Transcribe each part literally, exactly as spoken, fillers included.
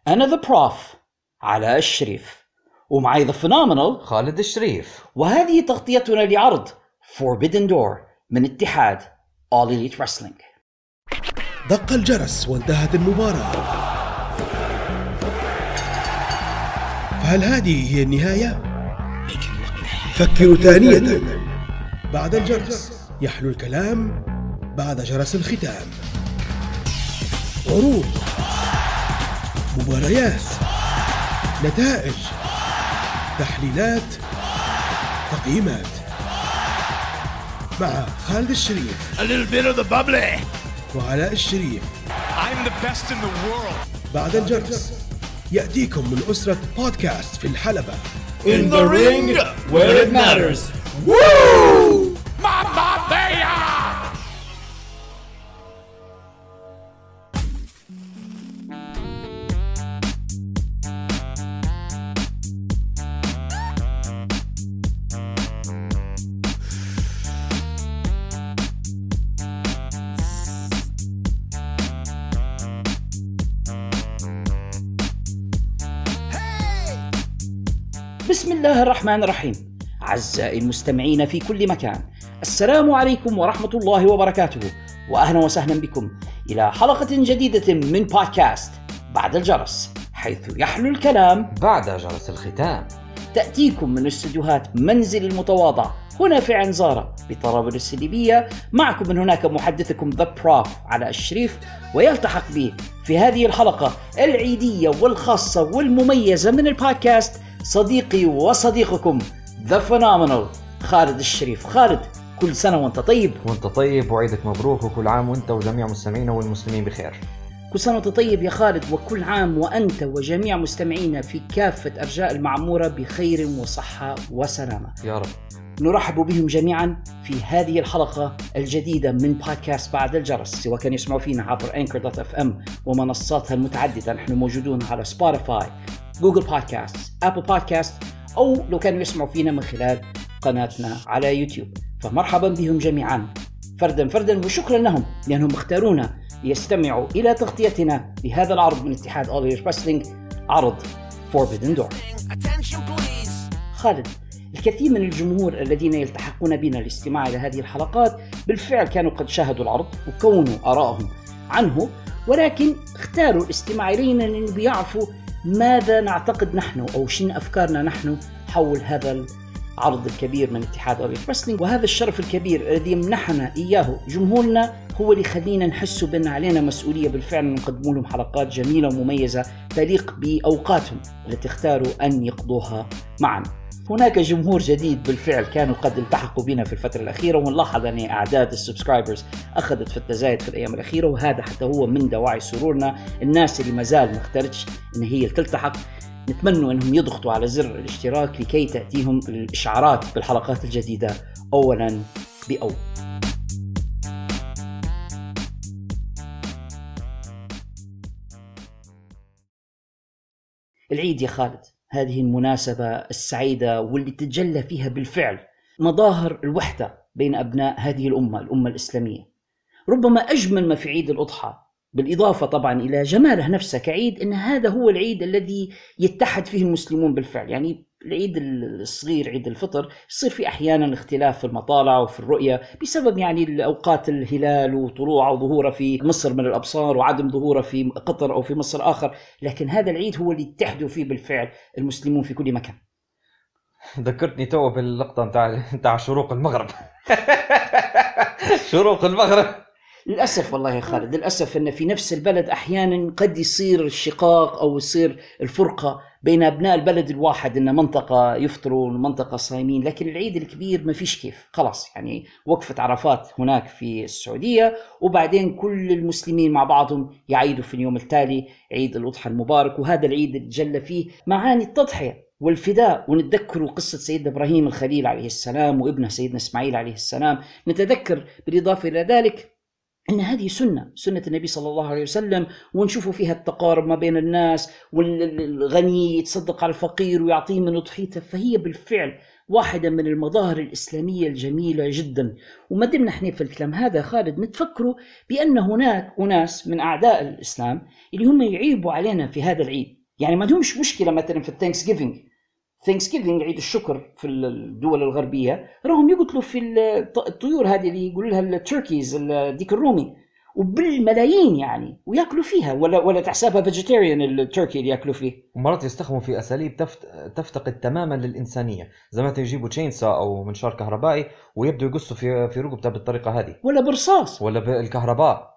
أنا ذا بروف علاء الشريف، ومعي ذا فينومينال خالد الشريف، وهذه تغطيتنا لعرض Forbidden Door من اتحاد All Elite Wrestling. دق الجرس وانتهت المباراة، فهل هذه هي النهاية؟ فكروا ثانية. بعد الجرس يحلو الكلام بعد جرس الختام. عروض، مباريات، نتائج، تحليلات، تقييمات، مع خالد الشريف A little bit of the bubbly وعلاء الشريف. I'm the best in the world. بعد الجرس يأتيكم من أسرة بودكاست في الحلبة. In the ring where it matters. Woo! Mamma mia! بسم الله الرحمن الرحيم. أعزائي المستمعين في كل مكان، السلام عليكم ورحمة الله وبركاته، وأهلا وسهلا بكم إلى حلقة جديدة من بودكاست بعد الجرس، حيث يحلو الكلام بعد جرس الختام. تأتيكم من استديوهات منزل المتواضع هنا في عنزارة بطرابلس الليبية. معكم من هناك محدثكم ذا بروف علاء الشريف، ويلتحق بي في هذه الحلقة العيدية والخاصة والمميزة من البودكاست صديقي وصديقكم ذا فينومينال خالد الشريف. خالد، كل سنة وانت طيب. وانت طيب وعيدك مبروك، وكل عام وانت وجميع مستمعينا والمسلمين بخير. كل سنة وانت طيب يا خالد، وكل عام وأنت وجميع مستمعينا في كافة أرجاء المعمورة بخير وصحة وسلامة يا رب. نرحب بهم جميعا في هذه الحلقة الجديدة من بودكاست بعد الجرس، سواء كان يسمعوا فينا عبر أنكر دوت اف ام ومنصاتها المتعددة. نحن موجودون على سبوتيفاي، جوجل بودكاست، أبل بودكاست، أو لو كانوا يسمعوا فينا من خلال قناتنا على يوتيوب. فمرحبا بهم جميعا فردا فردا، وشكرا لهم لأنهم اختارونا ليستمعوا إلى تغطيتنا لهذا العرض من اتحاد All Elite Wrestling، عرض Forbidden Door. خالد، الكثير من الجمهور الذين يلتحقون بنا للاستماع إلى هذه الحلقات بالفعل كانوا قد شاهدوا العرض وكونوا آرائهم عنه، ولكن اختاروا الاستماع إلينا لأنه بيعرفوا ماذا نعتقد نحن أو شن أفكارنا نحن حول هذا العرض الكبير من اتحاد All Elite Wrestling. وهذا الشرف الكبير الذي يمنحنا إياه جمهورنا هو اللي خلينا نحس بأن علينا مسؤولية بالفعل نقدم لهم حلقات جميلة ومميزة تليق بأوقاتهم التي اختاروا أن يقضوها معنا. هناك جمهور جديد بالفعل كانوا قد التحقوا بنا في الفترة الأخيرة، ونلاحظ أن أعداد السبسكرايبرز أخذت في التزايد في الأيام الأخيرة، وهذا حتى هو من دواعي سرورنا. الناس اللي مازال ما اختارتش أن هي تلتحق نتمنى أنهم يضغطوا على زر الاشتراك لكي تأتيهم الإشعارات بالحلقات الجديدة أولا بأول. العيد يا خالد، هذه المناسبة السعيدة واللي تتجلى فيها بالفعل مظاهر الوحدة بين أبناء هذه الأمة الأمة الإسلامية. ربما أجمل ما في عيد الأضحى، بالإضافة طبعا إلى جماله نفسه كعيد، أن هذا هو العيد الذي يتحد فيه المسلمون بالفعل. يعني العيد الصغير عيد الفطر يصير في أحيانا اختلاف في المطالع وفي الرؤية بسبب يعني الأوقات الهلال وطلوعه وظهوره في مصر من الأبصار وعدم ظهوره في قطر أو في مصر آخر، لكن هذا العيد هو اللي يتحدوا فيه بالفعل المسلمون في كل مكان. ذكرتني تو باللقطة نتاع نتاع شروق المغرب. شروق المغرب للأسف والله يا خالد، للأسف أن في نفس البلد أحيانا قد يصير الشقاق أو يصير الفرقة بين أبناء البلد الواحد، إن منطقة يفطروا ومنطقة صايمين. لكن العيد الكبير ما فيش كيف، خلاص يعني وقفة عرفات هناك في السعودية، وبعدين كل المسلمين مع بعضهم يعيدوا في اليوم التالي عيد الأضحى المبارك. وهذا العيد اللي جل فيه معاني التضحية والفداء، ونتذكر قصة سيدنا إبراهيم الخليل عليه السلام وابنه سيدنا إسماعيل عليه السلام. نتذكر بالإضافة إلى ذلك أن هذه سنة سنة النبي صلى الله عليه وسلم، ونشوفوا فيها التقارب ما بين الناس، والغني يتصدق على الفقير ويعطيه من أضحيته. فهي بالفعل واحدة من المظاهر الإسلامية الجميلة جدا. وما دمنا احنا في الكلام هذا خالد نتفكروا بأن هناك أناس من أعداء الإسلام اللي هم يعيبوا علينا في هذا العيد. يعني ما عندهمش مشكلة مثلا في الثانكس جيفينج ثانكس جيفينج عيد الشكر في الدول الغربية، راهم يقتلوا في الطيور هذه اللي يقولوا لها التركيز الديك الرومي وبالملايين يعني وياكلوا فيها، ولا ولا تحسبها فيجيتيريان التركي اللي ياكلوا فيه. ومرات يستخدموا في اساليب تفت... تفتقد تماما للانسانيه، زي ما يجيبوا تشينسا او منشار كهربائي ويبدوا يقصوا في في رقبته بالطريقه هذه، ولا برصاص ولا بالكهرباء.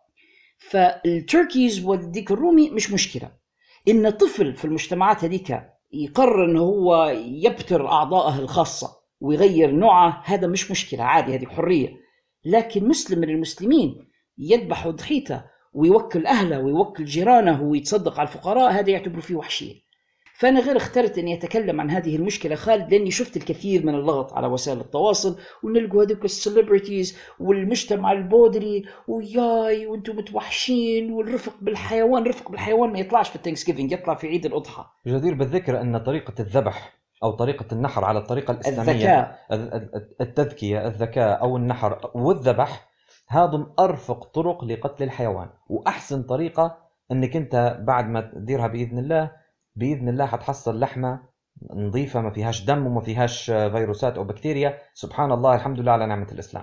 فالتركيز والديك الرومي مش مشكله. ان طفل في المجتمعات هذيك يقرر انه هو يبتر اعضائه الخاصه ويغير نوعه، هذا مش مشكله، عادي، هذه حريه. لكن مسلم من المسلمين يذبح ضحيته ويوكل أهله ويوكل جيرانه ويتصدق على الفقراء، هذا يعتبر فيه وحشية. فأنا غير اخترت أني أتكلم عن هذه المشكلة خالد لأني شفت الكثير من اللغط على وسائل التواصل، ونلقوا هذوك السليبرتيز والمجتمع البودري وياي وانتم متوحشين، والرفق بالحيوان. رفق بالحيوان ما يطلعش في التانكس جيفينج، يطلع في عيد الأضحى. جدير بالذكر أن طريقة الذبح أو طريقة النحر على الطريقة الإسلامية، الذكاء، التذكية، الذكاء أو النحر والذبح، هذا أرفق طرق لقتل الحيوان وأحسن طريقة أنك أنت بعد ما تديرها بإذن الله بإذن الله حتحصل لحمة نظيفة ما فيهاش دم وما فيهاش فيروسات أو بكتيريا. سبحان الله، الحمد لله على نعمة الإسلام.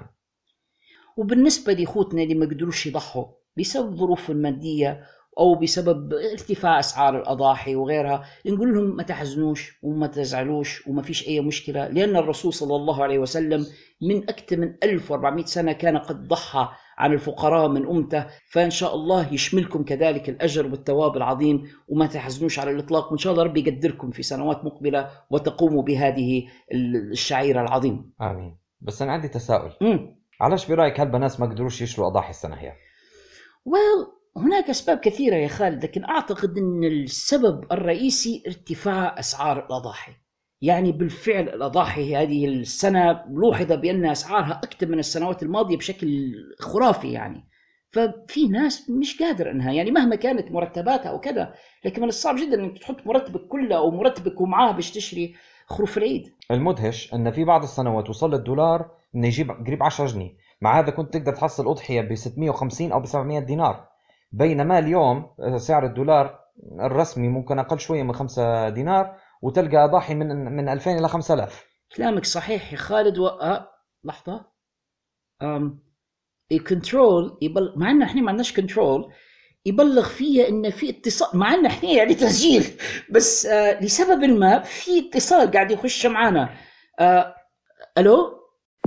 وبالنسبة لأخوتنا اللي ما قدروش يضحوا بسبب ظروف المادية أو بسبب ارتفاع أسعار الأضاحي وغيرها، نقول لهم ما تحزنوش وما تزعلوش وما فيش أي مشكلة، لأن الرسول صلى الله عليه وسلم من أكثر من ألف وأربعمائة سنة كان قد ضحى عن الفقراء من أمته، فإن شاء الله يشملكم كذلك الأجر والثواب العظيم، وما تحزنوش على الإطلاق، وإن شاء الله ربي يقدركم في سنوات مقبلة وتقوموا بهذه الشعيرة العظيمة. آمين. بس أنا عندي تساؤل، م. علاش برأيك هالبنات ما قدروش يشروا أضاحي السنة هي؟ well, هناك أسباب كثيرة يا خالد، لكن أعتقد أن السبب الرئيسي ارتفاع أسعار الأضاحي. يعني بالفعل الأضاحي هذه السنة لوحظ بأن أسعارها أكثر من السنوات الماضية بشكل خرافي يعني. ففي ناس مش قادر أنها، يعني مهما كانت مرتباتها أو كذا، لكن من الصعب جدا أنك تحط مرتبك كله أو مرتبك ومعاه باش تشتري خروف العيد. المدهش أن في بعض السنوات وصل الدولار أنه يجيب قريب عشرة جنيه، مع هذا كنت تقدر تحصل أضحية ب ستمائة وخمسين أو ب سبعمائة دينار، بينما اليوم سعر الدولار الرسمي ممكن أقل شوية من خمسة دينار وتلقى أضاحي من من ألفين إلى خمسة آلاف. كلامك صحيح يا خالد. و... أه... لحظة أم... الكنترول يبل... مع أن إحنا ما عندناش كنترول يبلغ فيها إن في اتصال، مع أن إحنا يعني تسجيل، بس آه لسبب ما في اتصال قاعد يخش معنا. آه... ألو.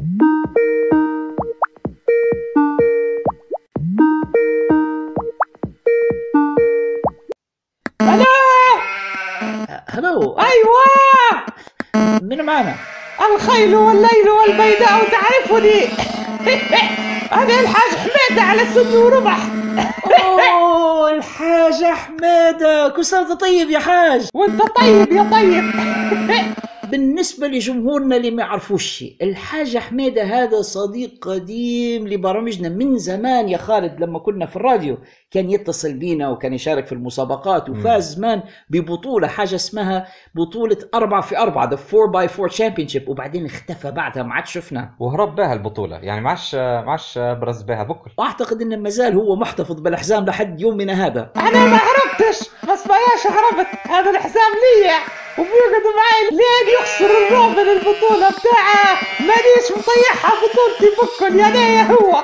هلو. أيوة، من معنا؟ الخيل والليل والبيداء تعرفني. أنا الحاج حميدة على سن وربح. أوه الحاج حميدة، كل سنة وأنت طيب يا حاج. وأنت طيب يا طيب. بالنسبة لجمهورنا اللي ما يعرفوش شيء، الحاج حميدة هذا صديق قديم لبرامجنا من زمان يا خالد. لما كنا في الراديو كان يتصل بينا وكان يشارك في المسابقات، وفاز زمان ببطولة حاجة اسمها بطولة أربعة في أربعة The four by four Championship، وبعدين اختفى بعدها ما عاد شفنا، وهرب بها البطولة، يعني معش معش برز بها بكل. وأعتقد إن مازال هو محتفظ بالحزام لحد يومنا هذا. أنا ما هربتش، بس بلاش هربت، هذا الحزام ليا وبيقعد معي لين يخسر الرعب من البطولة بتاعه، مانيش مطيحها بطولتي بكل يا ليه هو.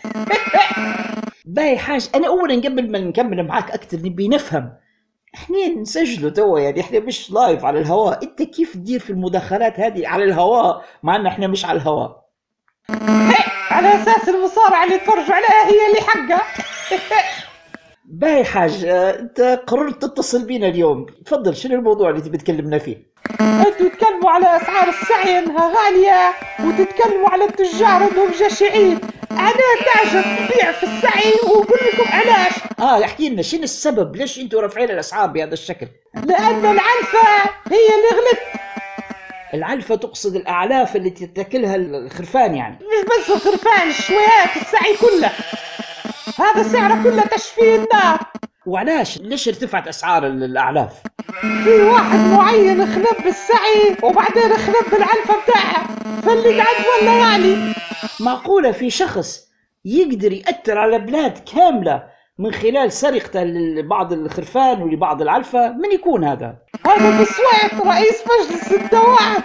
باي حاج، أنا أولا قبل ما نكمل معاك أكتر نبي نفهم، إحنا نسجله توا يعني إحنا مش لايف على الهواء، أنت كيف تدير في المداخلات هذه على الهواء مع أن إحنا مش على الهواء؟ على أساس المصارعة اللي تفرج عليها هي اللي حقها. باي حاج، أنت قررت تتصل بينا اليوم، تفضل شنو الموضوع اللي تبي تكلمنا فيه؟ أنتوا تتكلموا على أسعار السعي إنها غالية، وتتكلموا على التجار إنهم جشعين. أنا تعجب تبيع في السعي وأقول لكم علاش. آه احكي لنا شنو السبب، ليش أنتوا رافعين الأسعار بهذا الشكل؟ لأن العنفة هي اللي غلت. العلفة تقصد الأعلاف اللي تتاكلها الخرفان يعني؟ مش بس الخرفان، الشويات، السعي كله هذا سعره كله تشفيه النار. وعلاش ليش ارتفعت اسعار الاعلاف؟ في واحد معين خلب بالسعي وبعدين خلب بالعلفة بتاعها، فاللي قعد ولا يعني. معقولة في شخص يقدر يأثر على بلاد كاملة من خلال سرقته لبعض الخرفان ولبعض العلفة؟ من يكون هذا؟ هذا بسويت رئيس مجلس الدواعي.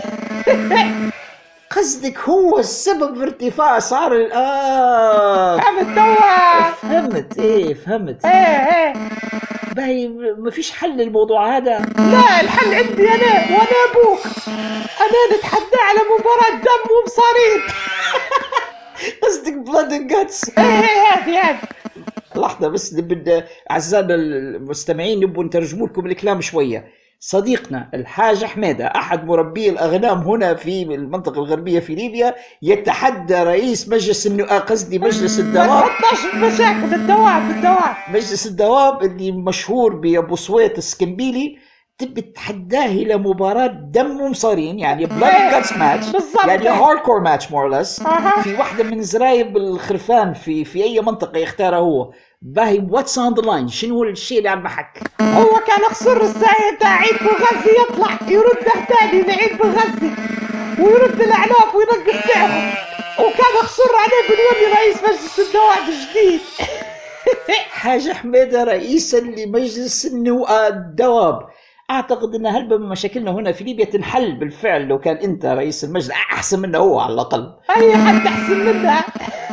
قصدك هو السبب في ارتفاع اسعار ال اه فهمت توا؟ فهمت ايه فهمت. ايه ايه باهي ما فيش حل للموضوع هذا؟ لا الحل عندي انا وانا ابوك. انا نتحدى على مباراة دم ومصارين. قصدك بلاد اند جاتس؟ ايه ايه هذه هذه. لحظة بس نبي أعزائنا المستمعين نبوا نترجموا لكم الكلام شوية. صديقنا الحاج حميدة أحد مربي الأغنام هنا في المنطقة الغربية في ليبيا يتحدى رئيس مجلس النواب، قصدي مجلس الدواب. ما تحطش مشاكل الدواب الدواب. مجلس الدواب اللي مشهور بأبو صويت السكنبيلي، تبي تحداه إلى مباراة دم ومصارين، يعني بلاد جاتس ماتش، يعني هاردكور ماتش مور لس، في واحدة من زرايب الخرفان في في أي منطقة يختارها هو. باهي واتس اون ذا لاين؟ شنو هو الشيء اللي على المحك؟ هو كان خسر الساعة تاع عيد بالغزي، يطلع يرده تاني لعيد بالغزي ويرد الأعلاف وينقص سعره، وكان خسر عليه بنولي رئيس مجلس الدواب جديد. حاج حميدة رئيسا لمجلس الدواب. أعتقد أن هلبة من مشاكلنا هنا في ليبيا تنحل بالفعل لو كان أنت رئيس المجلس، أحسن منه هو على الأقل. أي حد أحسن منه.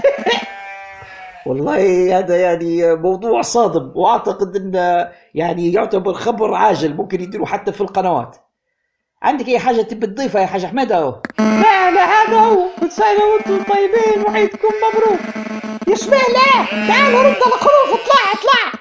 والله هذا يعني موضوع صادم، وأعتقد أنه يعني يعتبر خبر عاجل ممكن يديروا حتى في القنوات. عندك أي حاجة تبي تضيفها يا حاج حميدة؟ لا لا هذا هو. كل سنة وأنتم طيبين وعيدكم مبروك. يشبه لا تعال رد الخروف. اطلع اطلع.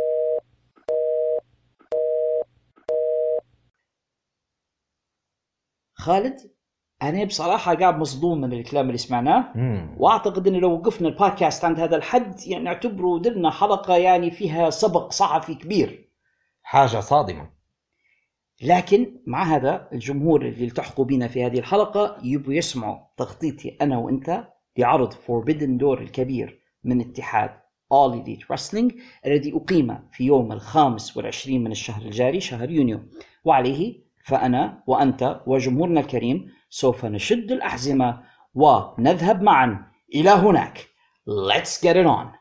خالد أنا بصراحة قاعد مصدوم من الكلام اللي سمعناه، مم. وأعتقد أن لو وقفنا البودكاست عند هذا الحد يعني نعتبره درنا حلقة يعني فيها سبق صحفي كبير، حاجة صادمة. لكن مع هذا الجمهور اللي التحقوا بنا في هذه الحلقة يبوا يسمعوا تغطيتي أنا وإنت لعرض Forbidden Door الكبير من اتحاد All Elite Wrestling الذي أقيم في يوم الخامس والعشرين من الشهر الجاري شهر يونيو، وعليه فأنا وأنت وجمهورنا الكريم سوف نشد الأحزمة ونذهب معا إلى هناك. Let's get it on.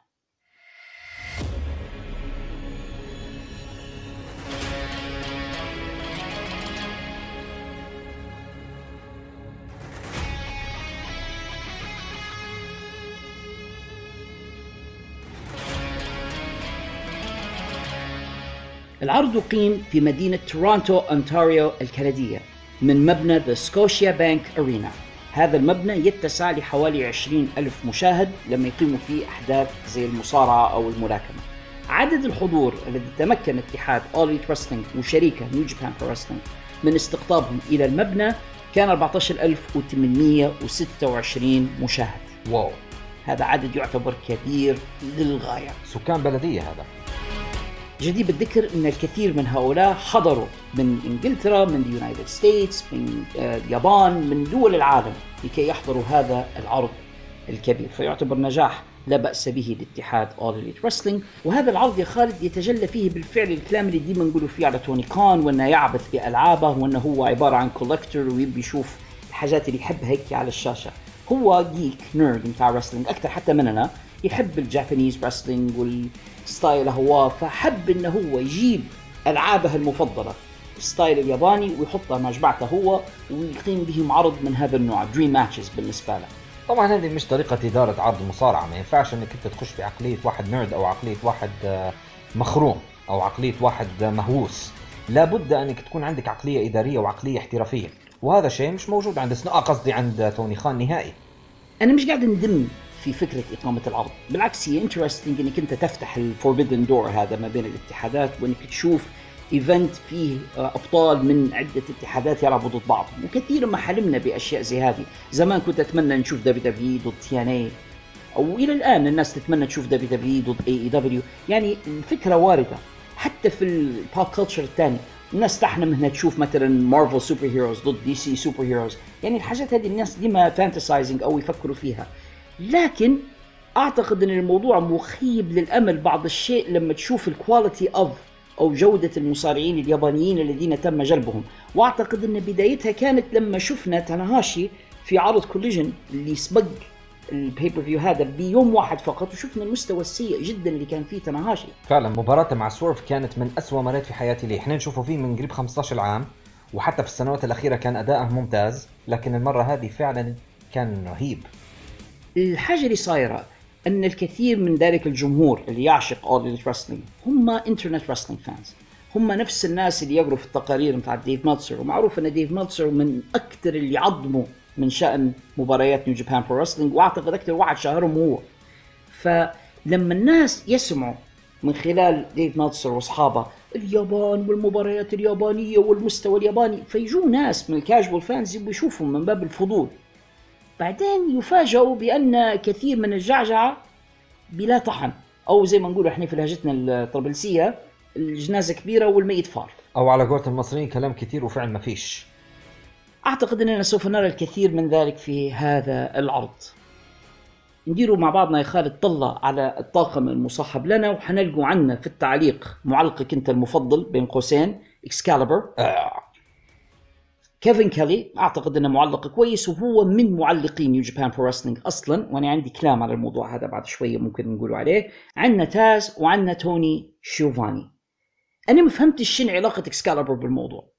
العرض أقيم في مدينة تورونتو أونتاريو الكندية من مبنى The Scotia Bank Arena. هذا المبنى يتسع لحوالي عشرين ألف مشاهد لما يقيموا فيه أحداث زي المصارعة أو الملاكمة. عدد الحضور الذي تمكن اتحاد All Elite Wrestling وشريكه New Japan Pro Wrestling من استقطابهم إلى المبنى كان أربعة عشر ألف وثمانمئة وستة وعشرين مشاهد. واو، هذا عدد يعتبر كبير للغاية. سكان بلدية هذا. جدير بالذكر أن الكثير من هؤلاء حضروا من إنجلترا، من اليونايتد ستيتس، من اليابان، من دول العالم لكي يحضروا هذا العرض الكبير، فيعتبر نجاح لا بأس به لاتحاد All Elite Wrestling. وهذا العرض يا خالد يتجلى فيه بالفعل الكلام اللي ديما نقوله فيه على توني كان، وأنه يعبث بألعابه، وأنه هو عبارة عن كولكتور ويبي يشوف الحاجات اللي يحبها هيك على الشاشة. هو جيك نيرد متاع رسلينج أكثر حتى مننا، يحب الجابانيز رسلينج والستايل هو، فحب انه هو يجيب العابه المفضله الستايل الياباني ويحطها مع جماعته هو ويقيم بهم عرض من هذا النوع دريم ماتشز بالنسبه له. طبعا هذه مش طريقه اداره عرض مصارعه، ما ينفعش انك انت تخش في عقليه واحد نيرد او عقليه واحد مخروم او عقليه واحد مهووس. لابد انك تكون عندك عقليه اداريه وعقليه احترافيه، وهذا شيء مش موجود عند سنا قصدي عند توني خان نهائي. انا مش قاعد ندم في فكرة إقامة العرض، بالعكس هي انترستينج إنك أنت تفتح الفوربيدن دور هذا ما بين الاتحادات، وإنك تشوف إيفنت فيه أبطال من عدة اتحادات يلعبوا ضد بعض. وكثير ما حلمنا بأشياء زي هذه، زمان كنت أتمنى نشوف دبليو دبليو ضد تي إن إيه، أو إلى الآن الناس تتمنى تشوف دبليو دبليو ضد إيه إي دبليو. يعني الفكرة واردة حتى في البوب كلتشر الثاني، الناس تحلم انها تشوف مثلا مارفل سوبر هيروز ضد دي سي سوبر هيروز. يعني الحاجات هذه الناس ديما فانتسايزنج او يفكروا فيها، لكن أعتقد أن الموضوع مخيب للأمل بعض الشيء لما تشوف الكواليتي أوف أو جودة المصارعين اليابانيين الذين تم جلبهم. وأعتقد أن بدايتها كانت لما شفنا تاناهاشي في عرض كوليجن اللي سبق البيبر فيو هذا بيوم واحد فقط، وشفنا المستوى السيء جدا اللي كان فيه تاناهاشي. فعلا مباراته مع سورف كانت من أسوأ مرات في حياتي لي. احنا نشوفه فيه من قريب خمسة عشر عام، وحتى في السنوات الأخيرة كان أداءه ممتاز، لكن المرة هذه فعلا كان رهيب. الحاجة اللي صايرة أن الكثير من ذلك الجمهور اللي يعشق All Elite Wrestling هم انترنت رسلينج فانز، هم نفس الناس اللي يقروا في التقارير متاع ديف ميلتزر، ومعروف أن ديف ميلتزر من أكثر اللي عظموا من شأن مباريات نيو جابان برو رسلينج، وأعتقد أكثر واحد شهرهم هو. فلما الناس يسمعوا من خلال ديف ميلتزر وأصحابه اليابان والمباريات اليابانية والمستوى الياباني، فيجوا ناس من الكاجوال فانز يبوا يشوفوا من باب الفضول، بعدين يفاجئوا بأن كثير من الجعجعة بلا طحن، أو زي ما نقول إحنا في لهجتنا الطرابلسية الجنازة كبيرة والميت فار، أو على قولة المصريين كلام كتير وفعل ما فيش. أعتقد أننا سوف نرى الكثير من ذلك في هذا العرض. نديروا مع بعضنا يا خالد طلع على الطاقم المصاحب لنا، وحنلقوا عنا في التعليق معلقك أنت المفضل بين قوسين إكسكاليبر آه. كيفن كيلي، أعتقد أنه معلق كويس وهو من معلقين نيو جابان برو رسلينج أصلاً، وأنا عندي كلام على الموضوع هذا بعد شوية ممكن نقوله عليه. عندنا تاز وعندنا توني شيوفاني. أنا ما فهمتش شنو علاقة إكسكاليبر بالموضوع.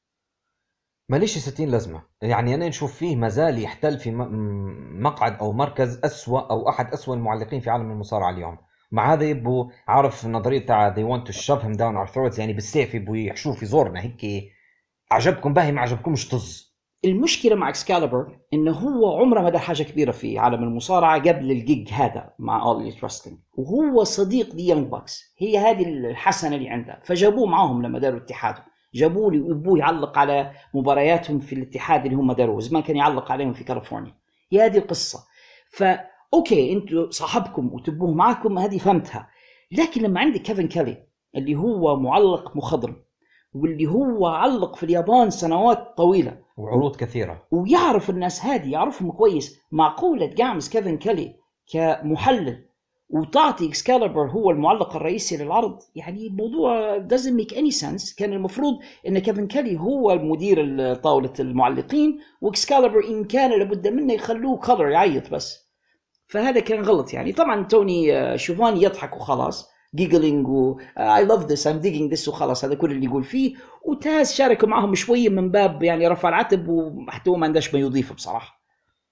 ماليش ستين لازمة، يعني أنا نشوف فيه مازال يحتل في مقعد أو مركز أسوأ أو أحد أسوأ المعلقين في عالم المصارعة اليوم. مع هذا يبوا عارف النظرية تاع they want to shove him down our throats، يعني بالسيف يبوا يحشوه في زورنا هيك، عجبكم باهي ما عجبكمش طز. المشكلة مع إكسكاليبر إنه هو عمره ما ده حاجة كبيرة في عالم المصارعة قبل الجيج هذا مع All Elite Wrestling، وهو صديق دي يونج باكس، هي هذه الحسنة اللي عنده، فجابوه معهم لما داروا اتحادهم، جابوه لي ويبوه يعلق على مبارياتهم في الاتحاد اللي هم داروه، زمان كان يعلق عليهم في كاليفورنيا. هي هذه القصة. فأوكي أنتوا صاحبكم وتبوه معكم، هذه فهمتها. لكن لما عندك كيفن كيلي اللي هو معلق مخضرم، واللي هو علق في اليابان سنوات طويلة وعروض كثيرة، ويعرف الناس هذه يعرفهم كويس، معقولة تقعمز كيفن كيلي كمحلل وتعطي إكسكاليبر هو المعلق الرئيسي للعرض؟ يعني الموضوع doesn't make any sense. كان المفروض إن كيفن كيلي هو المدير طاولة المعلقين، وإكسكاليبر إن كان لابد منه يخلوه كولر يعيط بس. فهذا كان غلط يعني. طبعا توني شوفاني يضحك وخلاص، giggling و I love this I'm digging this وخلاص، هذا كل اللي يقول فيه. وتاز شارك معهم شوية من باب يعني رفع العتب، وحتى ما عندهش ما يضيف بصراحة.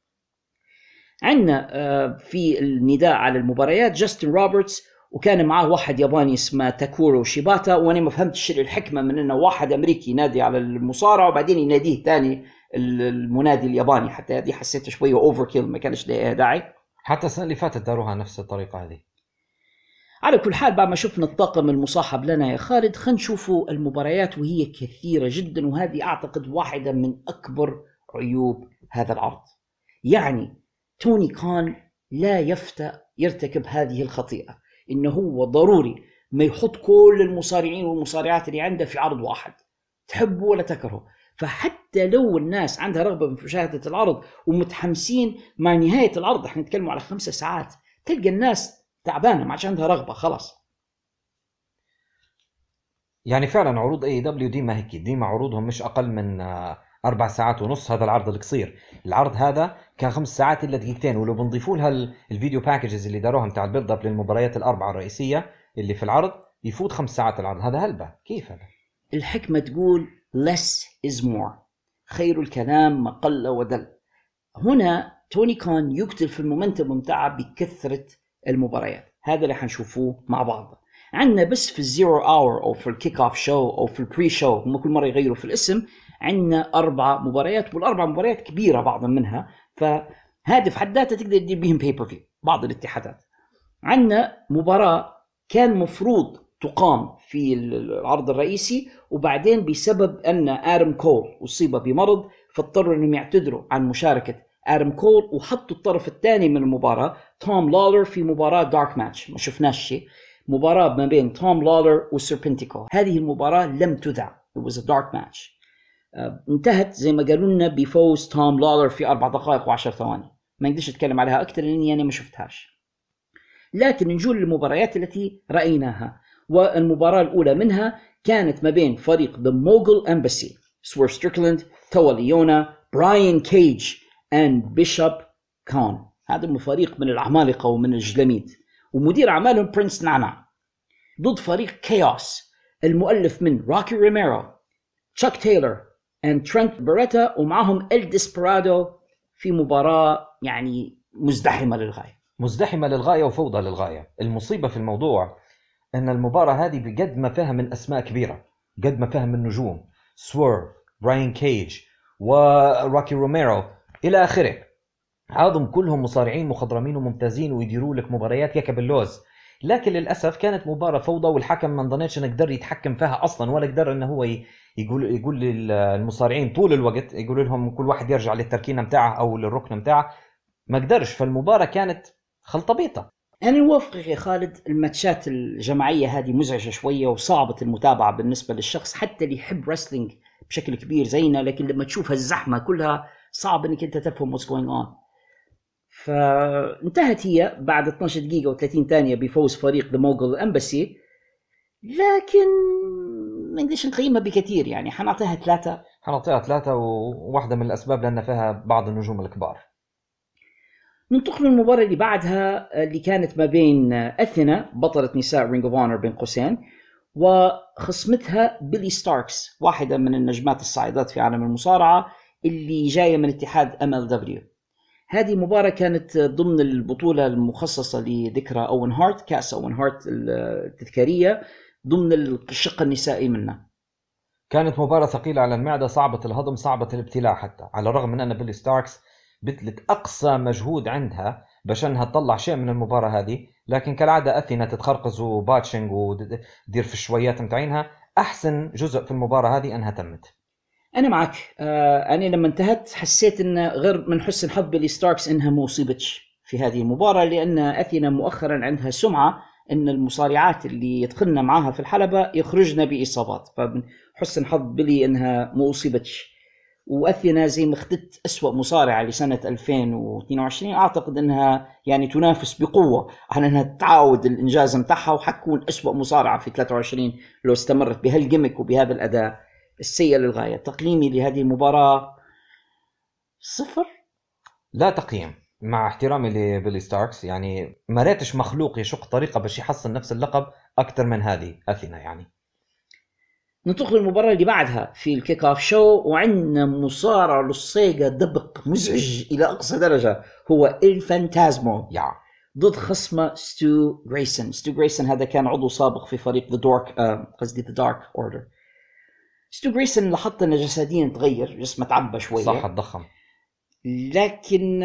عندنا في النداء على المباريات جاستن روبرتس، وكان معاه واحد ياباني اسمه تاكورو شيباتا، وانا ما فهمتش الحكمة من انه واحد امريكي ينادي على المصارع وبعدين يناديه تاني المنادي الياباني، حتى هذه حسيت شوية اوفر كيل، ما كانش لها داعي. حتى السنة اللي فاتت داروها نفس الطريقة هذه. على كل حال بعد ما شفنا الطاقم المصاحب لنا يا خالد، خلينا نشوفوا المباريات، وهي كثيرة جدا، وهذه أعتقد واحدة من أكبر عيوب هذا العرض. يعني توني كان لا يفتأ يرتكب هذه الخطيئة، إنه هو ضروري ما يحط كل المصارعين والمصارعات اللي عنده في عرض واحد، تحبه ولا تكره. فحتى لو الناس عندها رغبة في مشاهدة العرض ومتحمسين مع نهاية العرض، احنا نتكلم على خمسة ساعات، تلقى الناس تعبانة ما عادش عندها رغبة خلاص. يعني فعلا عروض اي دبليو دي ما هيك، ديما عروضهم مش اقل من اربع ساعات ونص. هذا العرض القصير، العرض هذا كان خمس ساعات الا دقيقتين، ولو بنضيفوا لها الفيديو باكجز اللي داروها متاع البيلد اب للمباريات الاربعه الرئيسيه اللي في العرض، يفوت خمس ساعات العرض. هذا هلبة كيف هذا؟ الحكمة تقول less is more، خير الكلام ما قل ودل. هنا توني كان يقتل في المومنتم متاعه بكثرة المباريات، هذا اللي حنشوفوه مع بعض. عندنا بس في الزيرو اور او في الكيك اوف شو او في البري شو، هم كل مره يغيروا في الاسم، عندنا اربع مباريات، والاربع مباريات كبيره بعض منها، فهذه في حد ذاتها تقدر تدير بهم بيبر فيو بعض الاتحادات. عندنا مباراه كان مفروض تقام في العرض الرئيسي، وبعدين بسبب ان ادم كول اصيب بمرض فاضطروا انهم يعتذروا عن مشاركه آدم كول، وحطوا الطرف الثاني من المباراة توم لولر في مباراة دارك ماتش ما شفناش شيء، مباراة ما بين توم لولر وسيربنتيكو. هذه المباراة لم تذع، it was a dark match. آه، انتهت زي ما قالوا لنا بفوز توم لولر في أربع دقائق وعشر ثواني. ما نقدرش نتكلم عليها أكثر لأني أنا ما شفتهاش. لكن نجول للمباريات التي رأيناها، والمباراة الأولى منها كانت ما بين فريق The Mogul Embassy سويرف ستريكلاند، توا ليونا، براين كيج and بيشوب كون. هذا فريق من العمالقة ومن الجلاميد، ومدير أعمالهم برنس نعنع، ضد فريق كيوس المؤلف من روكي روميرو، تشاك تايلر and ترينت باريتا، ومعهم ال ديسبرادو، في مباراة يعني مزدحمة للغاية. مزدحمة للغاية وفوضى للغاية. المصيبة في الموضوع أن المباراة هذه بقد ما فيها من أسماء كبيرة، قد ما فيها من نجوم، سويرف، براين كيج، وروكي روميرو إلى آخره. هذم كلهم مصارعين مخضرمين وممتازين ويديروا لك مباريات يكب اللوز، لكن للأسف كانت مباراة فوضى، والحكم ما ظنيتش أنه قدر يتحكم فيها أصلا، ولا قدر أنه هو يقول يقول للمصارعين طول الوقت، يقول لهم كل واحد يرجع للتركينة متاعه أو للركن متاعه، ما قدرش. فالمباراة كانت خلطبيطة. أنا نوافقك يا خالد، الماتشات الجماعية هذه مزعجة شوية وصعبة المتابعة بالنسبة للشخص حتى اللي يحب رسلينج بشكل كبير زينا، لكن لما تشوف الزحمة كلها صعب أنك أنت تفهم what's going on. فانتهت هي بعد اثنتي عشرة دقيقة وثلاثين ثانية بفوز فريق The Mogul Embassy، لكن ما نقدرش نقيمها بكثير، يعني حنعطيها ثلاثة. حنعطيها ثلاثة، وواحدة من الأسباب لأن فيها بعض النجوم الكبار. ننتقل للمباراة اللي بعدها اللي كانت ما بين أثينا بطلة نساء رينج اوف اونر بين قوسين وخصمتها بيلي ستاركس، واحدة من النجمات الصاعدات في عالم المصارعة اللي جاية من اتحاد ام ال دبليو. هذه مباراة كانت ضمن البطولة المخصصة لذكرى أوين هارت، كأس أوين هارت التذكارية، ضمن الشق النسائي منه. كانت مباراة ثقيلة على المعدة، صعبة الهضم، صعبة الابتلاع، حتى على الرغم من أن بيلي ستاركس بذلت أقصى مجهود عندها باش أنها تطلع شيء من المباراة هذه، لكن كالعادة أثينا تتخرقز وباتشنج ودير في الشويات متاعينها. أحسن جزء في المباراة هذه أنها تمت. أنا معك. آه أنا لما انتهت حسيت أن غير من حسن حظ بيلي ستاركس أنها ما أصيبتش في هذه المباراة، لأن أثينا مؤخرا عندها سمعة أن المصارعات اللي يدخلنا معها في الحلبة يخرجنا بإصابات، فمن حسن حظ بيلي أنها ما أصيبتش. وأثينا زي ما اخذت أسوأ مصارعة لسنة ألفين واثنين وعشرين، أعتقد أنها يعني تنافس بقوة على أنها تعاود الإنجاز متاعها، وحتكون أسوأ مصارعة في ثلاثة وعشرين لو استمرت بهالجيمك وبهذا الأداء السيء للغاية. تقييمي لهذه المباراة صفر. لا تقييم، مع احترامي لبيلي ستاركس، يعني ما راتش مخلوق يشق طريقة باش يحصل نفس اللقب أكثر من هذه أثينا. يعني ننتقل للمباراة اللي بعدها في الكيك اوف شو، وعندنا مصارع للصيغة دبق مزعج إلى أقصى درجة، هو الفانتازمو يا ضد خصمه ستو غريسون. ستو غريسون هذا كان عضو سابق في فريق The Dark قصدي The Dark Order. ستو غريسون لاحظت أن جسديا تغير، جسمه تعبى شوية، صح تضخم، لكن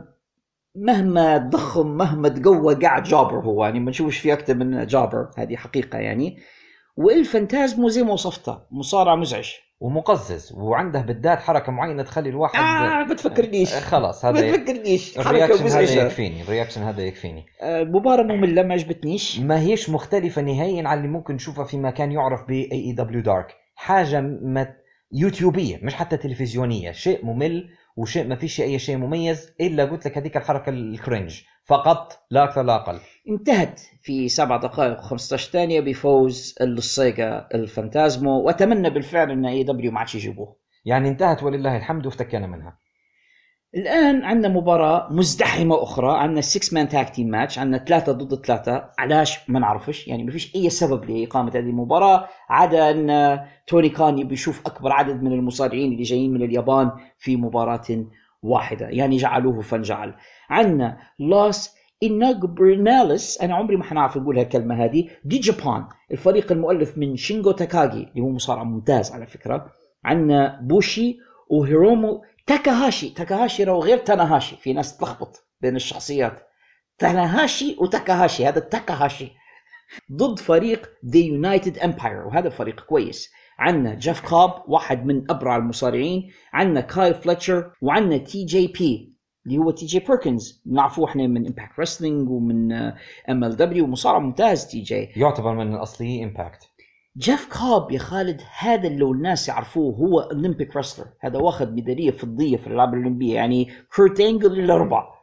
مهما تضخم مهما تقوى قاعد جابر هو، يعني ما نشوفش فيه أكثر من جابر، هذه حقيقة يعني. والفانتازمو زي ما وصفته مصارع مزعج ومقزز، وعنده بالذات حركة معينة تخلي الواحد آه ما تفكرنيش خلاص هذا ما تفكرنيش الرياكشن هذا يكفيني الرياكشن هذا يكفيني آه مباراة مملة ما عجبتنيش، ما هيش مختلفة نهائيا عن اللي ممكن نشوفها في مكان يعرف ب إيه إي دبليو دارك، حاجة مت... يوتيوبية مش حتى تلفزيونية، شيء ممل وشيء ما فيش أي شيء مميز إلا قلت لك هذيك الحركة الكرنج فقط، لا أكثر لا أقل. انتهت في سبع دقائق وخمسة عشر ثانية بفوز الصيغة الفانتازمو، وأتمنى بالفعل أن إيه دبليو ما عادش يجيبوه. يعني انتهت ولله الحمد وافتكينا منها. الآن عندنا مباراة مزدحمة أخرى، عندنا سيكس مان تاك تيم ماتش، عندنا ثلاثة ضد ثلاثة، علاش ما نعرفش، يعني ما فيش أي سبب لإقامة هذه المباراة عدا أن توني كان يبي يشوف أكبر عدد من المصارعين اللي جايين من اليابان في مباراة واحدة، يعني جعلوه فانجعل. عندنا لاس إناغبرناليس، أنا عمري ما حنعرف نقول هالكلمة هذه، دي جابان، الفريق المؤلف من شينغو تاكاغي اللي هو مصارع ممتاز على فكرة. عندنا بوشي وهيرومو تاكاهاشي. تاكاهاشي رو غير تاناهاشي، في ناس تلخبط بين الشخصيات، تاناهاشي وتاكاهاشي، هذا تاكاهاشي ضد فريق The United Empire، وهذا فريق كويس. عندنا جيف كوب واحد من أبرع المصارعين، عندنا كايل فلتشر، وعندنا تي جي بي اللي هو تي جي بيركنز، نعرفوه احنا من امباكت رسلينج ومن ام ال دبليو، مصارع ممتاز تي جي، يعتبر من الأصلي امباكت. جيف كوب يا خالد هذا لو الناس يعرفوه هو اولمبيك رسلر، هذا واخد ميداليه فضيه في الالعاب الاولمبيه، يعني كورت انجل الاربع،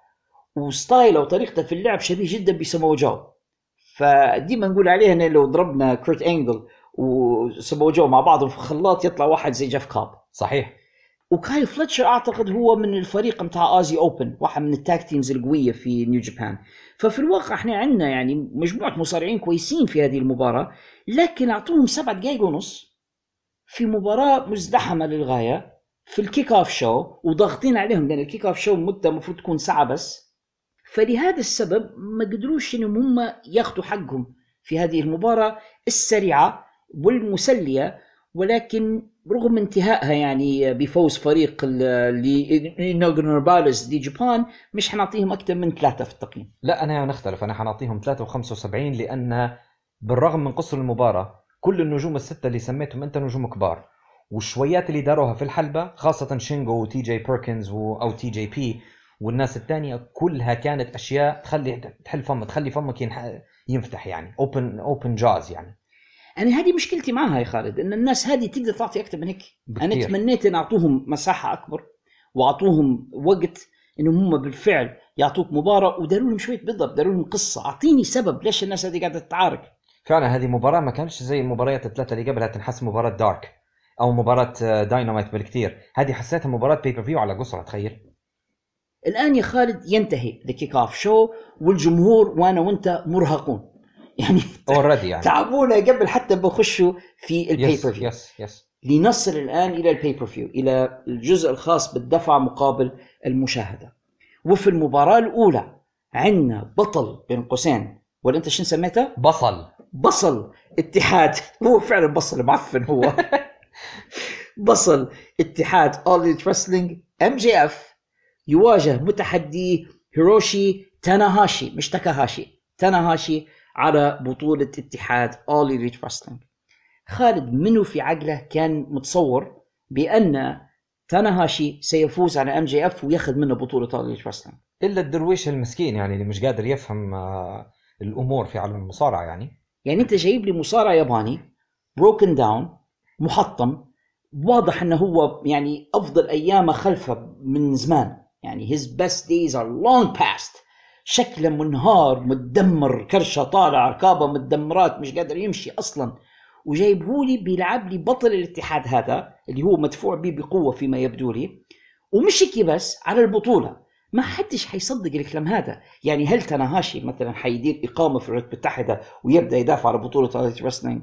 وستايله وطريقته في اللعب شبيه جدا بسامو جو. فديما نقول عليها إن لو ضربنا كورت أنجل وسامو جو مع بعضهم في خلاط يطلع واحد زي جيف كاب. صحيح. وكايل فلتشر اعتقد هو من الفريق متاع اوزي اوبن، واحد من التاك تيمز القويه في نيو جابان. ففي الواقع احنا عندنا يعني مجموعه مصارعين كويسين في هذه المباراه، لكن اعطوهم سبعة دقائق ونص في مباراه مزدحمه للغايه في الكيك اوف شو، وضاغطين عليهم لان الكيك اوف شو مدته المفروض تكون ساعه بس. فلهذا السبب ما قدروش انهم هم ياخذوا حقهم في هذه المباراه السريعه والمسليه، ولكن رغم انتهائها يعني بفوز فريق النوربالس دي جابان مش حنعطيهم أكثر من ثلاثة في التقييم. لا أنا نختلف، أنا حنعطيهم ثلاثة وخمسة وسبعين، لأن بالرغم من قصر المباراة كل النجوم الستة اللي سميتهم أنت نجوم كبار، والشويات اللي داروها في الحلبة خاصة شينجو وتي جي بيركنز أو تي جي بي والناس الثانية كلها كانت أشياء تخلي تحل فمك تخلي فمك ينفتح يعني open open jaws يعني. أنا هذه مشكلتي معها يا خالد، إن الناس هذه تقدر تعطي أكثر من هيك بكتير. أنا تمنيت إن أعطوهم مساحة أكبر وأعطوهم وقت إنهم هم بالفعل يعطوك مباراة، وداروا لهم شوية بالضبط، داروا لهم قصة، أعطيني سبب ليش الناس هذه قاعدة تتعارك. فعلا هذه مباراة ما كانش زي المباريات الثلاثة اللي قبلها تنحس مباراة دارك أو مباراة داينامايت بالكثير، هذه حسيتها مباراة بيبر فيو على قصرة. تخيل الآن يا خالد ينتهي ذا كيك أوف شو والجمهور وأنا وأنت مرهقون يعني يعني تعبونا قبل حتى بخشوا في البيبر فيو. يس يس. لنصل الآن إلى البيبر فيو، إلى الجزء الخاص بالدفع مقابل المشاهدة. وفي المباراة الأولى عندنا بطل بين قوسين، ولا أنت شو سميته؟ بصل. بصل اتحاد، هو فعلا بصل معفن هو بصل اتحاد All Elite Wrestling إم جي إف يواجه متحدي هيروشي تاناهاشي، مش تاكاهاشي، تاناهاشي، على بطولة اتحاد All Elite Wrestling. خالد منو في عقله كان متصور بأن تاناهاشي سيفوز على إم جي إف ويأخذ منه بطولة All Elite Wrestling؟ إلا الدرويش المسكين يعني اللي مش قادر يفهم الأمور في عالم المصارعة. يعني يعني أنت جايب لي مصارع ياباني broken down محطم، واضح أنه هو يعني أفضل أيامه خلفه من زمان، يعني his best days are long past، شكله منهار متدمر، كرشه طالع، ركابه متدمرات، مش قادر يمشي اصلا، وجايبهولي بيلعب لي بطل الاتحاد هذا اللي هو مدفوع به بقوه فيما يبدو لي، ومش هيك بس على البطوله. ما حدش حيصدق الكلام هذا. يعني هل تاناهاشي مثلا حيدير اقامه في الولايات المتحده ويبدا يدافع على بطوله الريت رسلينج؟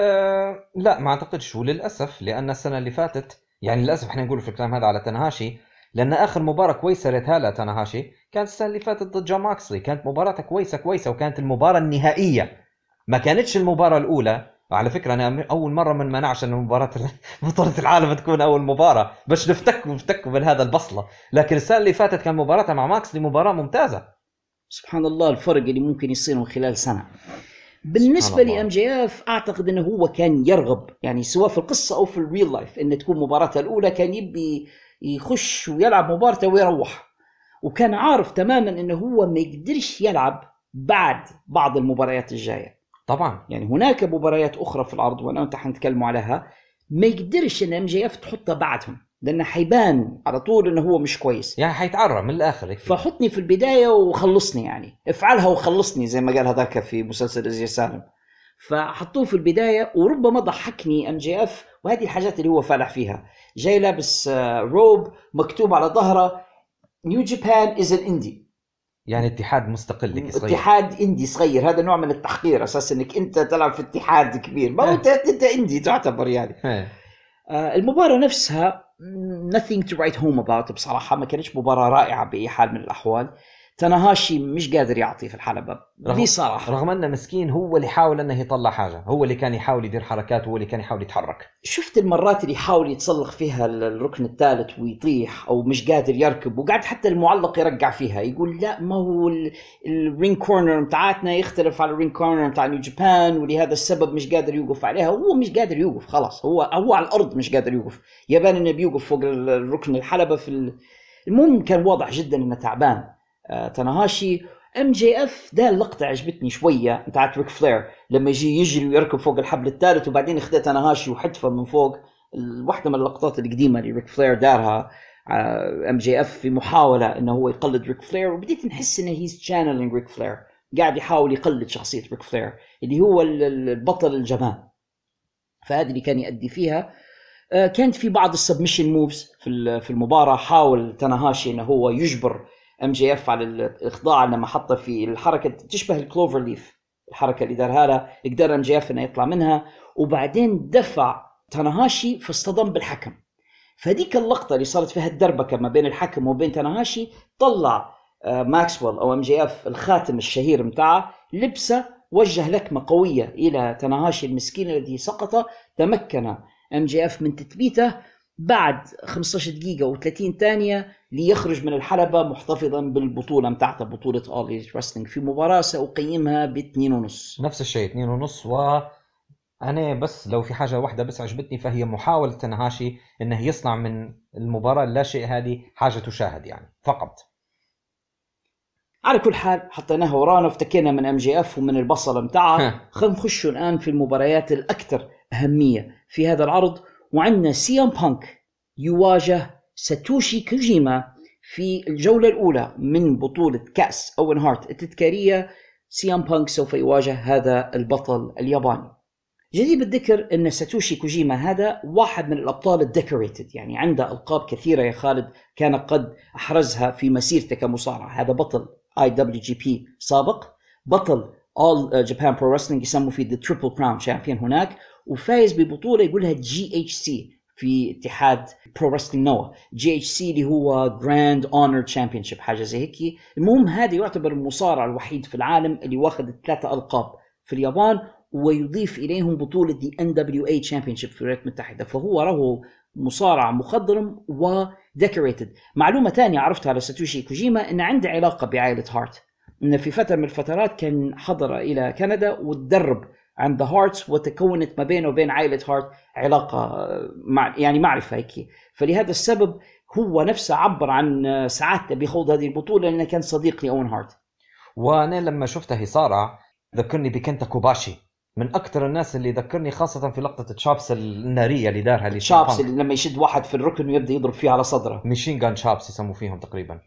أه لا ما اعتقدش، وللاسف لان السنه اللي فاتت يعني للاسف احنا نقول في الكلام هذا على تاناهاشي، لأن آخر مباراة كويسة ريتها له تاناهاشي كانت السنة اللي فاتت ضد جون ماكسلي، كانت مباراة كويسة كويسة وكانت المباراة النهائية، ما كانتش المباراة الأولى. على فكرة أنا أول مرة من منعش أن مباراة بطولة العالم تكون أول مباراة، بس نفتك نفتك من هذا البصلة، لكن السنة اللي فاتت كان مباراتها مع ماكسلي مباراة ممتازة. سبحان الله الفرق اللي ممكن يصير من خلال سنة. بالنسبة لأم جي اف أعتقد أنه هو كان يرغب يعني سواء في القصة أو في الريل لايف أن تكون مباراتها الأولى، كان يبي يخش ويلعب مباراته ويروح، وكان عارف تماما انه هو ما يقدرش يلعب بعد بعض المباريات الجايه. طبعا يعني هناك مباريات اخرى في العرض وانا وانت حنتكلم عليها، ما يقدرش ان ام جي اف تحطها بعدهم لانه حيبان على طول انه هو مش كويس، يعني حيتعرى من الاخر. فحطني في البدايه وخلصني، يعني افعلها وخلصني زي ما قال هذاك في مسلسل ازير سالم. فحطوه في البدايه وربما ضحكني ام جي اف، وهذه الحاجات اللي هو فالح فيها. جاي لابس روب مكتوب على ظهره نيو جابان از ان اندي، يعني اتحاد مستقل صغير، اتحاد اندي صغير. هذا نوع من التحقير اساس انك انت تلعب في اتحاد كبير، ما انت انت اندي تعتبر يعني. آه المباراه نفسها nothing to write home about بصراحه، ما كانتش مباراه رائعه باي حال من الاحوال. تاناهاشي مش قادر يعطي في الحلبة بصراحة، رغم أنه مسكين هو اللي حاول أنه يطلع حاجة، هو اللي كان يحاول يدير حركات، هو اللي كان يحاول يتحرك. شفت المرات اللي يحاول يتسلق فيها الركن الثالث ويطيح أو مش قادر يركب، وقاعد حتى المعلق يرجع فيها يقول لا ما هو الرين كورنر متاعتنا يختلف على الرين كورنر متاع نيو جابان، ولهذا السبب مش قادر يوقف عليها. هو مش قادر يوقف خلاص، هو هو على الأرض مش قادر يوقف، يبان إنه بيوقف فوق الركن الحلبة في المهم. كان واضح جدا إنه تعبان آه تاناهاشي. ام جي اف ده اللقطه عجبتني شويه بتاعت ريك فلير لما يجي يجري ويركب فوق الحبل الثالث وبعدين ياخذ تاناهاشي وحدفه من فوق. واحده من اللقطات القديمه اللي ريك فلير دارها ام جي اف في محاوله انه هو يقلد ريك فلير، وبديت نحس انه هيز تشانلينج ريك فلير، قاعد يحاول يقلد شخصيه ريك فلير اللي هو البطل الجبان. فهذه اللي كان يؤدي فيها. كانت في بعض السبمشن موفز في في المباراه، حاول تاناهاشي انه هو يجبر ام جي اف على الاخضاع لما حطه في الحركه تشبه الكلوفر ليف، الحركه اللي دارها له يقدر ام جي اف انه يطلع منها، وبعدين دفع تاناهاشي فاصطدم بالحكم. فهذيك اللقطه اللي صارت فيها الدربكه ما بين الحكم وبين تاناهاشي، طلع ماكسويل او ام جي اف الخاتم الشهير متاعه، لبسه، وجه لكمه قويه الى تاناهاشي المسكين الذي سقط. تمكن ام جي اف من تثبيته بعد خمسة عشر دقيقة وثلاثين ثانية ليخرج من الحلبة محتفظا بالبطولة متاعته، بطولة All Elite Wrestling، في مباراة سأقيمها باثنين ونص. نفس الشيء اثنين ونص. وأنا بس لو في حاجة واحدة بس عجبتني فهي محاولة تاناهاشي إنه يصنع من المباراة لا شيء، هذه حاجة تشاهد يعني فقط. على كل حال حطيناها ورانا، افتكينا من ام جي اف ومن البصلة متاعها. خلينا نخش الآن في المباريات الأكثر أهمية في هذا العرض. وعندنا سي ام بانك يواجه ساتوشي كوجيما في الجولة الأولى من بطولة كأس أوين هارت التذكارية. سي ام بانك سوف يواجه هذا البطل الياباني. جدير بالذكر أن ساتوشي كوجيما هذا واحد من الأبطال الديكوريتد، يعني عنده ألقاب كثيرة يا خالد كان قد أحرزها في مسيرته كمصارع. هذا بطل آي دبليو جي بي سابق، بطل All Japan Pro Wrestling يسموا فيه The Triple Crown Champion هناك، وفايز ببطولة يقولها جي اتش سي في اتحاد برو رسلينج نوا. جي اتش سي اللي هو Grand Honor Championship، حاجة زي هيك. المهم هذا يعتبر المصارع الوحيد في العالم اللي واخذ ثلاثة ألقاب في اليابان، ويضيف إليهم بطولة دي إن دبليو إيه Championship في الولايات المتحدة. فهو رهو مصارع مخضرم وديكوريتد. معلومة تانية عرفتها على ساتوشي كوجيما إن عنده علاقة بعائلة هارت، إن في فترة من الفترات كان حضر إلى كندا وتدرب عند هارتس، وتكونت ما بينه وبين عائلة هارت علاقة مع يعني معرفة هيك. فلهذا السبب هو نفسه عبر عن سعادته بخوض هذه البطولة لأنه كان صديق لأون هارت. وأنا لما شفته يصارع ذكرني بكنتا كوباشي، من أكثر الناس اللي ذكرني، خاصة في لقطة تشابس النارية اللي دارها اللي تشابس اللي لما يشد واحد في الركن ويبدأ يضرب فيه على صدره، ميشين جان شابس يسموا فيهم تقريبا.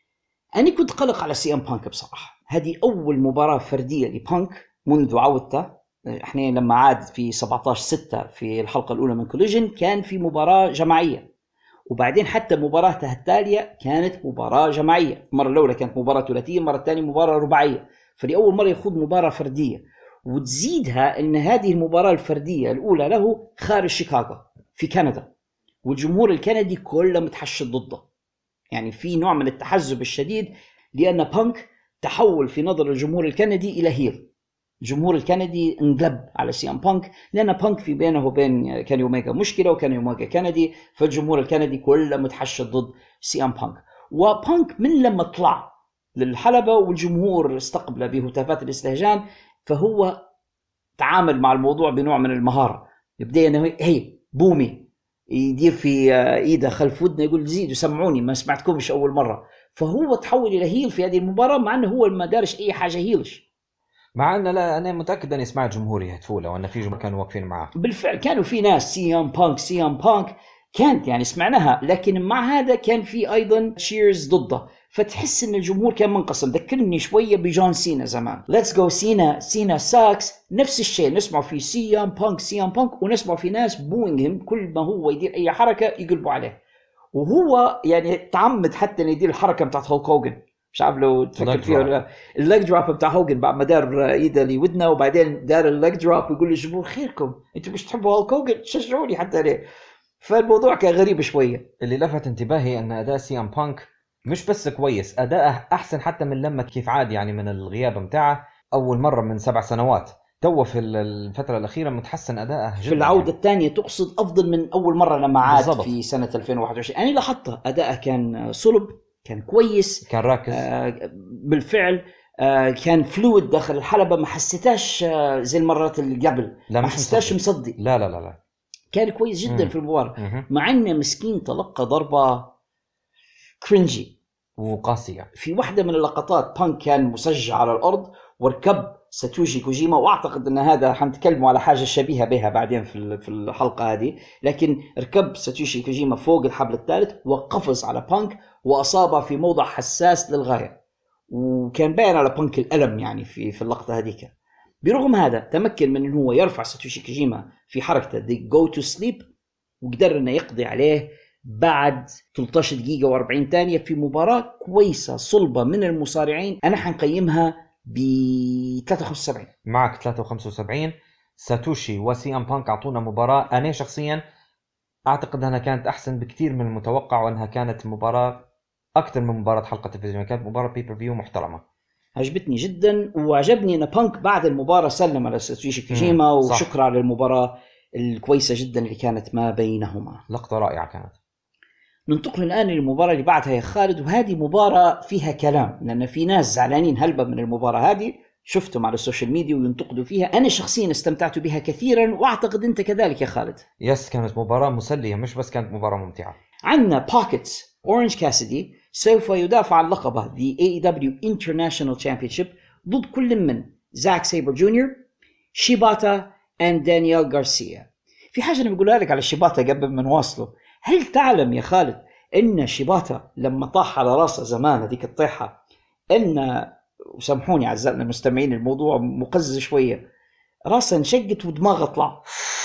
أنا كنت قلق على سي ام بانك بصراحة. هذه أول مباراة فردية لبانك منذ عودته. احنا لما عاد في سبعة عشر ستة في الحلقة الأولى من كوليجن كان في مباراة جماعية، وبعدين حتى مباراتها التالية كانت مباراة جماعية. المرة الأولى كانت مباراة ثلاثية، المرة الثانية مباراة رباعية. فلأول مرة يخوض مباراة فردية، وتزيدها أن هذه المباراة الفردية الأولى له خارج شيكاغو في كندا، والجمهور الكندي كله متحشد ضده. يعني في نوع من التحزب الشديد، لأن بانك تحول في نظر الجمهور الكندي إلى هيل. الجمهور الكندي انقلب على سي ام بانك، لأن بانك في بينه وبين كان يوميجا مشكلة، وكان يوميجا كندي، فالجمهور الكندي كله متحشد ضد سي ام بانك. وبانك من لما طلع للحلبة والجمهور استقبله بهتافات الاستهجان، فهو تعامل مع الموضوع بنوع من المهارة. يبدأ انه هي بومي يدير في ايده خلف ودنا يقول زيدوا سمعوني ما سمعتكمش اول مرة. فهو تحول الى هيل في هذه المباراة، مع انه هو ما دارش اي حاجة هيلش. مع ان لا انا متاكد اني سمعت جمهوري يهتفوا له، وان في جمهور كانوا واقفين معاه. بالفعل كانوا في ناس سي ام بانك سي ام بانك كانت يعني سمعناها، لكن مع هذا كان في ايضا تشيرز ضده. فتحس ان الجمهور كان منقسم. ذكرني شويه بجون سينا زمان، ليتس جو سينا سينا ساكس، نفس الشيء نسمع في سي ام بانك سي ام بانك، ونسمع في ناس بوينغهم كل ما هو يدير اي حركه يقلبوا عليه. وهو يعني تعمد حتى يدير الحركه بتاعت هولك هوجن، مش عارف لو تفكر فيها ولا. الليج دروب بتاع هوجن بعد ما دار ايده لودنا وبعدين دار الليج دروب ويقول للجمهور خيركم انتم مش تحبوا هولك هوجن شجعوني حتى ليه. فالموضوع كان غريب شويه. اللي لفت انتباهي ان اداء سي ام بانك مش بس كويس، اداءه احسن حتى من لما كيف عاد يعني من الغياب متاعه اول مره من سبع سنوات. تو في الفتره الاخيره متحسن اداءه جدا. في العوده يعني. الثانيه تقصد افضل من اول مره لما عاد بالضبط. في سنه ألفين وواحد وعشرين. انا لاحظت اداءه كان صلب، كان كويس، كان راكز. آه بالفعل آه كان فلويد داخل الحلبه، ما حسيتاش آه زي المرات اللي قبل، ما حسيتاش مصدي. لا لا لا لا كان كويس جدا. مم. في المباراه، مم. مع انه مسكين تلقى ضربه كرينجي وقاسيه في واحدة من اللقطات. بانك كان مسجع على الأرض وركب ساتوشي كوجيما، واعتقد ان هذا حنتكلموا على حاجه شبيهه بها بعدين في في الحلقه هذه. لكن ركب ساتوشي كوجيما فوق الحبل الثالث وقفز على بانك واصابه في موضع حساس للغايه، وكان باين على بانك الالم يعني في في اللقطه هذيك. برغم هذا تمكن من انه هو يرفع ساتوشي كوجيما في حركته دي جو تو سليب، وقدر انه يقضي عليه بعد ثلاثة عشر دقيقة وأربعين ثانية في مباراة كويسة صلبة من المصارعين. أنا حنقيمها ب ثلاثة وخمسة وسبعين. معك ثلاثة وخمسة وسبعين. ساتوشي وسي ام بانك أعطونا مباراة أنا شخصيا أعتقد أنها كانت أحسن بكثير من المتوقع، وأنها كانت مباراة أكثر من مباراة حلقة تلفزيون، كانت مباراة بيبر فيو محترمة. عجبتني جدا، وعجبني أن بانك بعد المباراة سلم على ساتوشي كوجيما وشكرا على المباراة الكويسة جدا اللي كانت ما بينهما. لقطة رائعة كانت. ننتقل الآن للمباراة اللي بعدها يا خالد، وهذه مباراة فيها كلام لأن في ناس زعلانين هلبة من المباراة هذه، شفتهم على السوشيال ميديا وينتقدوا فيها. أنا شخصيا استمتعت بها كثيرا وأعتقد أنت كذلك يا خالد. يس كانت مباراة مسلية، مش بس كانت مباراة ممتعة. عندنا باكيتس أورنج كاسيدي سوف يدافع عن لقبه The إيه إي دبليو International Championship ضد كل من زاك سيبر جونيور، شيباتا and دانيال غارسيا. في حاجة أنا بقولها لك على شيباتا قبل ما نواصله. هل تعلم يا خالد إن شيباتا لما طاح على راسه زمان هذيك الطيحة، إن وسامحوني أعزائنا المستمعين الموضوع مقزز شوية، راسه انشقت ودماغه طلع.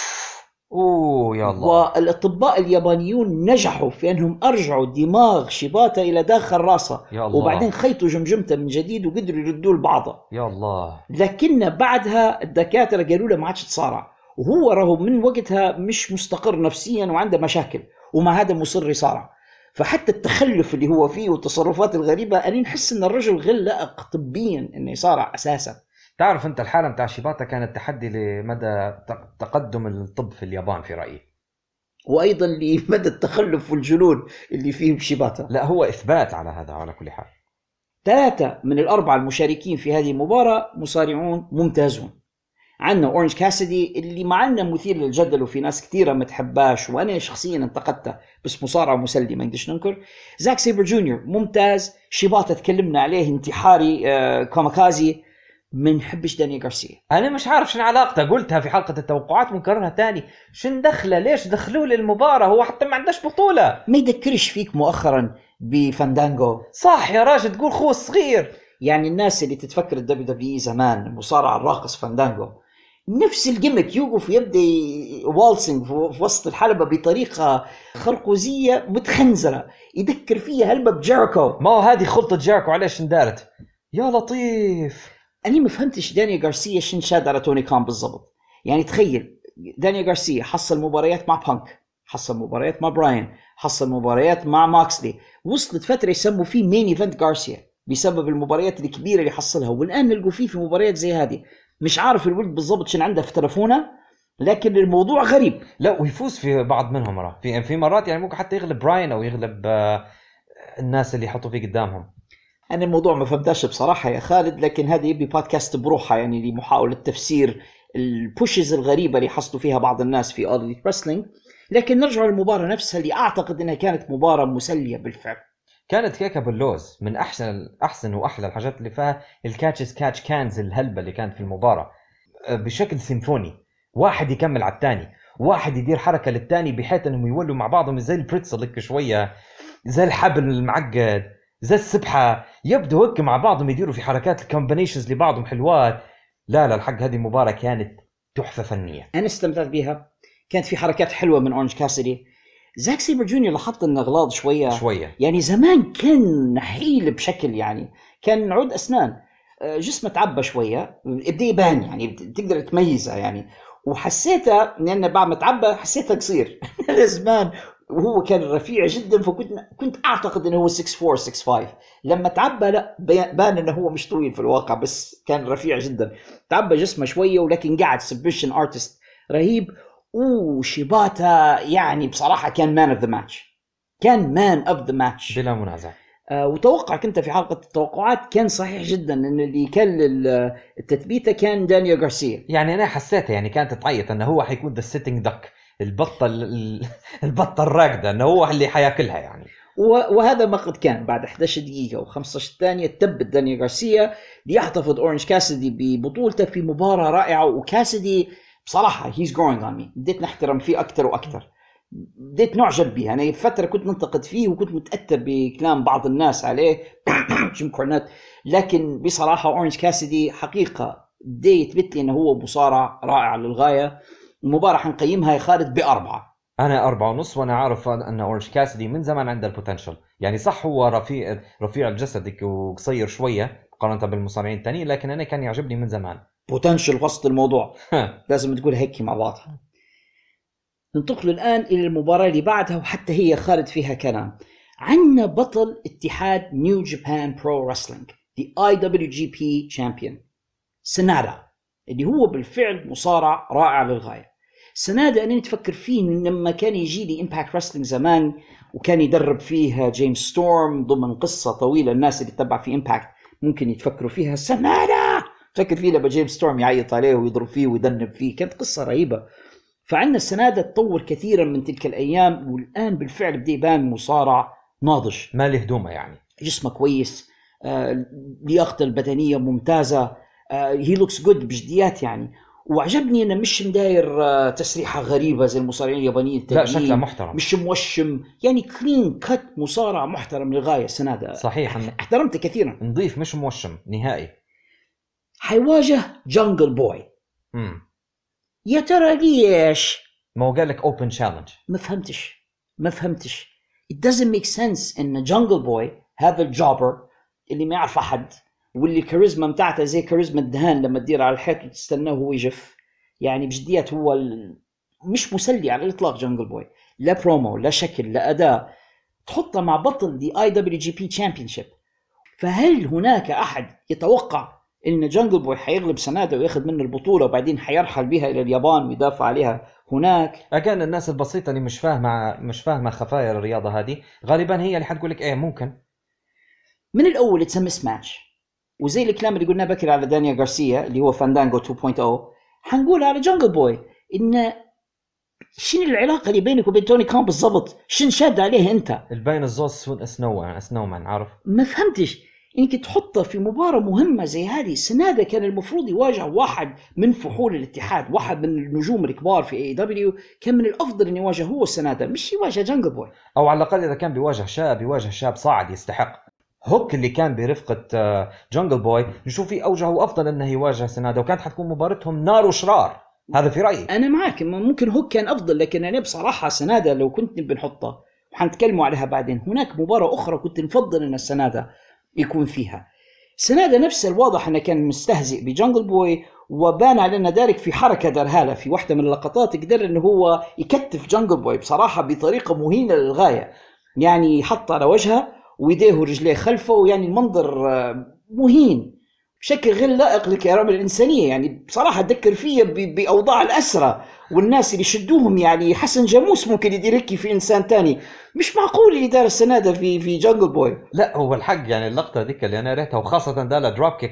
أوه يا الله. والأطباء اليابانيون نجحوا في أنهم أرجعوا دماغ شيباتا إلى داخل راسه، يا الله. وبعدين خيطوا جمجمته من جديد وقدروا يردوا لبعضه. يا الله. لكن بعدها الدكاترة قالوا له ما عادش تصارع، وهو رغم من وقتها مش مستقر نفسيا وعنده مشاكل، ومع هذا مصر يصارع. فحتى التخلف اللي هو فيه والتصرفات الغريبة أنا نحس أن الرجل غير لائق طبيا أنه يصارع أساسا. تعرف أنت الحالة متاع شيباتا كانت تحدي لمدى تقدم الطب في اليابان في رأيي، وأيضا لمدى التخلف والجنون اللي فيه شيباتا. لا هو إثبات على هذا على كل حال. ثلاثة من الأربعة المشاركين في هذه المباراة مصارعون ممتازون. عندنا أورنج كاسيدي اللي معنا مثير للجدل وفي ناس كثيرة ما تحباش وأنا شخصيا انتقدته، بس مصارع مسلي ما نقدرش ننكر. زاك سيبر جونيور ممتاز. شيباتا تكلمنا عليه انتحاري آه كاميكازي. من حبش داني غارسيا. أنا مش عارف شن علاقته، قلتها في حلقة التوقعات ونكررها تاني، شن دخله ليش دخلوه للمباراة؟ هو حتى ما عندهش بطولة. ما يذكرش فيك مؤخرا بفاندانغو؟ صح يا راجل تقول خوه صغير. يعني الناس اللي تتفكر الدبليو دبليو اي زمان المصارع الراقص فاندانغو نفس الجيمك، يوقف يبدأ والسينج في وسط الحلبة بطريقة خرقوزية متخنزرة يذكر فيها هلبة بجيريكو. ما هو هذه خلطة جيريكو عليش اندارت يا لطيف. أنا ما فهمتش داني غارسيا شن شاد على توني كان بالضبط. يعني تخيل داني غارسيا حصل مباريات مع بانك، حصل مباريات مع براين، حصل مباريات مع ماكسلي، وصلت فترة يسموا فيه مين ايفنت غارسيا بسبب المباريات الكبيرة اللي حصلها، والآن نلقوا فيه في مباريات زي هذه. مش عارف الولد بالضبط شن عنده في تلفونه، لكن الموضوع غريب. لا ويفوز في بعض منهم مرة، في في مرات يعني ممكن حتى يغلب براين أو يغلب الناس اللي يحطوا فيه قدامهم. أنا الموضوع ما فهمتاش بصراحة يا خالد، لكن هذه يبي بودكاست بروحها يعني لمحاولة تفسير البوشز الغريبة اللي حصلوا فيها بعض الناس في All Elite Wrestling. لكن نرجع للمباراة نفسها اللي أعتقد أنها كانت مباراة مسلية بالفعل. كانت كيكة باللوز. من أحسن أحسن وأحلى الحاجات اللي فيها الكاتشز كاتش كانز الهلبة اللي كانت في المباراة بشكل سيمفوني، واحد يكمل على الثاني، واحد يدير حركة للثاني بحيث أنهم يولوا مع بعضهم زي البريتزل لك شوية، زي الحبل المعقد، زي السبحة، يبدو هيك مع بعضهم يديروا في حركات الكومبينيشنز لبعضهم حلوات. لا لا الحق هذه المباراة كانت تحفة فنية، أنا استمتعت بها. كانت في حركات حلوة من أورنج كاسيدي. زاك سيبر جونيور لاحظت انه غلاظ شويه شويه، يعني زمان كان نحيل بشكل، يعني كان عود اسنان، جسمه تعبى شويه، بدا يبان يعني تقدر تميزه يعني. وحسيته لان بعد ما تعبى حسيته قصير زمان، وهو كان رفيع جدا، فكنت كنت اعتقد انه هو ستة أربعة ستة خمسة. لما تعبى لا بان انه هو مش طويل في الواقع، بس كان رفيع جدا. تعبى جسمه شويه ولكن قاعد سبشن ارتست رهيب. وشيباتا يعني بصراحة كان مان اوف ذا ماتش، كان مان اوف ذا ماتش بلا منازع. آه وتوقع كنت في حلقة التوقعات كان صحيح جدا ان اللي كان التثبيته كان دانيال غارسيا. يعني انا حسيتها يعني كانت تعيط انه هو حيكون ذا سيتنج دك، البطة البطة الراقدة، انه هو اللي حياكلها يعني. وهذا ما قد كان. بعد إحدى عشرة دقيقة و15 ثانية تبت دانيال غارسيا ليحتفظ أورنج كاسدي ببطولته في مباراة رائعة. وكاسدي بصراحة he's growing on me. بديت نحترم فيه أكتر وأكتر، بديت نعجب به. أنا فترة كنت ننتقد فيه وكنت متأثر بكلام بعض الناس عليه جيم كورنيت، لكن بصراحة أورنج كاسدي حقيقة بدي يثبت لي أنه هو مصارع رائع للغاية. المباراة حنقيمها يا خالد بأربعة. أنا أربعة ونص، وأنا عارف أن أورنج كاسدي من زمان عنده البوتنشل. يعني صح هو رفيع رفيع الجسد وقصير شوية مقارنة بالمصارعين التانيين، لكن أنا كان يعجبني من زمان. بوتنشل وسط الموضوع لازم تقول هيك مع بعضها. ننتقل الآن إلى المباراة اللي بعدها، وحتى هي خالد فيها كلام. عندنا بطل اتحاد نيو جابان برو رسلينج the آي دبليو جي بي Champion سنادا، اللي هو بالفعل مصارع رائع للغاية. سنادا أنا نتفكر فيه لما كان يجي لي إمباكت رسلينج زمان، وكان يدرب فيها جيمس ستورم ضمن قصة طويلة. الناس اللي تتبع في إمباكت ممكن يتفكروا فيها. سنادا فكر فيه لما جيمس ستورم يعيط عليه ويضرب فيه ويذنب فيه، كانت قصة رهيبة. فعندنا السنادة تطور كثيرا من تلك الأيام، والآن بالفعل بدي يبان مصارع ناضج، ما له هدومه، يعني جسمه كويس، آه، لياقته البدنية ممتازة، هي لوكس جود بجديات يعني. وعجبني انه مش مداير آه، تسريحة غريبة زي المصارعين اليابانيين التانيين. لا، شكله محترم، مش موشم، يعني كلين كات، مصارع محترم للغاية. سنادة صحيح احترمته كثيرا، نضيف مش موشم نهائي. حيواجه جانجل بوي. امم يا ترى ليش؟ ما هو قال لك اوبن تشالنج. ما فهمتش ما فهمتش it doesn't make sense ان جانجل بوي هذا الجوبر اللي ما يعرف احد، واللي الكاريزما متاعته زي كاريزما الدهان لما تدير على الحيط وتستناه وهو يجف. يعني بجديات هو ال... مش مسلي على الاطلاق جانجل بوي، لا برومو لا شكل لا اداء. تحطه مع بطل دي آي دبليو جي بي Championship. فهل هناك احد يتوقع ان جانجل بوي حيغلب سنادا وياخذ منه البطوله وبعدين حيرحل بها الى اليابان ويدافع عليها هناك؟ أكان الناس البسيطة اللي مش فاهمة مش فاهمة خفايا الرياضة هذه غالبا هي اللي حتقول لك إيه ممكن. من الأول تسمى سماتش، وزي الكلام اللي قلناه بكرة على دانيال غارسيا اللي هو فاندانجو تو بوينت أو، حنقول على جانجل بوي إن شنو العلاقة اللي بينك وبين توني كان بالضبط؟ شن شاد عليه أنت؟ البين الزوز سون سنو سنومان، عارف؟ ما فهمتش. إنك تحطه في مباراة مهمة زي هذه. سنادا كان المفروض يواجه واحد من فحول الاتحاد، واحد من النجوم الكبار في اي دبليو. كان من الأفضل إن يواجه هو سنادا، مش يواجه جانجل بوي. أو على الأقل إذا كان بيواجه شاب يواجه شاب صاعد يستحق. هوك اللي كان برفقة جانجل بوي نشوف فيه أوجه وأفضل إنه يواجه سنادا، وكانت حتكون مباراتهم نار وشرار. هذا في رأيي. أنا معك، ممكن هوك كان أفضل، لكن أنا بصراحة سنادا لو كنت بنحطه وحنتكلموا عليها بعدين، هناك مباراة أخرى كنت نفضل إن السنادا يكون فيها. سنادا نفس الواضح أنه كان مستهزئ بجانجل بوي، وبان علينا ذلك في حركة درها في واحدة من اللقطات. قدر أنه هو يكتف جانجل بوي بصراحة بطريقة مهينة للغاية، يعني يحط على وجهه ويديه ورجليه خلفه، ويعني المنظر مهين بشكل غير لائق للكرامة الإنسانية. يعني بصراحة تذكر فيه بأوضاع الأسرة والناس اللي يشدوهم، يعني حسن جاموس ممكن يدير هيك في إنسان تاني. مش معقول اللي دار السنادة في في جانجل بوي. لا هو الحق يعني اللقطة ذيك اللي أنا ريتها، وخاصة دالا دروب كيك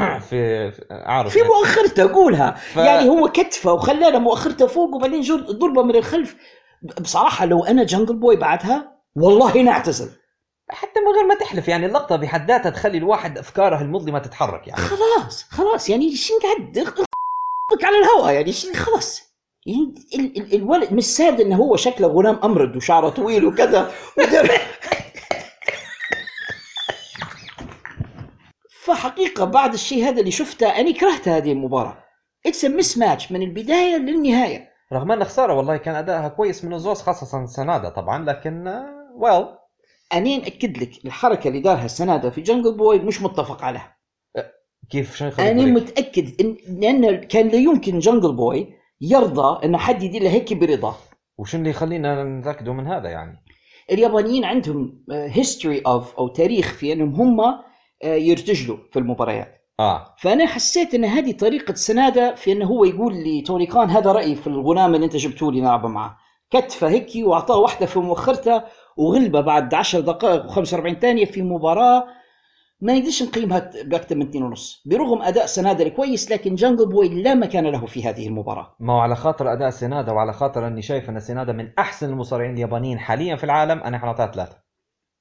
في عارف في يعني. مؤخرته أقولها ف... يعني هو كتفه وخلانا مؤخرته فوق وبعدين جو ضربة من الخلف. بصراحة لو أنا جانجل بوي بعدها والله نعتزل حتى من غير ما تحلف. يعني اللقطة بحد ذاتها تخلي الواحد أفكاره المظلمة تتحرك. يعني خلاص خلاص يعني شين قاعد على الهواء، يعني شين خلاص. يعني ال ال الولد مش ساد إنه هو شكله غلام أمرد وشعره طويل وكذا فحقيقة بعد الشيء هذا اللي شفته أنا كرهت هذه المباراة. It's a mismatch من البداية للنهاية. رغم أن خسارة والله كان أدائها كويس من الزوز، خاصة سنادا طبعا، لكن well أنا أكد لك الحركة اللي دارها سنادا في جانجل بوي مش متفق عليها. كيف شيء؟ أنا متأكد إن لأن كان لا يمكن جانجل بوي يرضى إن حد يدير له هيك برضا. وش اللي يخلينا نتأكدوا من هذا؟ يعني اليابانيين عندهم history of أو تاريخ في أنهم هم يرتجلوا في المباريات. آه. فأنا حسيت إن هذه طريقة سنادا في أنه هو يقول لي توني كان هذا رأيي في الغلام اللي أنت جبتوا لي نلعب معه، كتفه هيك وأعطاه واحدة في مؤخرته وغلبه بعد عشر دقائق وخمسة وأربعين ثانية في مباراة ما نقدرش نقيمها بأكثر من اثنين ونص. برغم أداء سنادا الكويس، لكن جانجل بوي لا مكان له في هذه المباراة. ما هو على خاطر أداء سنادا وعلى خاطر أني شايف أن سنادا من أحسن المصارعين اليابانيين حاليا في العالم، أنا حنعطيها ثلاثة.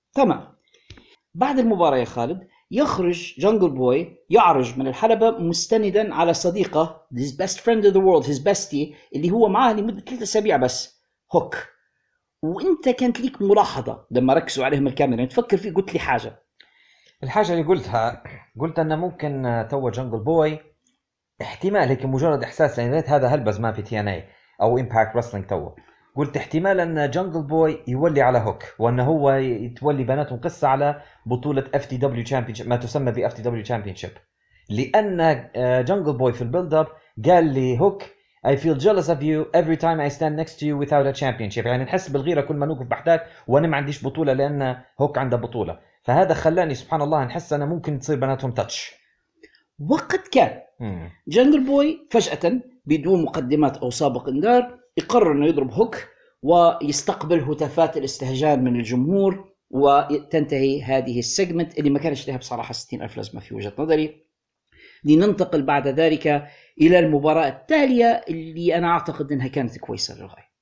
تمام. بعد المباراة يا خالد يخرج جانجل بوي يعرج من الحلبة مستندا على صديقه his best friend of the world his bestie اللي هو معاه لمدة ثلاثة أسابيع بس، هوك. وانت كانت ليك ملاحظة لما ركزوا عليهم الكاميرا تفكر فيه، قلت لي حاجة. الحاجة اللي قلتها قلت أنه ممكن تو جانجل بوي احتمال هيك مجرد إحساس، لأن ريت هذا هلبس ما في تي ان اي أو امباكت رسلينج تو، قلت احتمال أن جانجل بوي يولي على هوك وأنه هو يتولي بناتهم قصة على بطولة اف تي دبليو تشامبيونشيب، ما تسمى ب اف تي دبليو تشامبيونشيب، لأن جانجل بوي في البيلد اب قال لي هوك I feel jealous of you every time I stand next to you without a championship، يعني نحس بالغيرة كل ما نوقف بحداك وأنا ما عنديش بطولة لأن هوك عنده بطولة. فهذا خلاني سبحان الله نحس أنا ممكن تصير بناتهم تاتش. وقد كان جانجل بوي فجأة بدون مقدمات أو سابق إنذار يقرر أنه يضرب هوك ويستقبل هتافات الاستهجان من الجمهور، وتنتهي هذه السيجمنت اللي ما كانش لها بصراحة ستين ألف لازمة في وجهة نظري. لننتقل بعد ذلك إلى المباراة التالية اللي أنا أعتقد أنها كانت كويسة للغاية.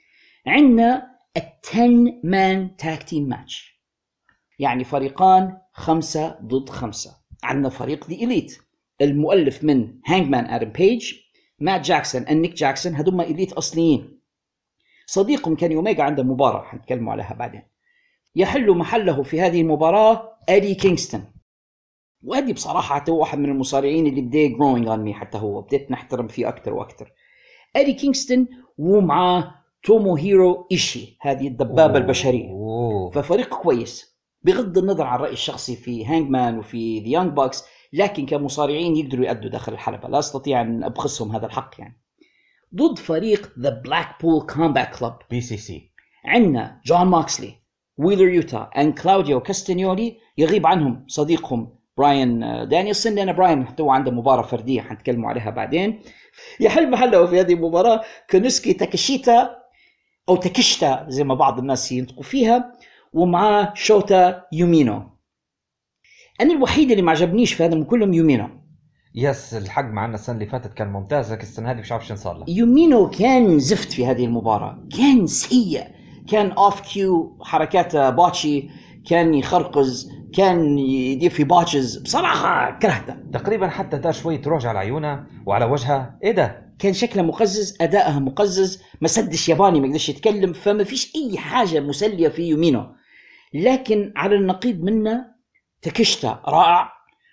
عندنا التن مان تاك تيم ماتش، يعني فريقان خمسة ضد خمسة. عندنا فريق دي إليت المؤلف من هانجمان آدم بيج، مات جاكسون، النيك جاكسون، هدوما إليت أصليين. صديقهم كان يوميجا عنده مباراة حنتكلموا عليها بعدين. يحل محله في هذه المباراة إيدي كينغستون، وأدي بصراحة حتى هو واحد من المصارعين اللي بدي growing on me، حتى هو بديت نحترم فيه أكتر وأكتر. إيدي كينغستون ومعاه توموهيرو إيشي، هذه الدبابة أوه. البشرية أوه. ففريق كويس بغض النظر عن رأيي الشخصي في هانجمان وفي The Young Bucks، لكن كمصارعين يقدروا يأدوا داخل الحلبة، لا أستطيع أن أبخسهم هذا الحق. يعني ضد فريق The Blackpool Combat Club بي سي سي عندنا جون ماكسلي، ويلر يوتا and كلاوديو كاستانيولي، يغيب عنهم صديقهم براين دانيلسون لأن براين حتى عنده مباراة فردية حنتكلموا عليها بعدين. يحل محله في هذه المباراة كونوسكي تاكيشيتا أو تاكيشتا زي ما بعض الناس ينطقوا فيها، ومعاه شوتا يومينو. أنا الوحيد اللي ما عجبنيش في هذا من كلهم يومينو. يس الحق معنا السنة اللي فاتت كان ممتاز، لكن السنة هذه مش عارف شو صار له. يومينو كان زفت في هذه المباراة، كان سيء، كان اوف كيو، حركات باتشي، كان يخرقز، كان يدير في باتشز، بصراحة كرهته. تقريبا حتى دار شوية روج على عيونها وعلى وجهها، ايه ده؟ كان شكله مقزز، أدائها مقزز، ما سدش ياباني، ما قدرش يتكلم، فما فيش أي حاجة مسلية في يومينو. لكن على النقيض منه تاكيشتا رائع،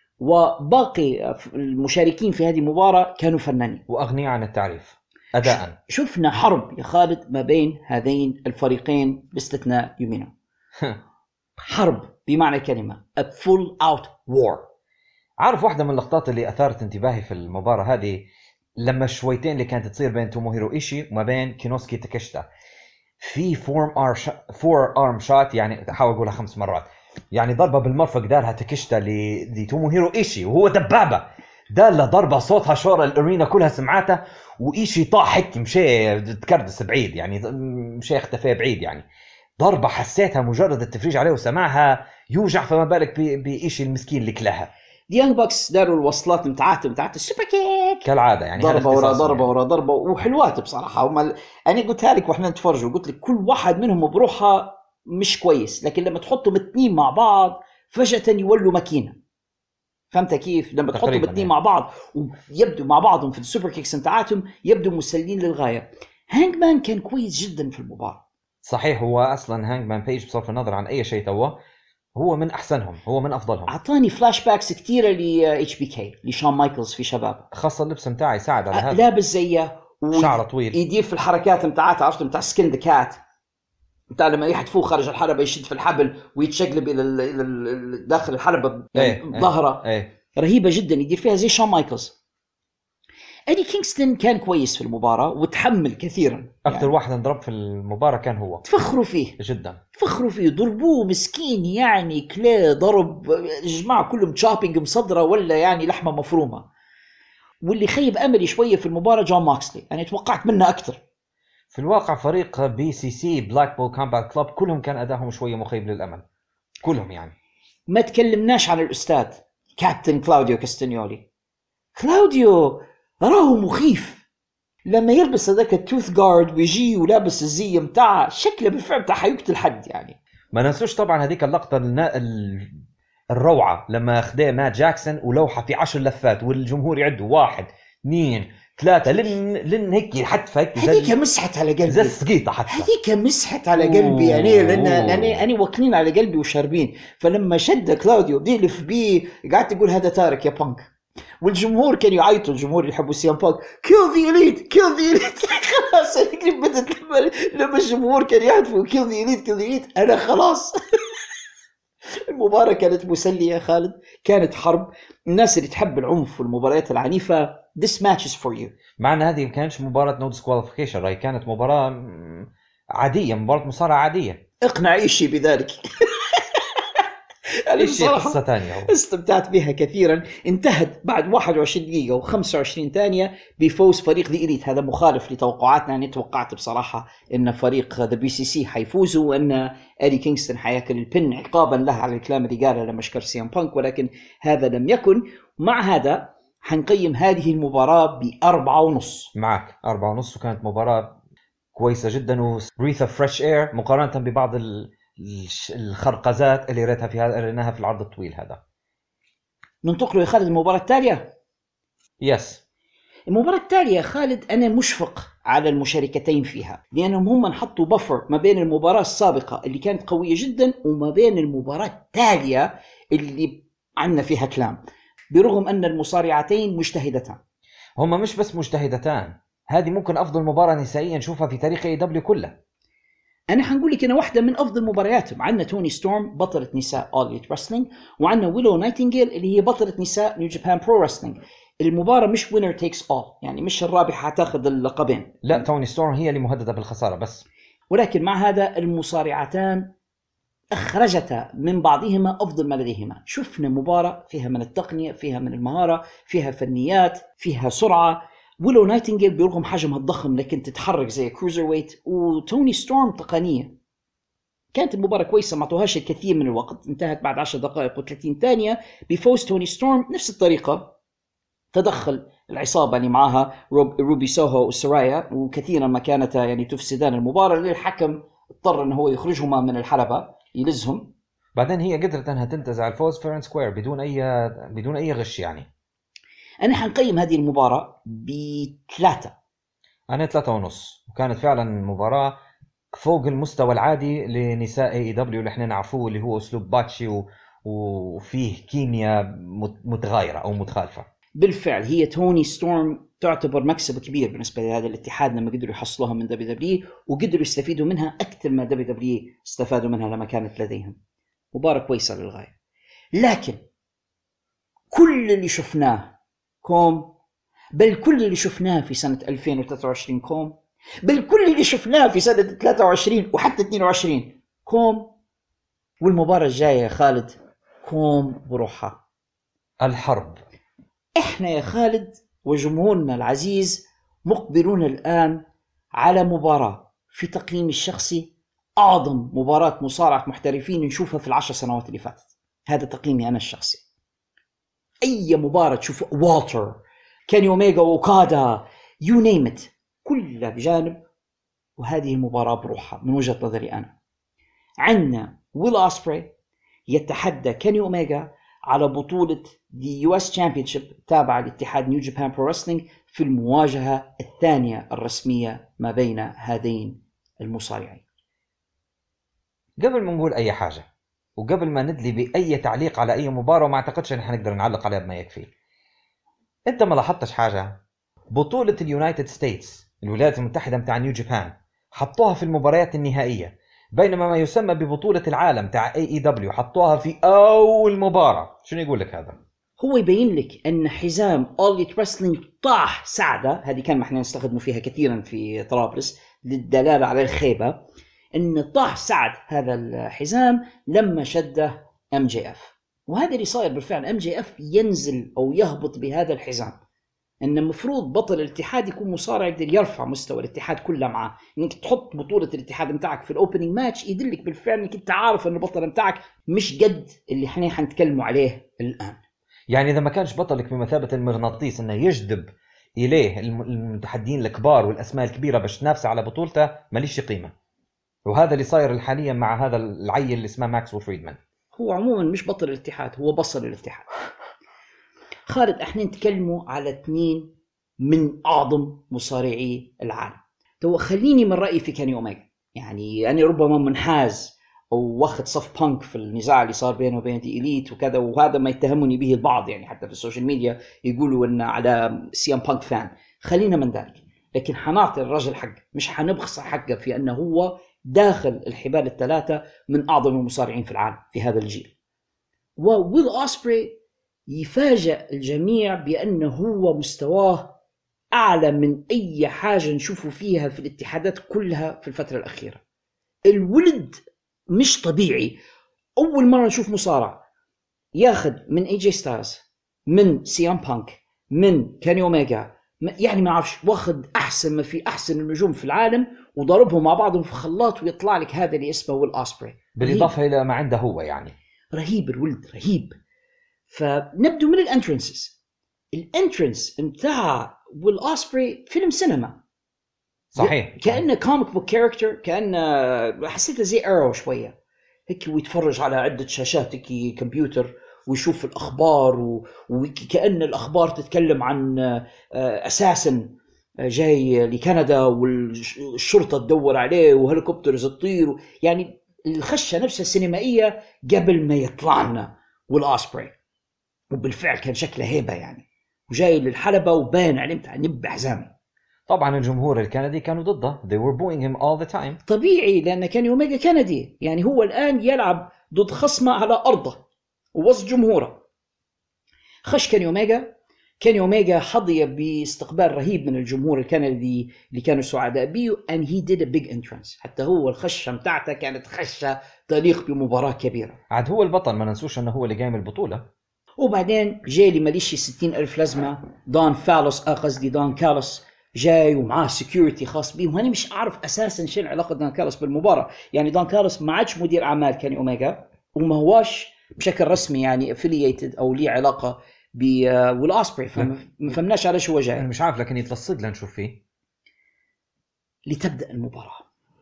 وباقي المشاركين في هذه المباراة كانوا فنانين وأغنياء عن التعريف أداءً. شفنا حرب يا خالد ما بين هذين الفريقين باستثناء يومينو. حرب بمعنى الكلمة، a full out war. عارف واحدة من اللقطات اللي أثارت انتباهي في المباراة هذه لما الشويتين اللي كانت تصير بين توموهيرو إيشي وما بين كينوسكي تاكيشتا في فورم ار فور ارم شات، يعني احاول اقولها خمس مرات، يعني ضربه بالمرفق دارها تاكيشتا لتوموهيرو إيشي وهو دبابه، دار له ضربه صوتها شور الارينا كلها سمعته، وإيشي طاح هيك مشي تكردس بعيد، يعني مشي اختفى بعيد، يعني ضربه حسيتها مجرد التفريج عليه وسمعها يوجع، فما بالك بإيشي المسكين اللي كلها. اليانج باكس داروا الوصلات متاعتهم متاعت السوبر كيك كالعاده، يعني ضربه ورا ضربه يعني. ورا ضربه وحلوات بصراحه. هم ال... انا قلتها لك واحنا نتفرج وقلت لك كل واحد منهم بروحها مش كويس، لكن لما تحطهم اثنين مع بعض فجاه يولوا ماكينه. فهمت كيف؟ لما تحطهم اثنين يعني. مع بعض ويبدوا مع بعضهم في السوبر كيكس متاعتهم يبدوا مسلين للغايه. هانجمان كان كويس جدا في المباراه. صحيح، هو اصلا هانجمان بيج بصرف النظر عن اي شيء توه هو من احسنهم، هو من افضلهم. اعطاني فلاش باكس كثيره ل اتش بي كي، لشون مايكلز في شباب، خاصه اللبس متاعي يساعد على هذا، لابس زيه وشعره طويل، يدير في الحركات متاعته، عرفت متاع سكين ذا كات بتاع لما يحدفوه خارج الحلبة يشد في الحبل ويتشقلب الى الى داخل الحلبة بظهره. ايه ايه. رهيبه جدا يدير فيها زي شون مايكلز. إيدي كينغستون كان كويس في المباراة وتحمل كثيرا، أكثر يعني. واحد انضرب في المباراة كان هو، تفخروا فيه جدا، تفخروا فيه، ضربوه مسكين يعني كلا ضرب جماعة كلهم تشابينج مصدرة ولا يعني لحمة مفرومة. واللي خيب أملي شوية في المباراة جون ماكسلي، أنا توقعت منه أكثر. في الواقع فريق بي سي سي بلاكبول كومبات كلوب كلهم كان أداهم شوية مخيب للأمل كلهم يعني. ما تكلمناش عن الأستاذ كابتن كلاوديو كاستانيولي. كلاوديو راه مخيف لما يلبس هذاك التوث جارد ويجي ولابس الزي متاعه، شكله بالفعل بتاع حيقتل حد يعني. ما ننسوش طبعا هذيك اللقطه النا... ال... الروعه لما خداه مات جاكسون ولوحه في عشر لفات والجمهور يعدوا واحد اثنين ثلاثه لن لن هيك حتى هيك هذيك مسحت على قلبي، زي السقيطه حتى هذيك مسحت على قلبي يعني، لان لان انا واكلين على قلبي وشاربين. فلما شد كلاوديو بيلف بيه قعدت اقول هذا تارك يا بانك، والجمهور كان يعيطوا، الجمهور اللي يحبوا سي ام بانك كيل ذا اليت كيل ذا اليت. خلاص انا بدت لما, لما الجمهور كان يهتفوا كيل ذا اليت كيل ذا اليت انا خلاص. المباراة كانت مسلية خالد، كانت حرب. الناس اللي تحب العنف والمباريات العنيفة this match is for you. مع ان هذه ما كانتش مباراة نو ديسكواليفيكيشن، راي كانت مباراة عادية، مباراة مصارعة عادية. اقنع ايشي بذلك. ايشي قصة ثانية. استمتعت بها كثيرا. انتهت بعد واحد وعشرين دقيقة وخمسة وعشرين ثانية بفوز فريق ذا إليت. هذا مخالف لتوقعاتنا، أنا توقعت بصراحة إن فريق ذا بي سي سي حيفوزوا وأن إيدي كينغستون حياكل البن عقابا له على الكلام اللي قاله لما شكر سي ام بانك، ولكن هذا لم يكن. مع هذا حنقيم هذه المباراة بأربعة ونص. معك أربعة ونص، وكانت مباراة كويسة جدا وبريث فريش اير مقارنة ببعض ال الخرقزات اللي ريتها في هذا ريناها في العرض الطويل هذا. ننتقل يا خالد المباراة التالية. يس المباراة التالية خالد أنا مشفق على المشاركتين فيها، لأنهم هم نحطوا بفر ما بين المباراة السابقة اللي كانت قوية جدا وما بين المباراة التالية اللي عندنا فيها كلام، برغم أن المصارعتين مجتهدتان. هم مش بس مجتهدتان، هذه ممكن أفضل مباراة نسائية نشوفها في تاريخ اي دبليو كله. أنا حنقول لك أنا واحدة من أفضل مبارياتهم. عندنا توني ستورم بطلة نساء All Elite Wrestling، وعندنا ويلو نايتنجيل اللي هي بطلة نساء نيو جابان برو رسلينج. المباراة مش winner takes all، يعني مش الرابحة تاخذ اللقبين، لا توني ستورم هي اللي مهددة بالخسارة بس. ولكن مع هذا المصارعتان أخرجتا من بعضهما أفضل ما لديهما. شفنا مباراة فيها من التقنية، فيها من المهارة، فيها فنيات، فيها سرعة. ويلو نايتنجيل برغم حجمها الضخم لكن تتحرك زي كروزر ويت، وتوني ستورم تقنية. كانت المباراة كويسة، ما عطوهاش الكثير من الوقت، انتهت بعد عشر دقائق وثلاثين ثانية بفوز توني ستورم. نفس الطريقة تدخل العصابة اللي معها روب روبي سوهو وسرايا، وكثيرا ما كانت يعني تفسدان المباراة، للحكم اضطر انه هو يخرجهما من الحلبة يلزهم. بعدين هي قدرت انها تنتزع الفوز فيرن سكوير بدون اي بدون اي غش. يعني أنا حنقيم هذه المباراة بثلاثة. أنا ثلاثة ونص، وكانت فعلا مباراة فوق المستوى العادي لنساء اي دبليو اللي احنا نعرفوه، اللي هو أسلوب باتشي و... وفيه كيمياء متغايرة أو متخالفة. بالفعل هي توني ستورم تعتبر مكسب كبير بالنسبة لهذا الاتحاد لما قدروا يحصلوها من دبليو دبليو، وقدروا يستفيدوا منها أكثر ما دبليو دبليو استفادوا منها لما كانت لديهم. مباراة كويسة للغاية، لكن كل اللي شفناه كوم، بل كل اللي شفناه في سنة ألفين وثلاثة وعشرين كوم، بل كل اللي شفناه في سنة ثلاثة وعشرين وحتى اثنين وعشرين كوم. والمباراة الجاية يا خالد كوم بروحها. الحرب. احنا يا خالد وجمهورنا العزيز مقبلون الآن على مباراة في تقييمي الشخصي أعظم مباراة مصارعة محترفين نشوفها في العشر سنوات اللي فاتت. هذا تقييمي أنا الشخصي. أي مباراة تشوف والتر، كيني أوميجا، وكادا، يو نيم إت، كلها بجانب، وهذه المباراة بروحها من وجهة نظري أنا. عندنا ويل أسبري يتحدى كيني أوميجا على بطولة دي يو إس Championship تابعة لاتحاد نيو جابان برو رسلينج في المواجهة الثانية الرسمية ما بين هذين المصارعين. قبل ما نقول أي حاجة وقبل ما ندلي بأي تعليق على أي مباراة، وما أعتقدش أن احنا نقدر نعلق عليها بما يكفي، أنت ما لاحظتش حاجة؟ بطولة اليونايتد ستيتس الولايات المتحدة متاع نيو جابان حطوها في المباريات النهائية، بينما ما يسمى ببطولة العالم تاع اي اي دبليو حطوها في أول مباراة. شنو يقول لك هذا؟ هو يبين لك أن حزام All Elite Wrestling طاح سعدة، هذه كلمة احنا نستخدمه فيها كثيرا في طرابلس للدلالة على الخيبة، أن طاح سعد هذا الحزام لما شده ام جي اف. وهذا اللي صاير بالفعل، ام جي اف ينزل أو يهبط بهذا الحزام. أن المفروض بطل الاتحاد يكون مصارع يقدر يرفع مستوى الاتحاد كله معه. إنك تحط بطولة الاتحاد متاعك في الأوبننج ماتش يدلك بالفعل إنك أنت عارف أن البطل متاعك مش قد اللي احنا حنتكلموا عليه الآن. يعني إذا ما كانش بطلك بمثابة المغناطيس إنه يجذب إليه المتحدين الكبار والأسماء الكبيرة باش تنافس على بطولته، ماليش قيمة. وهذا اللي صاير حاليا مع هذا العيل اللي اسمه ماكسويل فريدمان. هو عموما مش بطل الاتحاد، هو بصل الاتحاد. خالد احنا نتكلموا على اثنين من اعظم مصارعي العالم. تو خليني من رايي في كيني اوميجا، يعني انا ربما منحاز او واخد صف بانك في النزاع اللي صار بينه وبين دي إليت وكذا، وهذا ما يتهمني به البعض، يعني حتى في السوشيال ميديا يقولوا ان على سي ام بانك فان. خلينا من ذلك، لكن حنعطي الرجل حقه، مش حنبخس حقه في انه هو داخل الحبال الثلاثه من اعظم المصارعين في العالم في هذا الجيل. وويل أوسبري يفاجأ الجميع بأنه هو مستواه أعلى من أي حاجة نشوفه فيها في الاتحادات كلها في الفترة الأخيرة. الولد مش طبيعي. أول مرة نشوف مصارع ياخذ من اي جي ستارز، من سي ام بانك، من كيني اوميجا، يعني ما أعرفش، واخذ أحسن ما في أحسن النجوم في العالم وضربهم مع بعضهم في خلاط ويطلع لك هذا اللي اسمه ويل أوسبري، بالإضافة إلى ما عنده هو. يعني رهيب الولد، رهيب. فنبدو من الانترنسز. الانترنس متاع ويل أوسبري فيلم سينما صحيح، كأنه كوميك بوك كاركتر، كأنه حسيته زي ايرو شوية هيك، ويتفرج على عدة شاشات هيك كمبيوتر ويشوف الأخبار، وكأن الأخبار تتكلم عن أساسا جاي لكندا والشرطة تدور عليه وهليكوبترز تطير، يعني الخشة نفسها السينمائية قبل ما يطلع لنا ويل أوسبري. وبالفعل كان شكله هيبة يعني، وجاي للحلبة وبان عليه متاع نب حزامي. طبعا الجمهور الكندي كانوا ضده، they were booing him all the time. طبيعي، لأن كان أوميجا كندي، يعني هو الآن يلعب ضد خصمه على أرضه ووسط جمهوره. خش كيني أوميجا. كيني أوميجا حظي باستقبال رهيب من الجمهور الكندي اللي كانوا سعداء بيه، and he did a big entrance. حتى هو الخشة متاعته كانت خشة تليق بمباراة كبيرة. عاد هو البطل، ما ننسوش أنه هو اللي قايم البطولة. وبعدين جاي لي ماليشي ستين ألف لازمة دون فالوس، آه قصدي دون كالوس، جاي ومعاه سيكيورتي خاص بيه، وأنا مش أعرف أساسا شنو علاقة دون كالوس بالمباراة. يعني دون كالوس ما عادش مدير أعمال كيني أوميجا، وما هواش بشكل رسمي يعني affiliated أو ليه علاقة بويل أوسبري، فما فهمناش على شو هو جاي. أنا مش عارف، لكن يتلصد لنشوف فيه. لتبدأ المباراة،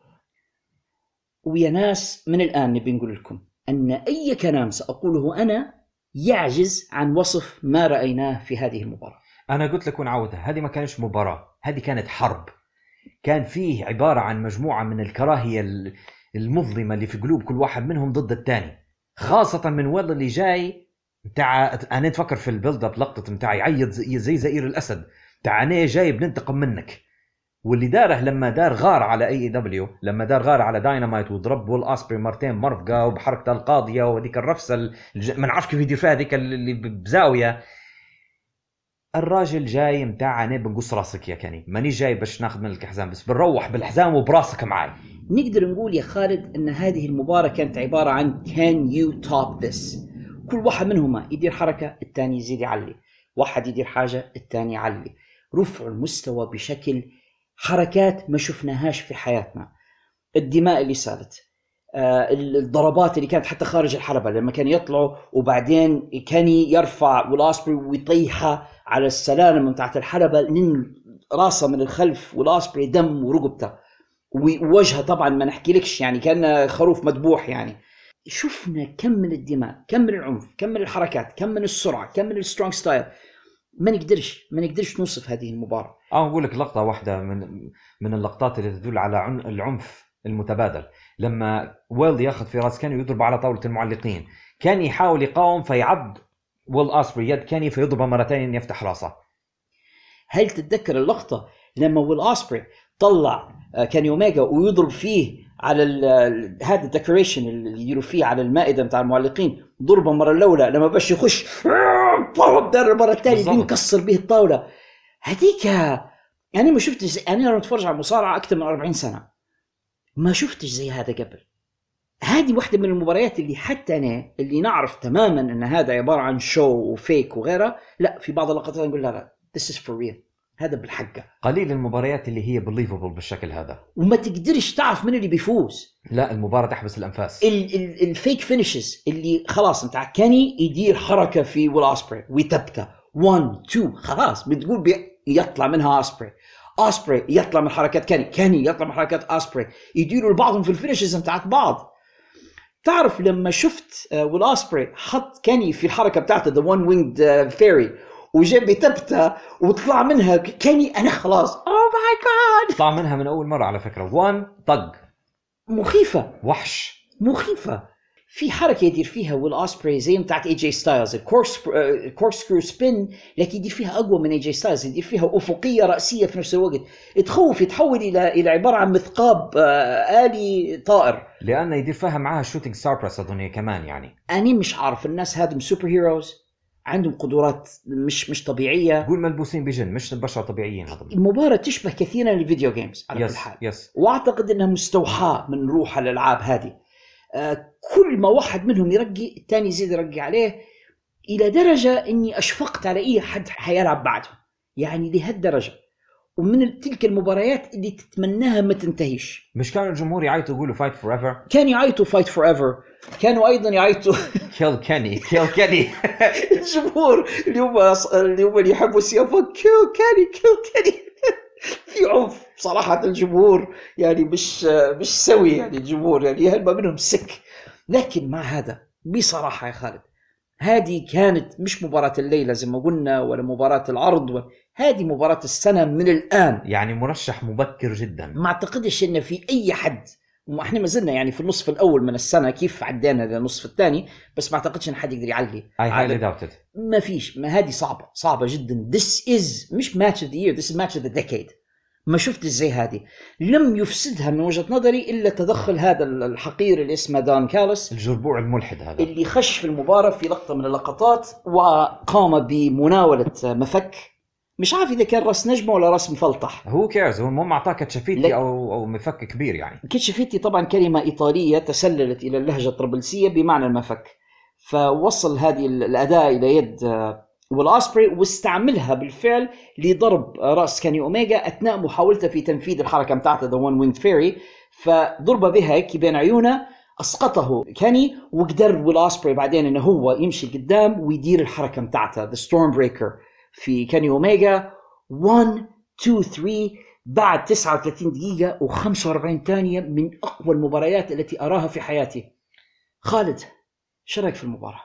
ويا ناس من الآن نبي نقول لكم أن أي كلام سأقوله أنا يعجز عن وصف ما رأيناه في هذه المباراة. أنا قلت لك ونعودها، هذه ما كانش مباراة، هذه كانت حرب. كان فيه عبارة عن مجموعة من الكراهية المظلمة اللي في قلوب كل واحد منهم ضد الثاني، خاصة من ويل اللي جاي متاع، أنا تفكر في البيلد اب لقطة متاع يعيط زي, زي زئير الأسد، متاع أنا جاي بننتقم منك. واللي داره لما دار غار على اي دبليو، لما دار غار على داينامايت وضرب ويل أوسبري مرتين مرفقة وبحركة القاضية وهذيك الرفسة الج... ما نعرفش كيف يدير فيها هذيك اللي بزاوية. الراجل جاي متاع أنا بنقص راسك يا كني، ماني جاي باش ناخذ منك الحزام، بس بنروح بالحزام وبراسك معاي. نقدر نقول يا خالد أن هذه المباراة كانت عبارة عن can you top this. كل واحد منهما يدير حركة الثاني يزيد يعلي، واحد يدير حاجة الثاني يعلي، رفع المستوى بشكل حركات ما شفناهاش في حياتنا. الدماء اللي سالت، الضربات اللي كانت حتى خارج الحلبة لما كان يطلعوا وبعدين كان يرفع ويل أوسبري ويطيحها على السلالم متاعت الحلبة لين راسه من الخلف ويل أوسبري دم ورقبته ووجهه طبعا ما نحكي لكش، يعني كان خروف مذبوح. يعني شفنا كم من الدماء، كم من العنف، كم من الحركات، كم من السرعة، كم من السترونج ستايل. ما نقدرش ما نقدرش نوصف هذه المباراة. اه نقول لك لقطة واحدة من من اللقطات اللي تدل على العنف المتبادل، لما ويل ياخذ في راس كاني ويضرب على طاولة المعلقين، كان يحاول يقاوم فيعض ويل أوسبري يد كاني فيضربه مرتين يفتح راسه. هل تتذكر اللقطة لما ويل أوسبري طلع كاني أوميجا ويضرب فيه على هذا الديكوريشن اللي يديروا فيه على المائدة متاع المعلقين، ضربه مرة الأولى لما باش يخش دار المرة الثانية بينكسر به الطاولة. هذيك يعني ما شفتش، أنا لما أتفرج على المصارعة أكثر من أربعين سنة ما شفتش زي هذا قبل. هذه واحدة من المباريات اللي حتى أنا اللي نعرف تماما أن هذا عبارة عن شو وفيك وغيره، لا في بعض اللقطات نقول لا لا this is for real، هذا بالحقة. قليل المباريات اللي هي believable بالشكل هذا، وما تقدرش تعرف من اللي بيفوز. لا المباراة تحبس الأنفاس. الفيك فينيشز اللي خلاص انت كاني يدير حركة في ويل أوسبري ويتبته واحد اثنين خلاص بتقول يطلع منها أوسبري، أوسبري يطلع من حركات كاني، كاني يطلع من حركات أوسبري، يديروا لبعضهم في الفينيشز بتاعت بعض. تعرف لما شفت والأوسبري حط كاني في الحركة بتاعته the one winged fairy وجاب تبتة وطلع منها كاني، أنا خلاص أوه ماي جاد. طلع منها من أول مرة على فكرة، وان طق مخيفة، وحش مخيفة. في حركة يدير فيها والأوسبري زي بتاعت اي جي ستايلز الكورس كورسكرو سبين، لكن يدير فيها أقوى من اي جي ستايلز، يدير فيها أفقية رأسية في نفس الوقت، تخوف، يتحول إلى إلى عبارة عن مثقاب آلي طائر. لأنه يدير فيها معها شوتينج ستار بريس أظن كمان. يعني أنا مش عارف الناس هذم سوبر هيروز عندهم قدرات مش مش طبيعية، قول ملبوسين بجن مش بشر طبيعيين. هذا المباراة تشبه كثيرا الفيديو جيمز على كل حال، يس. وأعتقد أنها مستوحاة من روح الألعاب هذه. آه كل ما واحد منهم يرقي الثاني يزيد يرقي عليه، إلى درجة إني أشفقت على أي حد حيلعب بعده، يعني لهالدرجة. ومن تلك المباريات اللي تتمناها ما تنتهيش. مش كانوا الجمهور يعيطوا يقولوا فايت فور ايفر؟ كانوا يعيطوا فايت فور ايفر، كانوا أيضا يعيطوا كيل كاني كيل كاني. الجمهور اليوم اليوم اللي يحبوا السيافة كيل كاني كيل كاني. في عنف بصراحة الجمهور، يعني مش مش سوي، يعني الجمهور يعني هلما منهم سك. لكن مع هذا بصراحة يا خالد، هذه كانت مش مباراة الليلة زي ما قلنا ولا مباراة العرض و... هذه مباراة السنة من الآن، يعني مرشح مبكر جدا. ما أعتقدش إن في أي حد، وإحنا ما زلنا يعني في النصف الأول من السنة، كيف عدينا للنصف الثاني، بس ما أعتقدش إن حد يقدر يعلي. I highly doubt it. ما فيش، ما هذه صعبة صعبة جدا. This is مش match of the year, this is match of the decade. ما شفت زي هذه، لم يفسدها من وجهة نظري إلا تدخل هذا الحقير اللي اسمه دان كالس، الجربوع الملحد هذا، اللي خش في المباراة في لقطة من اللقطات وقام بمناولة مفك. مش عارف إذا كان راس نجمة ولا راس مفلطح. هو كيرز، هو مو معطاك كتشفيتي أو أو مفك كبير يعني. كتشفيتي طبعا كلمة إيطالية تسللت إلى اللهجة الطرابلسية بمعنى المفك، فوصل هذه الأداة إلى يد والأوسبري، واستعملها بالفعل لضرب رأس كاني أوميجا أثناء محاولته في تنفيذ الحركة متاعته The One Winged Fairy. فضربة بها هيك بين عيونه أسقطه كاني، وقدر والأوسبري بعدين إنه هو يمشي قدام ويدير الحركة متاعته The Stormbreaker في كاني أوميجا. واحد اثنين ثلاثة بعد تسعة وثلاثين دقيقة وخمسة وأربعين ثانية، من أقوى المباريات التي أراها في حياتي. خالد، شو رأيك في المباراة؟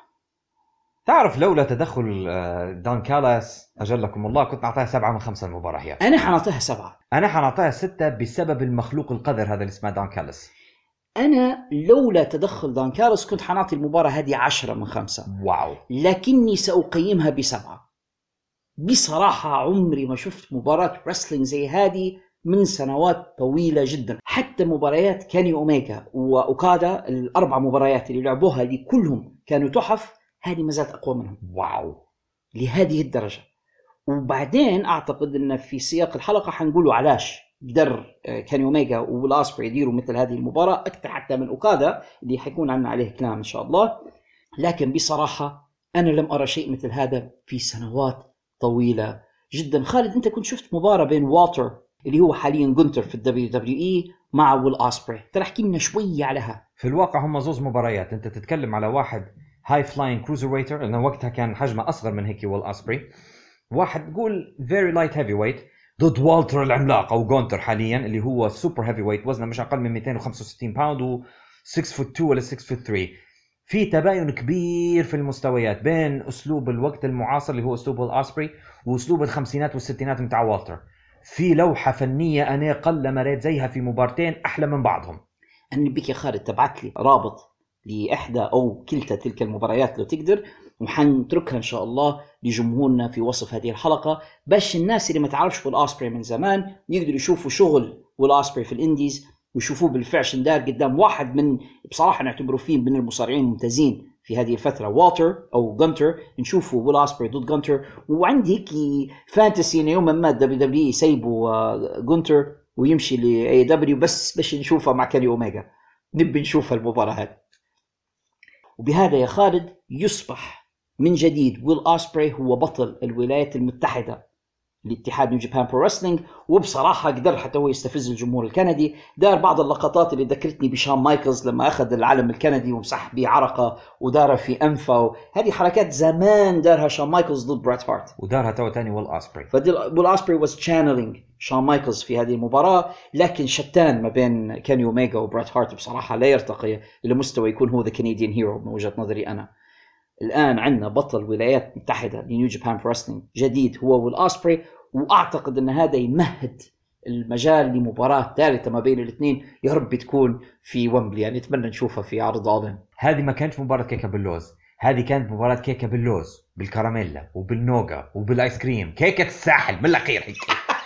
تعرف لولا تدخل دان كالاس أجلكم الله كنت نعطيها سبعة من خمسة المباراة هي. أنا حنعطيها سبعة. أنا حنعطيها ستة بسبب المخلوق القذر هذا اللي اسمه دان كالاس. أنا لولا تدخل دان كالاس كنت حنعطي المباراة هذه عشرة من خمسة. واو. لكني سأقيمها بسبعة. بصراحة عمري ما شفت مباراة رسلينج زي هذه من سنوات طويلة جدا. حتى مباريات كاني أوميجا وأوكادا، الأربع مباريات اللي لعبوها دي كلهم كانوا تحف، هذه ما زالت أقوى منهم. واو، لهذه الدرجة. وبعدين أعتقد أن في سياق الحلقة حنقولوا علاش قدر كاني أوميجا والأوسبري يديروا مثل هذه المباراة أكثر حتى من أوكادا اللي حيكون عنا عليه كلام إن شاء الله. لكن بصراحة أنا لم أرى شيء مثل هذا في سنوات طويلة جدا. خالد، أنت كنت شفت مباراة بين والتر اللي هو حاليا جونتر في الدبليو دبليو إي مع والأوسبري، ترى احكي لنا شوية عليها. في الواقع هم زوز مباريات. أنت تتكلم على واحد هاي فلاين كروزر ويتر، لأنه وقتها كان حجمه أصغر من هيك والأوسبري، واحد تقول very light heavyweight ضد والتر العملاق أو جونتر حاليا اللي هو سوبر heavyweight، وزنه مش أقل من مئتين وخمسة وستين باوند و ستة فوت اثنين ولا ستة فوت ثلاثة. في تباين كبير في المستويات بين أسلوب الوقت المعاصر اللي هو أسلوب والأوسبري وأسلوب الخمسينات والستينات متاع والتر. في لوحة فنية أنا قل مريت زيها في مبارتين أحلى من بعضهم. أنا بك يا خالد تبعت لي رابط لإحدى أو كلتا تلك المباريات لو تقدر، وحنتركها إن شاء الله لجمهورنا في وصف هذه الحلقة، باش الناس اللي ما تعرفش والأوسبري من زمان يقدروا يشوفوا شغل والأوسبري في الإنديز ويشوفوه بالفعل شندار قدام واحد من بصراحة نعتبره فيه من المصارعين الممتازين في هذه الفترة، والتر أو جونتر. نشوفوا والأوسبري ضد جونتر، وعندي هيك فانتسي إن يوما ما دبليو دبليو إي يسيبوا جونتر ويمشي لأي دبليو بس باش نشوفها مع كاني أوميجا. نبي نشوف المباراة هذه. وبهذا يا خالد يصبح من جديد ويل أوسبري هو بطل الولايات المتحدة لاتحاد نيو جابان برو رسلينج، وبصراحة قدر حتى هو يستفز الجمهور الكندي. دار بعض اللقطات اللي ذكرتني بشان مايكلز لما أخذ العلم الكندي ومسح به عرقه وداره في أنفه، هذه حركات زمان دارها شان مايكلز ضد بريت هارت، ودارها تو تاني ويل أوسبري. ويل أوسبري was channeling شان مايكلز في هذه المباراة، لكن شتان ما بين كيني أوميجا وبريت هارت بصراحة لا يرتقي لمستوى يكون هو ذا كنديان هيرو من وجهة نظري أنا. الآن عندنا بطل الولايات المتحدة لنيو جابان برو رسلينج جديد هو ويل أوسبري، وأعتقد أن هذا يمهد المجال لمباراة ثالثة ما بين الاثنين، يا رب تكون في ومبلي، يعني أتمنى نشوفها في عرض عظيم. هذه ما كانت مباراة كيكة باللوز، هذه كانت مباراة كيكة باللوز بالكراميلا وبالنوغا وبالآيس كريم، كيكة الساحل من الأخير هيك.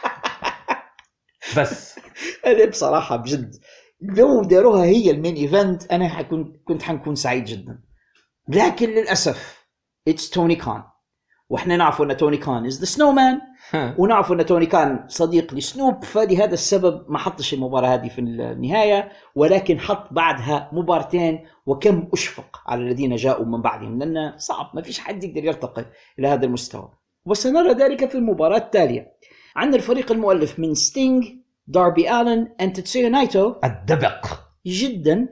بس أنا بصراحة بجد لو داروها هي المين إيفنت أنا حكون كنت حنكون سعيد جدا، لكن للأسف it's توني كان، وإحنا نعرف أن توني كان is the snowman ونعرف أن توني كان صديق لسنوب، فلهذا السبب ما حطش المباراة هذه في النهاية، ولكن حط بعدها مبارتين، وكم أشفق على الذين جاءوا من بعدهم لأنه صعب، ما فيش حد يقدر يرتقي إلى هذا المستوى. وسنرى ذلك في المباراة التالية. عندنا الفريق المؤلف من ستينغ، داربي آلن and تيتسويا نايتو الدبق جدا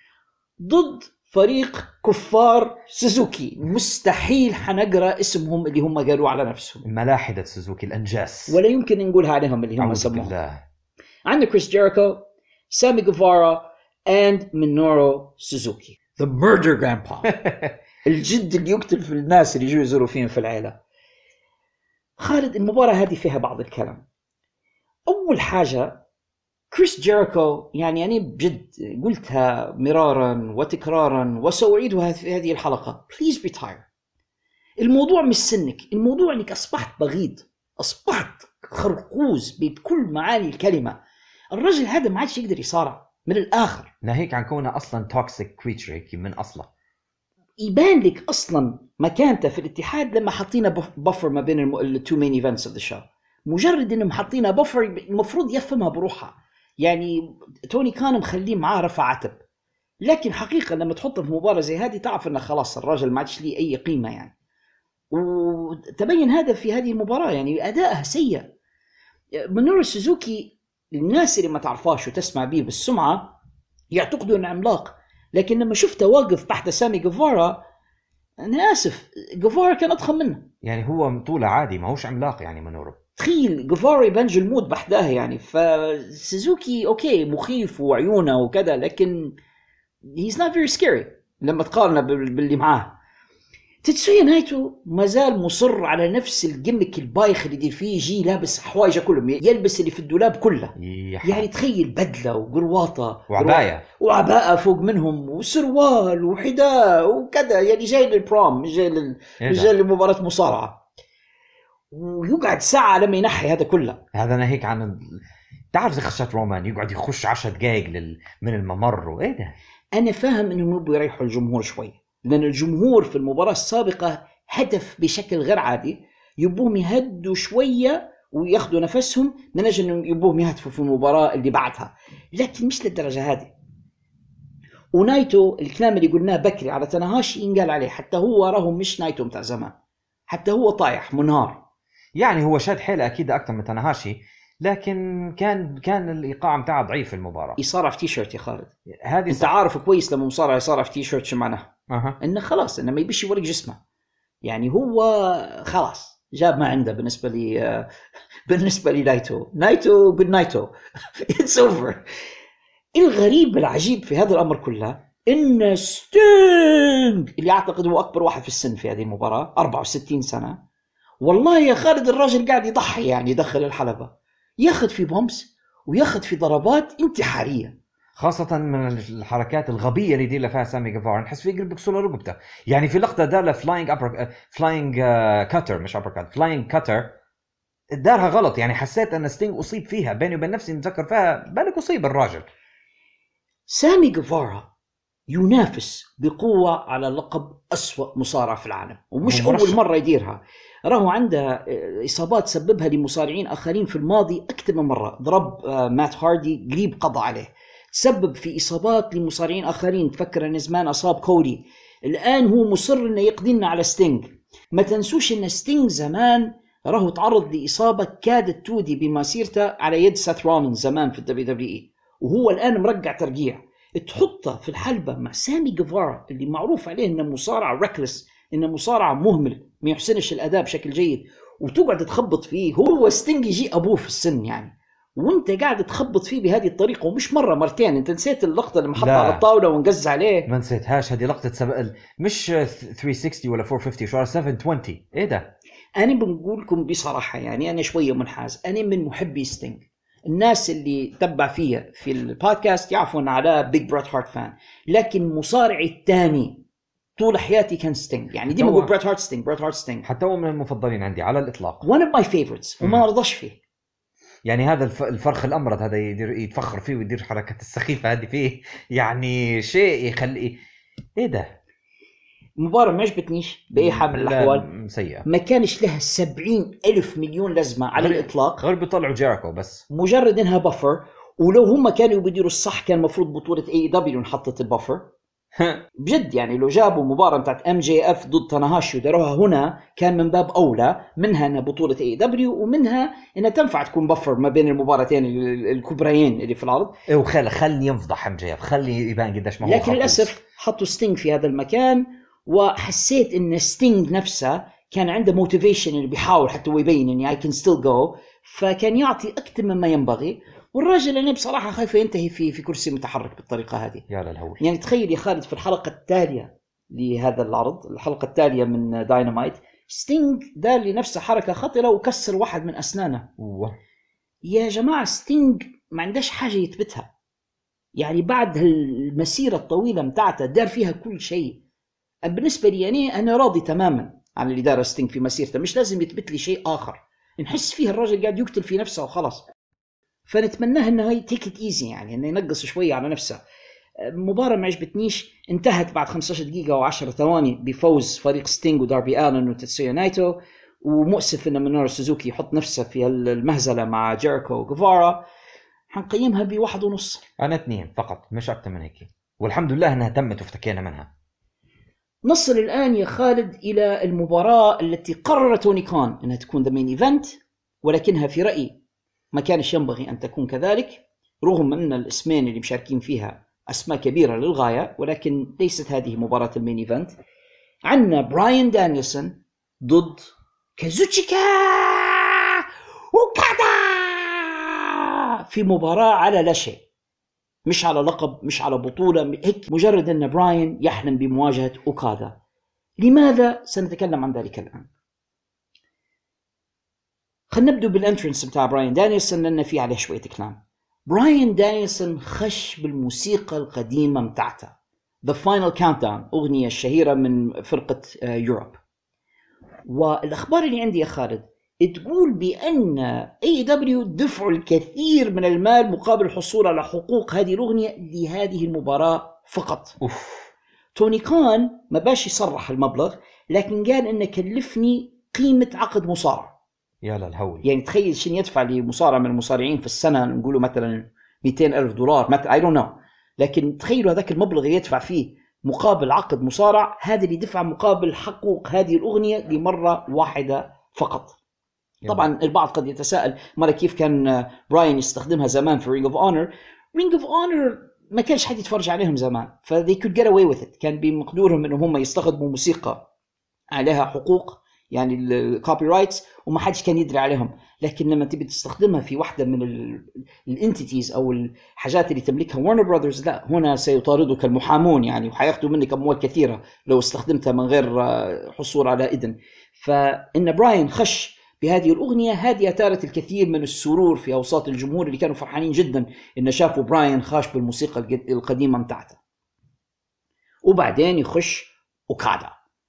ضد فريق كفار سوزوكي. مستحيل حنقرأ اسمهم اللي هم قالوا على نفسهم، ملاحدة سوزوكي الأنجاس، ولا يمكن نقولها عليهم اللي هم سموهم. عندنا كريس جيريكو، سامي جيفارا and مينورو سوزوكي the murder grandpa الجد اللي يقتل في الناس اللي يجوا يزوروا فيهم في العائلة. خالد المباراة هذه فيها بعض الكلام. أول حاجة كريس جيريكو، يعني أنا بجد قلتها مرارا وتكرارا وسأعيدها في هذه الحلقة، please retire. الموضوع مش سنك، الموضوع أنك أصبحت بغيض، أصبحت خرقوز بكل معاني الكلمة. الرجل هذا ما عادش يقدر يصارع من الآخر، ناهيك عن كونه أصلا توكسيك كريتشر من أصله. يبان لك أصلا مكانته في الاتحاد لما حطينا بفر ما بين التو مين ايفنتس اوف ذا شو. مجرد انهم حاطينها بفر المفروض يفهمها بروحها، يعني توني كان مخليه معاه رفع عتب، لكن حقيقة لما تحطه في مباراة زي هذه تعرف انه خلاص الراجل ما عادش ليه اي قيمة يعني. وتبين هذا في هذه المباراة، يعني ادائها سيء. مينورو سوزوكي الناس اللي ما تعرفاش وتسمع به بالسمعة يعتقدوا انه عملاق، لكن لما شفته واقف تحت سامي جيفارا انا اسف، جيفارا كان اضخم منه، يعني هو طوله عادي ما هوش عملاق يعني مينورو. تخيل جيفارا يبنج الموت بحدها يعني. فسوزوكي اوكي مخيف وعيونه وكذا، لكن he's not very scary لما تقارنه باللي معاه. تيتسويا نايتو ما زال مصر على نفس الجيمك البايخ اللي يدير فيه، يجي لابس حوايجه كلهم، يلبس اللي في الدولاب كله. يعني تخيل بدله وقرواطه وعبايه وعباءه فوق منهم وسروال وحذاء وكذا، يعني جاي للبروم، جاي لل... جاي لمباراه مصارعه، ويقعد ساعه لما ينحي هذا كله. هذا ناهيك عن تعرف زي خشات رومان يقعد يخش عشر دقائق لل... من الممر وايه ده. انا فاهم انهم يبغوا يريحوا الجمهور شوي، لأن الجمهور في المباراة السابقة هدف بشكل غير عادي، يبوهم يهدوا شوية وياخدوا نفسهم من أجل أنهم يبوهم يهدفوا في المباراة اللي بعدها، لكن مش للدرجة هذه. ونايتو الكلام اللي قلناه بكري على تناهاشي ينقال عليه، حتى هو راهو مش نايتو متاع زمان، حتى هو طايح منهار. يعني هو شاد حيله أكيد أكثر من تناهاشي، لكن كان كان الإيقاع متاعه ضعيف في المباراة. يصارع في تي شيرت يا خالد، هذه أنت عارف كويس لما مصارع يصارع في تي شيرت شو معناه؟ أه. إنه خلاص إنه ما يبيش يوريك جسمه، يعني هو خلاص جاب ما عنده. بالنسبة لي بالنسبة لي نايتو نايتو good نايتو it's over. الغريب العجيب في هذا الأمر كله إن ستينغ اللي أعتقد هو أكبر واحد في السن في هذه المباراة، أربعة وستين سنة، والله يا خالد الراجل قاعد يضحي، يعني يدخل الحلبة، ياخذ في بومبس وياخذ في ضربات انتحارية، خاصة من الحركات الغبية اللي يدير فيها سامي جيفارا، نحس فيه قلبك سولا رقبته. يعني في لقطة دار له فلاينج أبر فلاينج كاتر مش أبر كات فلاينج كاتر دارها غلط، يعني حسيت أن ستينغ أصيب فيها، بيني وبين نفسي متذكر فيها بالك أصيب الراجل. سامي جيفارا ينافس بقوة على لقب أسوأ مصارع في العالم، ومش أول مرة يديرها، راهو عنده إصابات سببها لمصارعين آخرين في الماضي أكثر من مرة. ضرب مات هاردي قريب قضى عليه، تسبب في إصابات لمصارعين آخرين، تفكر أن زمان أصاب كودي، الآن هو مصر أنه يقضينا على ستينغ. ما تنسوش أن ستينغ زمان راهو تعرض لإصابة كادت تودي بمسيرته على يد سيث رولينز زمان في الدبليو دبليو إي، وهو الآن مرجع ترجيع. تحطه في الحلبة مع سامي جيفارا اللي معروف عليه إنه مصارع ريكلس، إنه مصارع مهمل ما يحسنش الأداء بشكل جيد، وتقعد تخبط فيه. هو ستينج يجي أبوه في السن يعني، وانت قاعد تخبط فيه بهذه الطريقه، ومش مره مرتين. انت نسيت اللقطه اللي محطها على الطاوله ونقز عليه؟ ما نسيتهاش هذه لقطه سب... مش ثلاثمية وستين ولا أربعمية وخمسين، شو سبعمية وعشرين. ايه ده؟ انا بنقول لكم بصراحه يعني انا شويه منحاز، انا من محبي ستينج. الناس اللي تبع فيها في البودكاست يعرفوا ان على بيج بريت هارت فان، لكن مصارعي الثاني طول حياتي كان ستينج. يعني دي بقول بريت هارت ستينج، بريت هارت ستينج حتى هو من المفضلين عندي على الاطلاق، one of my favorites، وما رضاش فيه. يعني هذا الفرخ الأمرض هذا يدير يتفخر فيه ويدير حركة السخيفة هذه فيه، يعني شيء يخلي ايه ده. مباراة ما عجبتنيش بأي حال من الأحوال، سيئة، ما كانش لها سبعين ألف مليون لازمة على غير الإطلاق، غير بيطلعوا جيريكو بس مجرد إنها بفر. ولو هم كانوا بيديروا الصح كان مفروض بطولة اي دبليو نحطت البفر بجد. يعني لو جابوا مباراة بتاعت ام جي اف ضد تاناهاشي وداروها هنا كان من باب اولى، منها انها بطولة اي دبليو ومنها انها تنفع تكون بفر ما بين المباراتين الكبريين اللي في العرض. ايه وخلي خلي ينفضح ام جي اف، خلي يبان قديش ما هو. لكن للاسف حطوا ستينج في هذا المكان، وحسيت ان ستينج نفسه كان عنده موتيفيشن اللي بيحاول حتى ويبين اني اي كان ستيل جو، فكان يعطي اكثر مما ينبغي. والراجل أنا بصراحة خايف ينتهي في في كرسي متحرك بالطريقة هذه. يا للهول. يعني تخيل يا خالد في الحلقة التالية لهذا العرض، الحلقة التالية من داينامايت، ستينج دار لنفسه حركة خطرة وكسر واحد من أسنانه. أوه. يا جماعة ستينج ما عندهش حاجة يثبتها، يعني بعد المسيرة الطويلة متاعته دار فيها كل شيء. بالنسبة لي يعني أنا راضي تماما عن اللي دار ستينج في مسيرته، مش لازم يثبت لي شيء آخر، نحس فيه الراجل قاعد يقتل في نفسه وخلاص. فنتمناه انه هي تيك ات ايزي، يعني انه ينقص شويه على نفسه. مباراه ما عجبتنيش، انتهت بعد خمسة عشر دقيقه وعشرة ثواني بفوز فريق ستينج وداربي آلن وتاتسويا نايتو، ومؤسف ان مينورو سوزوكي يحط نفسه في المهزله مع جيريكو وغيفارا. حنقيمها بواحد ونص. انا اثنين فقط مش اكثر من هيك، والحمد لله انها تمت وافتكينا منها. نصل الان يا خالد الى المباراه التي قرر توني كان انها تكون ذا مين ايفنت، ولكنها في رايي ما كانش ينبغي أن تكون كذلك، رغم أن الاسمين اللي مشاركين فيها أسماء كبيرة للغاية، ولكن ليست هذه مباراة المين إيفنت. عندنا براين دانيلسون ضد كازوتشيكا أوكادا في مباراة على لا شيء، مش على لقب، مش على بطولة، هيك مجرد أن براين يحلم بمواجهة أوكادا. لماذا؟ سنتكلم عن ذلك الآن. خلينا نبدأ بالانترنس بتاع براين دانيلسون لأن في عليه شوية كلام. براين دانيلسون خش بالموسيقى القديمة متاعته The Final Countdown، أغنية الشهيرة من فرقة يوروب. والأخبار اللي عندي يا خالد تقول بأن إيه دبليو دفعوا الكثير من المال مقابل الحصول على حقوق هذه الأغنية لهذه المباراة فقط. أوف. توني كان ما باش يصرح المبلغ، لكن قال إنه كلفني قيمة عقد مصارع. يا للهول. يعني تخيل شنو يدفع لمصارع من المصارعين في السنة، نقوله مثلا مئتين ألف دولار مثلا، I don't know، لكن تخيلوا هذاك المبلغ اللي يدفع فيه مقابل عقد مصارع، هذا اللي دفع مقابل حقوق هذه الأغنية لمرة واحدة فقط. طبعا البعض قد يتساءل مرة كيف كان براين يستخدمها زمان في Ring of Honor. Ring of Honor ما كانش حد يتفرج عليهم زمان، ف they could get away with it، كان بمقدورهم إنهم هم يستخدموا موسيقى عليها حقوق يعني الكوبي رايتس وما حدش كان يدري عليهم. لكن لما تبي تستخدمها في واحدة من الانتيتيز أو الحاجات اللي تملكها وارنر براذرز، لا، هنا سيطاردك المحامون يعني، وحياخذوا منك أموال كثيرة لو استخدمتها من غير حصول على إذن. فإن براين خش بهذه الأغنية، هذه أثارت الكثير من السرور في أوساط الجمهور اللي كانوا فرحانين جدا إن شافوا براين خاش بالموسيقى القديمة متاعته. وبعدين يخش أوكادا.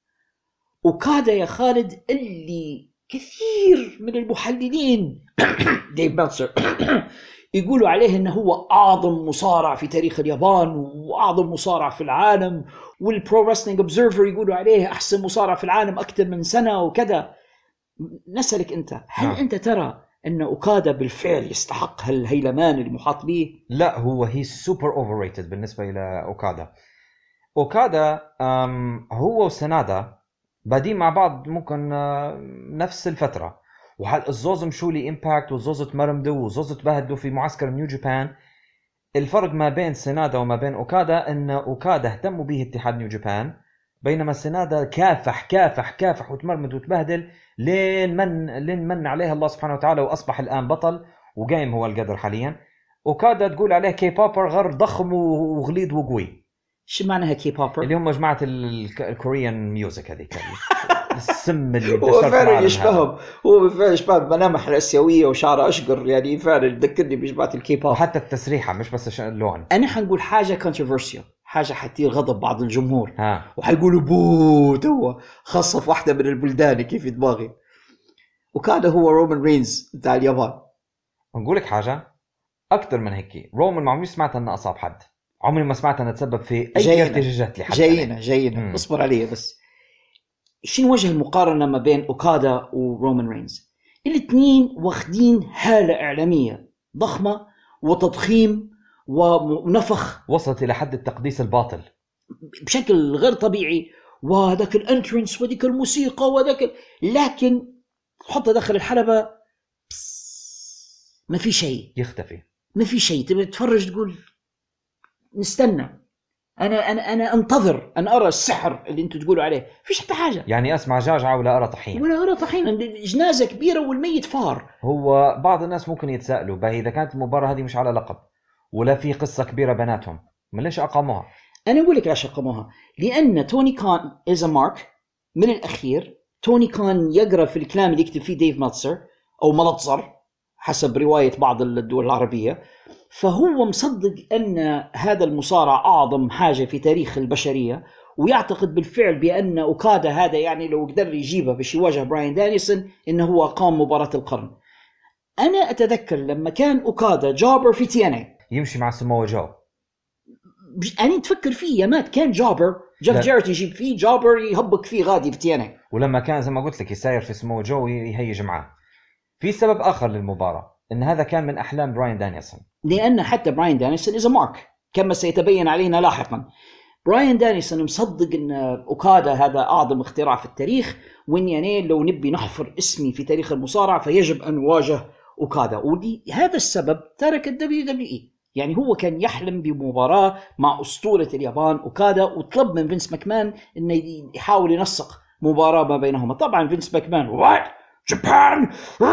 أوكادا يا خالد اللي كثير من المحللين ديف ميلتزر يقولوا عليه إنه هو أعظم مصارع في تاريخ اليابان وأعظم مصارع في العالم، والبرو رسلينج أوبزرفر يقولوا عليه أحسن مصارع في العالم أكثر من سنة وكذا. نسألك أنت، هل نعم. أنت ترى أن أوكادا بالفعل يستحق هالهيلمان اللي محاط به؟ لا، هو هي سوبر أوفرريتد بالنسبة إلى أوكادا. أوكادا هو وسنادا بادين مع بعض ممكن نفس الفترة، والزوز مشوا لي امباكت والزوز تمرمدوا والزوز تبهدلوا في معسكر نيو جابان. الفرق ما بين سينادا وما بين اوكادا ان اوكادا اهتموا به اتحاد نيو جابان، بينما سينادا كافح كافح كافح وتمرمد وتبهدل لين من لين من عليها الله سبحانه وتعالى واصبح الان بطل وقايم هو القدر حاليا. اوكادا تقول عليه كي بوبر غير ضخم وغليظ وقوي. شو معناها كي بوبر؟ اللي هم مجموعه الكوريان ميوزك هذيك السم اللي هو فعلا يشبههم، هو فعلا يشبه الملامح الاسيويه وشعره اشقر، يعني فعلا يذكرني بجماعه الكي بوب، وحتى التسريحه مش بس اللون. انا حنقول حاجه كونتروفيرسيال، حاجه حتثير غضب بعض الجمهور ها. وحيقولوا بو توا خاصه في واحده من البلدان كيف دماغي. وكان هو رومان رينز بتاع اليابان. نقول لك حاجه اكثر من هيك، رومان ما عمري سمعت انه اصاب حد، عمري ما سمعت انه تسبب في اي ارتجاجات لحد. جاينا جاينا اصبر علي بس. شنو وجه المقارنة ما بين أوكادا ورومان رينز؟ الاثنين واخدين هالة إعلامية ضخمة وتضخيم ونفخ وصلت إلى حد التقديس الباطل بشكل غير طبيعي، وذاك الانترنس وذيك الموسيقى وذاك، لكن حطها داخل الحلبة ما في شيء، يختفي، ما في شيء. تبي تتفرج تقول نستنى، أنا أنا أنا أنتظر أن أرى السحر اللي أنتوا تقولوا عليه، فيش حتى حاجة. يعني أسمع جعجعة ولا أرى طحين، ولا أرى طحين، جنازة كبيرة والميت فار. هو بعض الناس ممكن يتساءلوا بقى إذا كانت المباراة هذه مش على لقب ولا في قصة كبيرة بيناتهم، ما ليش أقاموها؟ أنا أقول لك ليش أقاموها، لأن توني كان إز مارك من الأخير. توني كان يقرأ في الكلام اللي يكتب فيه ديف مالتزر أو ملتزر حسب رواية بعض الدول العربية، فهو مصدق أن هذا المصارع أعظم حاجة في تاريخ البشرية، ويعتقد بالفعل بأن أوكادا هذا يعني لو قدر يجيبه باش يواجه براين دانيسون إنه هو قام مباراة القرن. أنا أتذكر لما كان أوكادا جابر في تي إن إيه يمشي مع سمو جو، أنا تفكر فيه يا مات كان جابر جيف جاريت يجيب فيه جابر يهبك فيه غادي في تي إن إيه، ولما كان زي ما قلت لك يساير في سمو جو يهيج معاه. في سبب آخر للمباراة، إن هذا كان من أحلام براين دانيسون، لأن حتى براين دانيسون إز مارك كما سيتبين علينا لاحقا. براين دانيسون مصدق أن أوكادا هذا أعظم اختراع في التاريخ، وإن يعني لو نبي نحفر اسمي في تاريخ المصارعة فيجب أن نواجه أوكادا، ودي هذا السبب ترك الدبليو دبليو إي. يعني هو كان يحلم بمباراة مع أسطورة اليابان أوكادا، وطلب من فينس ماكمان أنه يحاول ينسق مباراة ما بينهما. طبعا فينس ماكمان وات جابان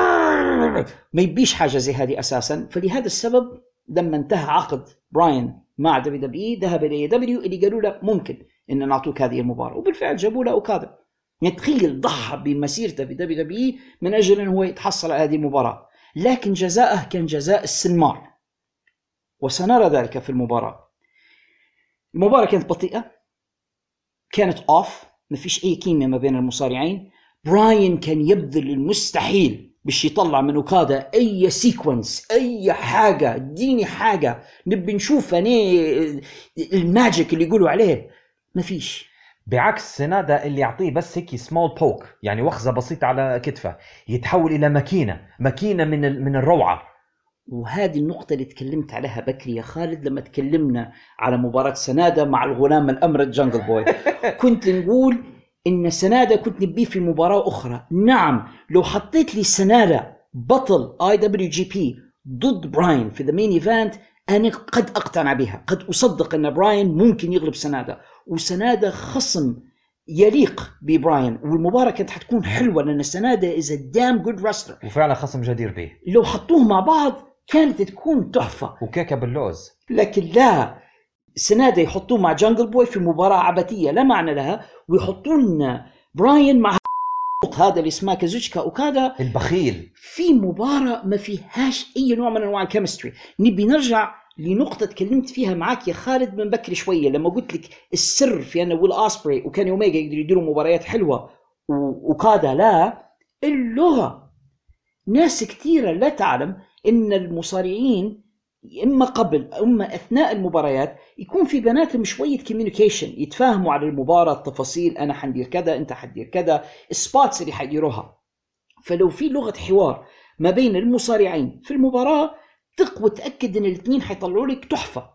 ما يبيش حاجة زي هذه أساسا، فلهذا السبب لما انتهى عقد براين مع دبليو دبليو إي ذهب إلى دبليو اللي قالوا له ممكن إن نعطوك هذه المباراة، وبالفعل جابوا له أوكادا. يعني تخيل ضحى بمسيرته في دبليو دبليو إي من أجل أنه هو يتحصل على هذه المباراة، لكن جزاءه كان جزاء السنمار، وسنرى ذلك في المباراة. المباراة كانت بطيئة، كانت أوف، ما فيش أي كيمياء ما بين المصارعين. براين كان يبذل المستحيل باش يطلع من أوكادا أي سيكونس، أي حاجة، اديني حاجة نبي نشوف يعني الماجيك اللي يقولوا عليه، ما فيش. بعكس سينادا اللي يعطيه بس هيك سمول بوك، يعني وخزة بسيطة على كتفه، يتحول إلى ماكينة ماكينة من من الروعة. وهذه النقطة اللي تكلمت عليها بكري يا خالد لما تكلمنا على مباراة سنادا مع الغلام الأمرد جانجل بوي. كنت نقول إن سنادا كنت نبيه في مباراة أخرى. نعم، لو حطيت لي سنادا بطل آي دبليو جي بي ضد براين في ذا مين إيفنت، أنا قد أقتنع بها، قد أصدق أن براين ممكن يغلب سنادا، وسنادا خصم يليق ببراين، والمباراة كانت حتكون حلوة لأن سنادا is a damn good wrestler، وفعلا خصم جدير به. لو حطوه مع بعض كانت تكون تحفة وكيكة باللوز. لكن لا، سنادا يحطوه مع جانجل بوي في مباراة عبثية لا معنى لها، ويحطون براين مع هذا اللي اسمه كازوتشيكا أوكادا البخيل في مباراة ما فيهاش أي نوع من أنواع الكيمستري. نبي نرجع لنقطة تكلمت فيها معك يا خالد من بكري شوية لما قلت لك السر في أن ويل آسبري وكان أوميجا يقدروا يديروا مباريات حلوة وأوكادا لا، اللغة. ناس كثيرة لا تعلم إن المصارعين إما قبل إما أثناء المباريات يكون في بيناتهم شوية كوميونيكيشن، يتفاهموا على المباراة، التفاصيل، أنا حندير كذا أنت حدير كذا، السبوتس اللي حيديروها. فلو في لغة حوار ما بين المصارعين في المباراة تقوى تأكد إن الاثنين حيطلعوا لك تحفة.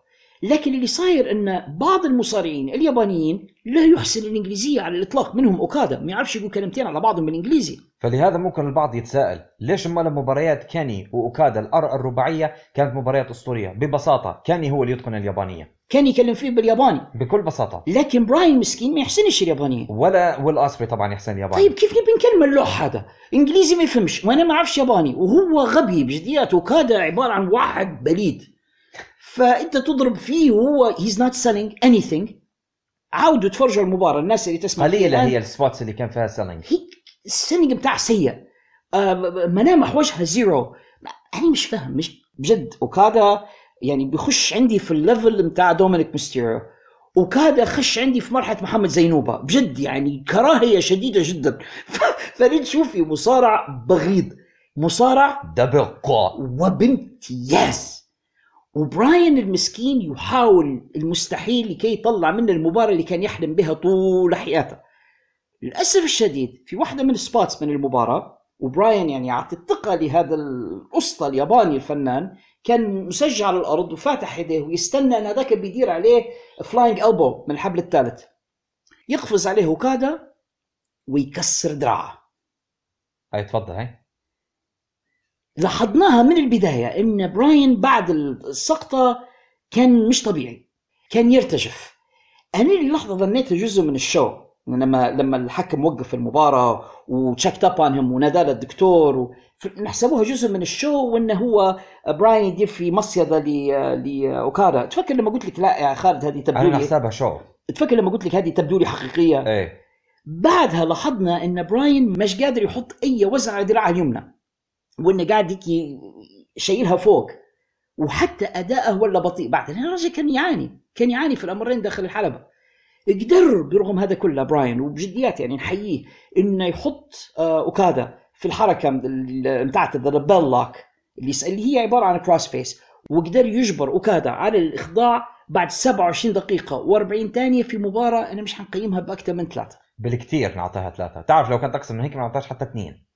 لكن اللي صاير ان بعض المصارعين اليابانيين لا يحسن الانجليزيه على الاطلاق، منهم اوكادا ما يعرفش يقول كلمتين على بعضهم بالانجليزي. فلهذا ممكن البعض يتساءل ليش ما مباريات كاني واوكادا الار الرباعيه كانت مباريات اسطوريه؟ ببساطه كاني هو اللي يتقن اليابانيه، كان يكلم فيه بالياباني بكل بساطه. لكن براين مسكين ما يحسنش اليابانيه، ولا والاسبري طبعا يحسن الياباني. طيب كيف نبي نكلم اللوح هذا انجليزي ما يفهمش وانا ما اعرفش ياباني وهو غبي بجديات؟ اوكادا عباره عن واحد بليد، فانت تضرب فيه وهو he's not selling anything. عاودوا تفرجوا المباراه الناس اللي تسمع قليله هي السبوتس اللي كان فيها سيلينج، هي السيلينج بتاع سيء. آه ملامح وجهها زيرو. انا مش فاهم مش بجد. اوكادا يعني بيخش عندي في الليفل بتاع دومينيك ميستيريو، اوكادا خش عندي في مرحله محمد زينوبه بجد، يعني كراهيه شديده جدا. فلين شوفي مصارع بغيض، مصارع دبقة وبنت ياس. وبراين المسكين يحاول المستحيل لكي يطلع منه المباراة اللي كان يحلم بها طول حياته. للأسف الشديد في واحدة من السباتس من المباراة، وبراين يعني يعطي الثقة لهذا الأسطى الياباني الفنان، كان مسجع على الأرض وفاتح يديه ويستنى أن هذاك بيدير عليه فلاينج ألبو من الحبل الثالث، يقفز عليه اوكادا ويكسر دراعه. هاي تفضل. هاي لاحظناها من البداية إن براين بعد السقطة كان مش طبيعي، كان يرتجف. أنا اللي لحظة ظنيته جزء من الشو، لما لما الحكم وقف المباراة وتشيكت اب عنهم ونادى الدكتور و... نحسبوها جزء من الشو، وإنه هو براين يدير في مصيدة لأوكادا. تفكر لما قلت لك لا يا خالد هذه تبدو لي، أنا حسابها شو. تفكر لما قلت لك هذه تبدو لي حقيقية. إيه. بعدها لاحظنا إن براين مش قادر يحط أي وزن على دراعه اليمنى، وإنه قاعد شايلها فوق، وحتى أداءه ولا بطيء. بعدين الرجل كان يعاني كان يعاني في الأمرين داخل الحلبة. قدر برغم هذا كله براين وبجديات يعني نحييه إنه يحط أوكادا في الحركة متاعت البيل لوك اللي هي عبارة عن كروس فيس، وقدر يجبر أوكادا على الإخضاع بعد سبعة وعشرين دقيقة وأربعين ثانية في مباراة أنا مش حنقيمها بأكثر من ثلاثة. بالكثير نعطيها ثلاثة. تعرف لو كانت أكثر من هيك ما نعطيهاش حتى اثنين.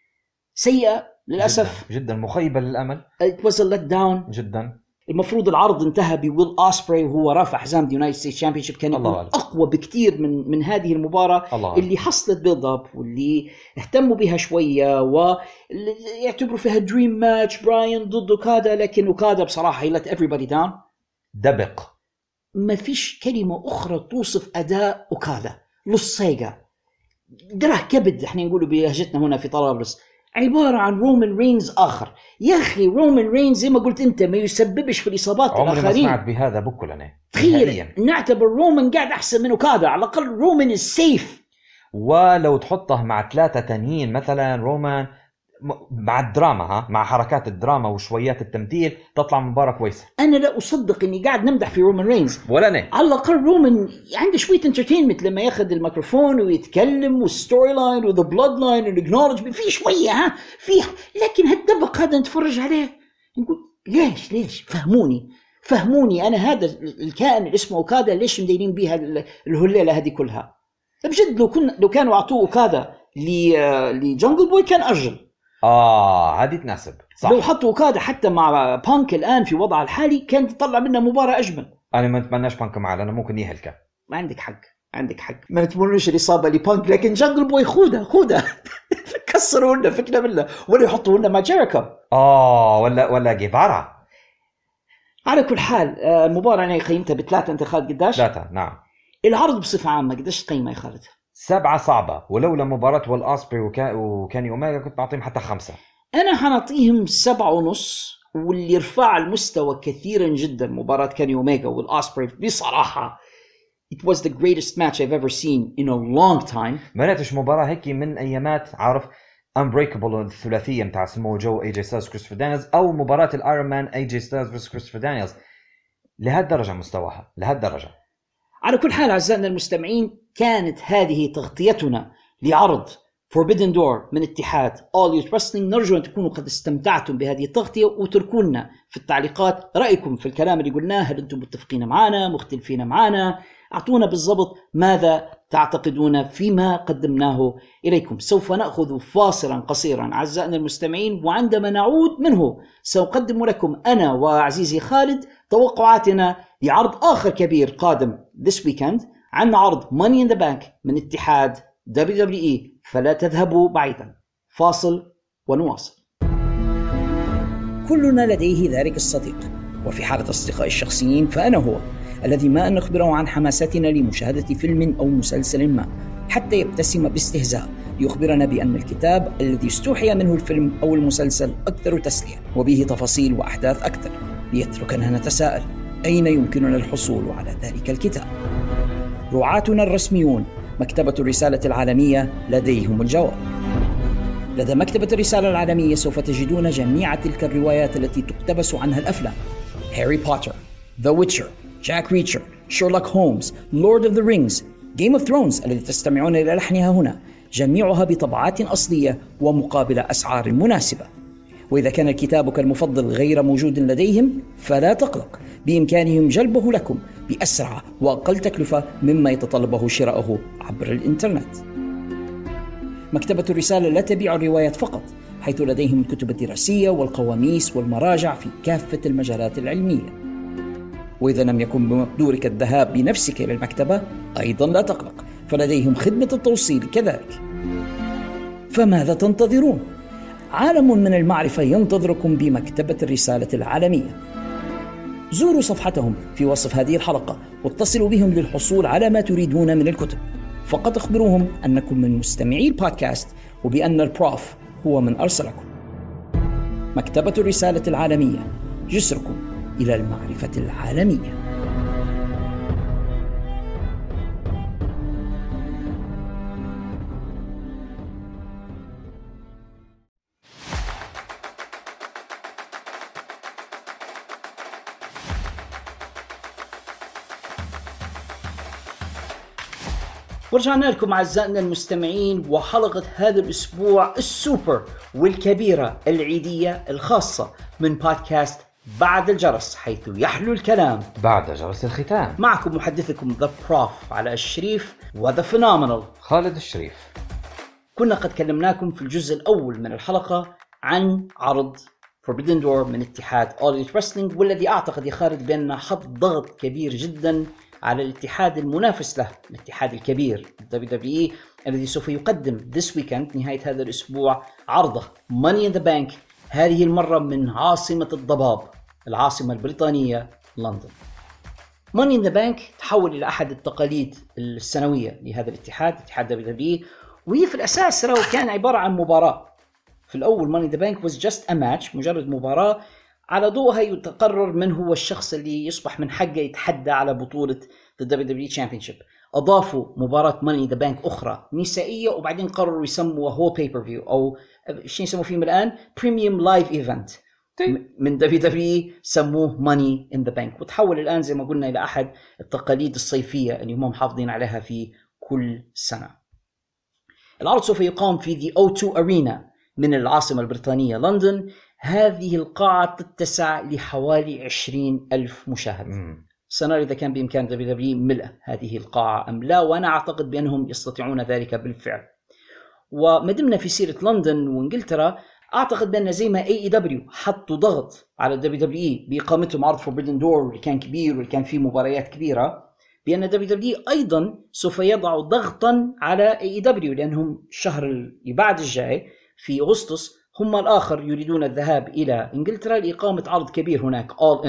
سيئة للأسف جدا, جدا مخيبة للأمل. It was a letdown جدا. المفروض العرض انتهى بويل أوسبري وهو رافع حزام اليونايتد ستيتس تشامبيونشيب، كان يكون أقوى بكتير من من هذه المباراة الله اللي حصلت بيلد اب واللي اهتموا بها شوية ويعتبروا فيها دريم ماتش براين ضد اوكادا. لكن اوكادا بصراحة he let everybody down. دبق. ما فيش كلمة أخرى توصف أداء اوكادا. لصيقة دراه كبد احنا نقوله بلهجتنا هنا في طرابلس، عبارة عن رومان رينز آخر. يا أخي رومان رينز زي ما قلت أنت ما يسببش في الإصابات الآخرين. عمري ما سمعت بهذا بكل أنا. تخيل نعتبر رومان قاعد أحسن من أوكادا، على الأقل رومان السيف. ولو تحطه مع ثلاثة تانيين مثلا رومان مع الدراما، ها مع حركات الدراما وشويات التمثيل تطلع مباراة كويسة. أنا لا أصدق إني قاعد نمدح في رومان رينز ولا أنا. على الأقل رومان عنده شوية انترتينمنت لما ياخذ الميكروفون ويتكلم والستوري لاين وذا بلود لاين والاكنولجمنت في شوية ها في. لكن هالدبق هذا نتفرج عليه نقول ليش ليش فهموني فهموني أنا هذا الكائن اللي اسمه أوكادا ليش مدينين بيها الهليلة هذه كلها. بجد لو كن لو كانوا أعطوه أوكادا لجنجل بوي كان أرجل. آه هذه تناسب صح. لو حطوا أوكادا حتى مع بانك الآن في وضعه الحالي كان تطلع منه مباراة أجمل. أنا ما أتمناش بانك معه لأنه ممكن يهلكه. ما عندك حق عندك حق ما نتمنوش الإصابة لبانك، لكن جنجل بوي خودها خودها كسروا لنا فكنا منه ولا يحطوا لنا مع جيريكو. آه ولا ولا جيفارا. على كل حال المباراة أنا قيمتها بثلاثة. أنت خالد قداش؟ ثلاثة نعم. العرض بصفة عامة قداش تقيمه يا خالد؟ سبعة صعبة، ولولا مباراة والأسبري وكا... وكاني أوميجا كنت بعطيهم حتى خمسة. أنا حنعطيهم سبعة ونص، واللي رفع المستوى كثيرا جدا مباراة كاني أوميجا والأسبري بصراحة. It was the greatest match I've ever seen in a long time. ما نتش مباراة هيك من أيامات عارف Unbreakable الثلاثية متاع سمو جو اي جي ستايلز كريستوفر دانييلز، أو مباراة الأيرون مان اي جي ستايلز vs كريستوفر دانييلز. لهالدرجة مستواها لهالدرجة. على كل حال أعزائنا المستمعين، كانت هذه تغطيتنا لعرض Forbidden Door من اتحاد All Elite Wrestling. نرجو أن تكونوا قد استمتعتم بهذه التغطية، وتركونا في التعليقات رأيكم في الكلام اللي قلناه. هل أنتم متفقين معنا مختلفين معنا؟ أعطونا بالضبط ماذا تعتقدون فيما قدمناه إليكم. سوف نأخذ فاصلا قصيرا أعزائنا المستمعين، وعندما نعود منه سأقدم لكم أنا وعزيزي خالد توقعاتنا لعرض آخر كبير قادم this weekend عن عرض Money in the Bank من اتحاد دبليو دبليو إي، فلا تذهبوا بعيدا. فاصل ونواصل. كلنا لديه ذلك الصديق، وفي حالة أصدقائي الشخصيين فأنا هو الذي ما أن نخبره عن حماستنا لمشاهدة فيلم أو مسلسل ما حتى يبتسم باستهزاء ليخبرنا بأن الكتاب الذي استوحي منه الفيلم أو المسلسل أكثر تسلية وبه تفاصيل وأحداث أكثر، ليتركنا نتساءل أين يمكننا الحصول على ذلك الكتاب. رعاتنا الرسميون مكتبة الرسالة العالمية لديهم الجواب. لدى مكتبة الرسالة العالمية سوف تجدون جميع تلك الروايات التي تقتبس عنها الأفلام: هاري بوتر، ذا ويتشر، جاك ريتشر، شيرلوك هومز، لورد اوف ذا رينجز، جيم اوف ثرونز الذي تستمعون إلى لحنها هنا، جميعها بطبعات أصلية ومقابل أسعار مناسبة. وإذا كان كتابك المفضل غير موجود لديهم فلا تقلق، بإمكانهم جلبه لكم بأسرع وأقل تكلفة مما يتطلبه شراؤه عبر الإنترنت. مكتبة الرسالة لا تبيع الروايات فقط، حيث لديهم الكتب الدراسية والقواميس والمراجع في كافة المجالات العلمية. وإذا لم يكن بمقدورك الذهاب بنفسك إلى المكتبة أيضا لا تقلق، فلديهم خدمة التوصيل كذلك. فماذا تنتظرون؟ عالم من المعرفة ينتظركم بمكتبة الرسالة العالمية. زوروا صفحتهم في وصف هذه الحلقة واتصلوا بهم للحصول على ما تريدون من الكتب. فقط اخبروهم أنكم من مستمعي البودكاست وبأن البروف هو من أرسلكم. مكتبة الرسالة العالمية، جسركم إلى المعرفة العالمية. ورجعنا لكم أعزائنا المستمعين، وحلقة هذا الأسبوع السوبر والكبيرة العيدية الخاصة من بودكاست بعد الجرس، حيث يحلو الكلام بعد جرس الختام. معكم محدثكم ذا بروف علاء الشريف وذا فينومينال خالد الشريف. كنا قد كلمناكم في الجزء الأول من الحلقة عن عرض Forbidden Door من اتحاد All Elite Wrestling، والذي أعتقد يا خالد بأنه حط ضغط كبير جدا على الاتحاد المنافس له، الاتحاد الكبير دبليو دبليو إي، الذي سوف يقدم this weekend نهاية هذا الأسبوع عرضه Money in the Bank، هذه المرة من عاصمة الضباب، العاصمة البريطانية لندن. Money in the Bank تحول إلى أحد التقاليد السنوية لهذا الاتحاد، اتحاد دبليو دبليو إي، وهي في الأساس لو كان عبارة عن مباراة. في الأول Money in the Bank was just a match، مجرد مباراة على ضوءها يتقرر من هو الشخص اللي يصبح من حقه يتحدى على بطولة The دبليو دبليو إي Championship. أضافوا مباراة Money in the Bank أخرى نسائية، وبعدين قرروا يسموها whole pay per view، أو شيء يسموه فيهم الآن Premium Live Event من دبليو دبليو إي، سموه Money in the Bank، وتحول الآن زي ما قلنا إلى أحد التقاليد الصيفية اللي هم محافظين عليها في كل سنة. العرض سوف يقام في The أو تو Arena من العاصمة البريطانية لندن. هذه القاعة تتسع لحوالي عشرين ألف مشاهد. سنرى إذا كان بإمكان دبليو دبليو إي ملء هذه القاعة أم لا، وأنا أعتقد بأنهم يستطيعون ذلك بالفعل. وما دمنا في سيرة لندن وإنجلترا، أعتقد بأن زي ما إيه إي دبليو حطوا ضغط على دبليو دبليو إي بإقامتهم عرض Forbidden Door واللي كان كبير واللي كان فيه مباريات كبيرة، بأن دبليو دبليو إي أيضا سوف يضع ضغطا على إيه إي دبليو، لأنهم الشهر اللي بعد الجاي في أغسطس هم الآخر يريدون الذهاب إلى إنجلترا لإقامة عرض كبير هناك All In.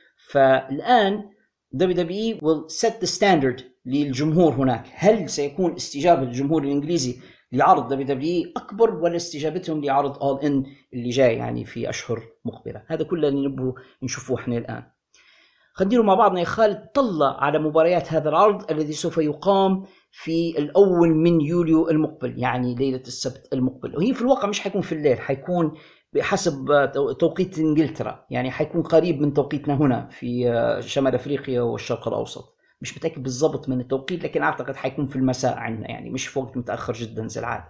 فالآن دبليو دبليو إي will set the standard للجمهور هناك. هل سيكون استجابة الجمهور الإنجليزي لعرض دبليو دبليو إي أكبر ولا استجابتهم لعرض All In اللي جاي يعني في أشهر مقبلة؟ هذا كله اللي نبغى نشوفه إحنا الآن. خلينا مع بعضنا يا خالد طلع على مباريات هذا العرض الذي سوف يقام في الأول من يوليو المقبل، يعني ليلة السبت المقبل، وهي في الواقع مش حيكون في الليل، حيكون بحسب توقيت إنجلترا، يعني حيكون قريب من توقيتنا هنا في شمال أفريقيا والشرق الأوسط. مش متأكد بالضبط من التوقيت، لكن أعتقد حيكون في المساء عندنا، يعني مش في وقت متأخر جدا زي العادة.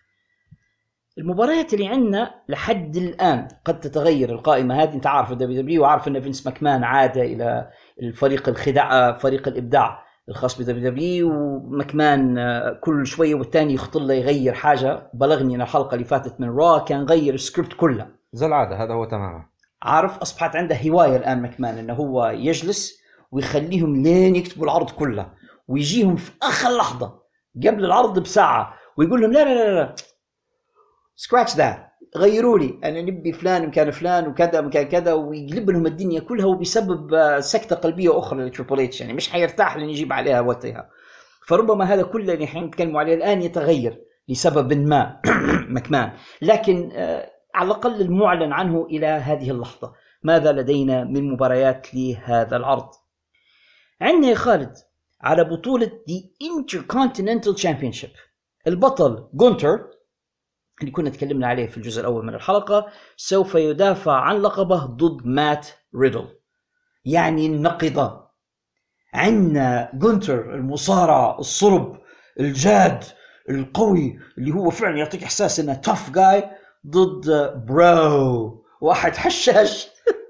المباريات اللي عندنا لحد الآن قد تتغير القائمة هذه. أنت عارف دبليو دبليو وعارف أن فينس ماكمان عاد إلى الفريق الخداع، فريق الإبداع الخاص ب دبليو دبليو إي، ومكمان كل شويه والتاني يخطر له يغير حاجه. بلغني ان الحلقه اللي فاتت من را كان غير السكريبت كله زي العاده، هذا هو تماما. عارف اصبحت عنده هوايه الان مكمان انه هو يجلس ويخليهم لين يكتبوا العرض كله، ويجيهم في اخر لحظه قبل العرض بساعه ويقول لهم لا لا لا لا سكراتش ذات، غيروا لي انا نبي فلان مكان فلان وكذا مكان كذا، ويقلب لهم الدنيا كلها، وبسبب سكته قلبيه اخرى لتريبل اتش، يعني مش حيرتاح لين يجيب عليها وقتها. فربما هذا كله اللي احنا نتكلم عليه الان يتغير لسبب ما مكمان، لكن آه على الاقل المعلن عنه الى هذه اللحظه. ماذا لدينا من مباريات لهذا العرض؟ عندنا يا خالد على بطوله دي Intercontinental Championship البطل جونتر اللي كنا تكلمنا عليه في الجزء الأول من الحلقة سوف يدافع عن لقبه ضد مات ريدل، يعني النقضة. عندنا جونتر المصارع الصرب الجاد القوي اللي هو فعلا يعطيك إحساس إنه tough guy ضد برو واحد حشاش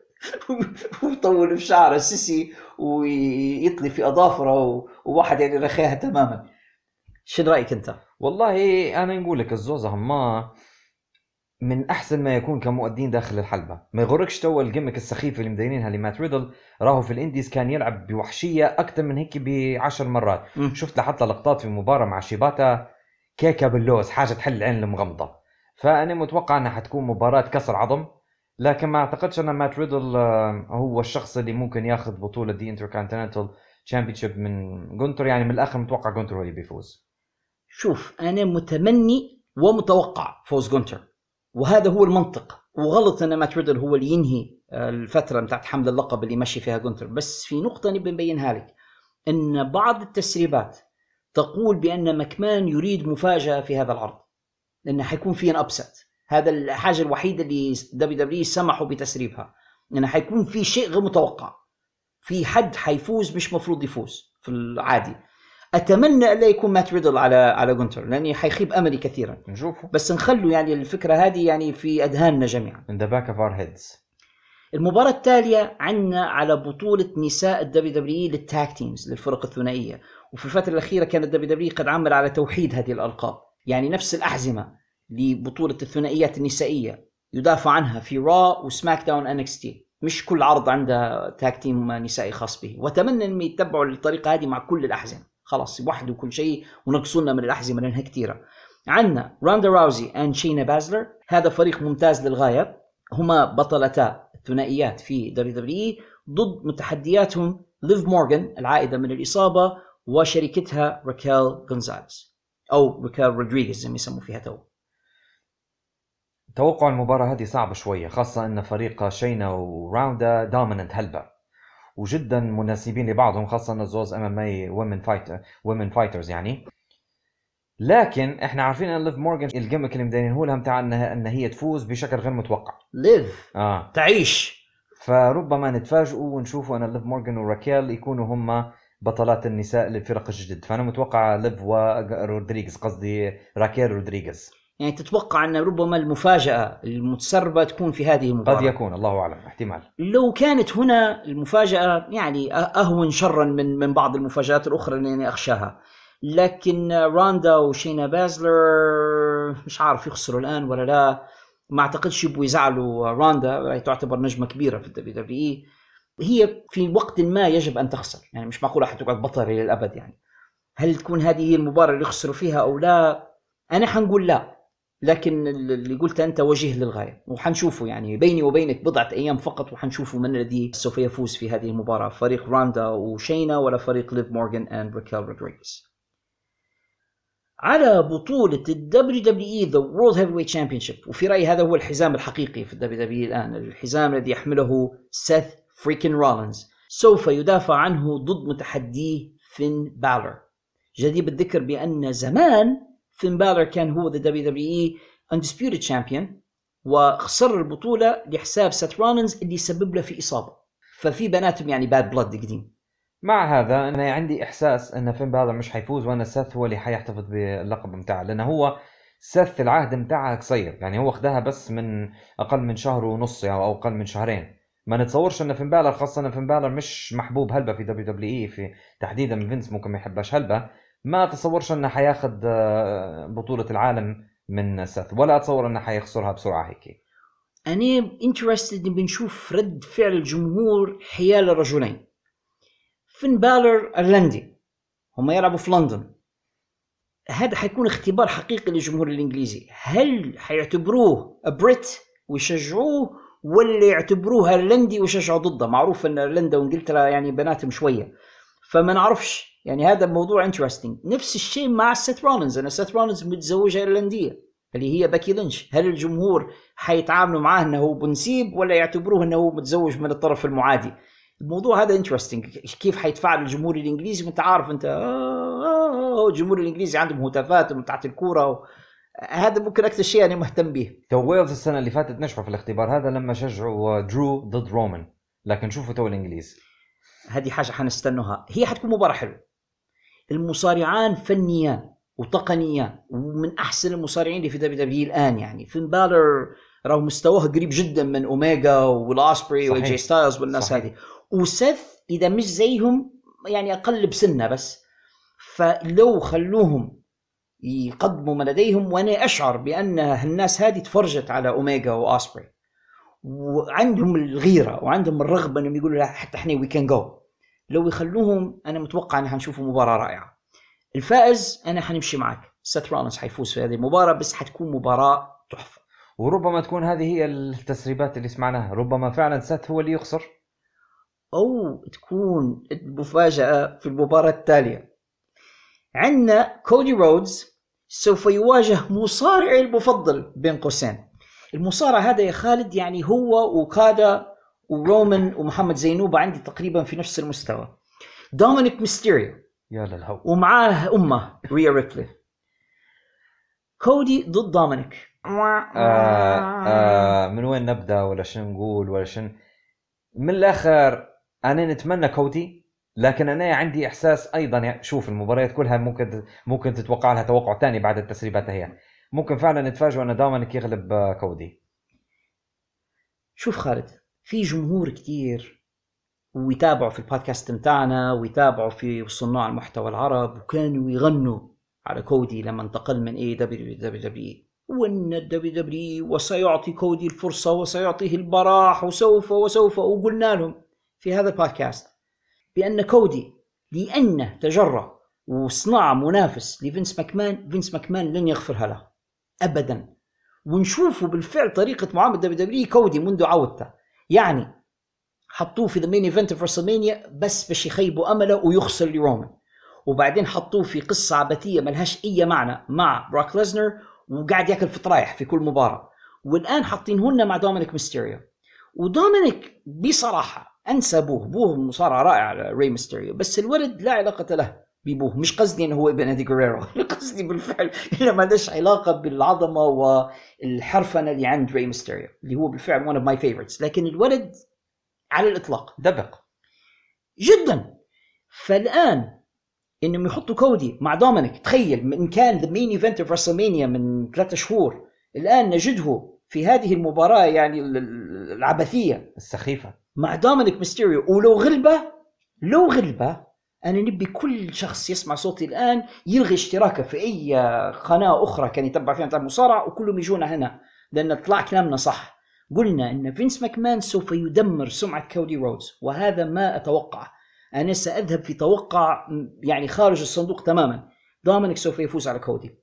ويطول في شعره سيسي ويطلي في أظافره وواحد يعني رخيها تماما. شو رأيك أنت؟ والله أنا نقول لك الزوزة هما من أحسن ما يكون كمؤدين داخل الحلبة. ما يغرقش تو الجيمك السخيفة اللي مدينينها لمات ريدل، راهو في الإنديز كان يلعب بوحشية أكثر من هيك بعشر مرات. م. شفت لحتى لقطات في مباراة مع شيباتا كيكة باللوز، حاجة تحل العين المغمضة. فأنا متوقع أنها حتكون مباراة كسر عظم، لكن ما أعتقدش أن مات ريدل هو الشخص اللي ممكن ياخذ بطولة دي انتركونتيننتال تشامبيونشيب من جونتر. يعني من الآخر متوقع جونتر هو اللي بيفوز. شوف أنا متمني ومتوقع فوز جونتر، وهذا هو المنطق، وغلط أن مات ريدل هو اللي ينهي الفترة متاعت حمل اللقب اللي ماشي فيها جونتر. بس في نقطة نبي نبينها لك، أن بعض التسريبات تقول بأن مكمان يريد مفاجأة في هذا العرض، لأنه حيكون فيه أبست. هذا الحاجة الوحيدة اللي دبليو دبليو إي سمحوا بتسريبها، أنه حيكون في شيء غير متوقع، في حد حيفوز مش مفروض يفوز في العادي. أتمنى ألا يكون مات ريدل على على جونتر، لأني حيخيب أملي كثيرا. نشوفه، بس نخلوا يعني الفكرة هذه يعني في أذهاننا جميعا. in the back of our heads. المباراة التالية عنا على بطولة نساء الدبليو دبليو إي للتاك تيمز للفرق الثنائية. وفي الفترة الأخيرة كانت الدبليو دبليو إي قد عمل على توحيد هذه الألقاب، يعني نفس الأحزمة لبطولة الثنائيات النسائية يدافع عنها في را وسماك داون إن إكس تي. مش كل عرض عنده تاك تيم نسائي خاص به، وأتمنى أن يتبعوا الطريقة هذه مع كل الأحزمة. خلاص يوحدوا كل شيء ونقصونا من الأحزمة لأنها كثيرة. عندنا راندا راوزي أند شينا بازلر، هذا فريق ممتاز للغاية، هما بطلتا الثنائيات في دبليو دبليو إي ضد متحدياتهم ليف مورغان العائدة من الإصابة وشريكتها راكيل غونزاليز أو راكيل رودريغيز زي ما يسموا فيها تو. توقع المباراة هذه صعبة شوية، خاصة أن فريق شينا وراندا دوميننت هلبة وجدا مناسبين لبعضهم، خاصة أن الزوز ام ام اي وومن فايتر وومن فايترز يعني. لكن احنا عارفين ان ليف مورغان الجيمك اللي مدينينه لها متاع انها ان هي تفوز بشكل غير متوقع. ليف اه تعيش، فربما نتفاجئوا ونشوفوا ان ليف مورغان وراكيل يكونوا هم بطلات النساء للفرق الجدد. فانا متوقع ليف ورودريغيز، قصدي راكيل رودريغيز. يعني تتوقع أن ربما المفاجأة المتسربة تكون في هذه المباراة؟ قد يكون، الله أعلم، احتمال. لو كانت هنا المفاجأة يعني أهون شرا من من بعض المفاجآت الأخرى اللي أخشاها. لكن راندا وشينا بازلر مش عارف يخسروا الآن ولا لا. ما أعتقدش يبوا يزعلوا راندا، تعتبر نجمة كبيرة في الدبليو دبليو إي، هي في وقت ما يجب أن تخسر، يعني مش معقولة حتقعد بطلة للأبد. يعني هل تكون هذه هي المباراة اللي يخسروا فيها أو لا؟ أنا حنقول لا، لكن اللي قلت أنت وجه للغاية، وحنشوفه يعني بيني وبينك بضعة أيام فقط وحنشوفه من الذي سوف يفوز في هذه المباراة، فريق راندا وشينا ولا فريق ليف مورغان and راكيل رودريغيز. على بطولة ال دبليو دبليو إي The World Heavyweight Championship، وفي رأيي هذا هو الحزام الحقيقي في ال دبليو دبليو إي الآن، الحزام الذي يحمله سيث فريكن رولينز، سوف يدافع عنه ضد متحديه فين بالر. جدير بالذكر بأن زمان فين بالر كان هو the دبليو دبليو إي Undisputed Champion، وخسر البطولة لحساب سيث رولينز اللي سبب له في إصابة، ففي بناتهم يعني bad blood قديم. مع هذا أنا عندي إحساس أن فين بالر مش حيفوز، وأن سيث هو اللي حيحتفظ باللقب متاعه، لأنه هو سيث العهد متاعه قصير، يعني هو خدها بس من أقل من شهر ونص أو أقل من شهرين، ما نتصورش ان فين بالر، خاصه ان فين بالر مش محبوب هلبة في دبليو دبليو اي، في تحديدا فينس ممكن ما يحبش هلبة. ما اتصورش انه حياخد بطوله العالم من سيث، ولا اتصور انه حيخسرها بسرعه هيك. انا انترستد بنشوف رد فعل الجمهور حيال الرجلين. فين بالر ايرلندي، هم يلعبوا في لندن، هذا حيكون اختبار حقيقي للجمهور الانجليزي. هل حيعتبروه بريت ويشجعوه، ولا يعتبروه ايرلندي ويشجعوا ضده؟ معروف ان ايرلندا وانجلترا يعني بناتهم شويه، فما نعرفش يعني. هذا الموضوع انترستينج. نفس الشيء مع سيث رولينز. انا سيث رولينز متزوجه ايرلنديه اللي هي باكي لينش. هل الجمهور حيتعاملوا معاه انه هو بنسيب، ولا يعتبروه انه هو متزوج من الطرف المعادي؟ الموضوع هذا انترستينج. كيف حيتفاعل الجمهور الانجليزي؟ وانت عارف انت آه آه الجمهور الانجليزي عندهم هتافات من تحت الكوره و... هذا ممكن اكثر شيء انا مهتم به. تو ويلز السنه اللي فاتت نجحوا في الاختبار هذا لما شجعوا درو ضد رومان، لكن شوفوا تو الانجليز. هذه حاجه حنستنوها. هي حتكون مباراه حلوه. المصارعان فنيان وتقنيان، ومن احسن المصارعين اللي في دبليو دبليو الان. يعني فين بالر راه مستواه قريب جدا من اوميجا والاسبري وجي ستايلز والناس هذه. وسيث اذا مش زيهم يعني اقل بسنه بس، فلو خلوهم يقدموا ما لديهم. وانا اشعر بان الناس هذه تفرجت على اوميجا واسبري وعندهم الغيره وعندهم الرغبه انهم يقولوا لا حتى احنا وي كان جو. لو يخلوهم انا متوقع ان هنشوف مباراه رائعه. الفائز انا حنمشي معك، سيث رولينز حيفوز في هذه المباراه، بس حتكون مباراه تحفه. وربما تكون هذه هي التسريبات اللي سمعناها، ربما فعلا سيث هو اللي يخسر، او تكون المفاجاه في المباراه التاليه. عندنا كودي رودز سوف يواجه مصارعي المفضل بين قوسين. المصارع هذا يا خالد يعني هو وكادا ورومان ومحمد زينوبة عندي تقريبا في نفس المستوى. دومينيك ميستيريو يا للهو، ومعاه أمه ريا ريبلي. كودي ضد دومينيك. آه آه من وين نبدأ ولا شن نقول ولا شن؟ من الآخر أنا نتمنى كودي، لكن أنا عندي إحساس أيضا يعني شوف المباريات كلها ممكن ممكن تتوقع لها توقع تاني بعد التسريبات هي. ممكن فعلا نتفاجئ أن دومينيك يغلب كودي. شوف خالد، في جمهور كتير ويتابعوا في البودكاست متاعنا ويتابعوا في صناع المحتوى العرب، وكانوا يغنوا على كودي لما انتقل من اي دبليو دبليو دبليو، وان الدبليو دبليو وسيعطي كودي الفرصة وسيعطيه البراح وسوف وسوف. وقلنا لهم في هذا البودكاست بأن كودي لأنه تجرأ وصنع منافس لفينس ماكمان، فينس ماكمان لن يغفرها له أبدا. ونشوفوا بالفعل طريقة معاملة دبليو دبليو كودي منذ عودته. يعني حطوه في ذا مين ايفنت في رسلمانيا بس باش يخيبوا أمله ويخسر لرومان، وبعدين حطوه في قصة عبثية ملهاش أي معنى مع براك ليزنر وقاعد يأكل فطرايح في كل مباراة. والآن حاطينهن مع دومينيك ميستيريو. ودومينيك بصراحة أنسى أبوه، أبوه مصارع رائع ري ميستيريو، بس الولد لا علاقة له بيبوه. مش قصدي انه هو ابن ادي غيريرو، قصدي بالفعل انه ما لهش علاقه بالعظمه والحرفنه اللي عند ري ميستيريو اللي هو بالفعل one of my favorites. لكن الولد على الاطلاق دبق جدا. فالان انهم يحطوا كودي مع دومينيك، تخيل من كان ذا مين ايفنت في رسلمانيا من ثلاثة شهور، الان نجده في هذه المباراه يعني العبثيه السخيفه مع دومينيك ميستيريو. ولو غلبه لو غلبه أنا نبي كل شخص يسمع صوتي الآن يلغي اشتراكه في أي قناة أخرى كان يتبع فيها نتابع مصارعة وكلهم يجونا هنا، لأن طلع كلامنا صح. قلنا أن فينس ماكمان سوف يدمر سمعة كودي رودز، وهذا ما أتوقع. أنا سأذهب في توقع يعني خارج الصندوق تماما. دومينيك سوف يفوز على كودي.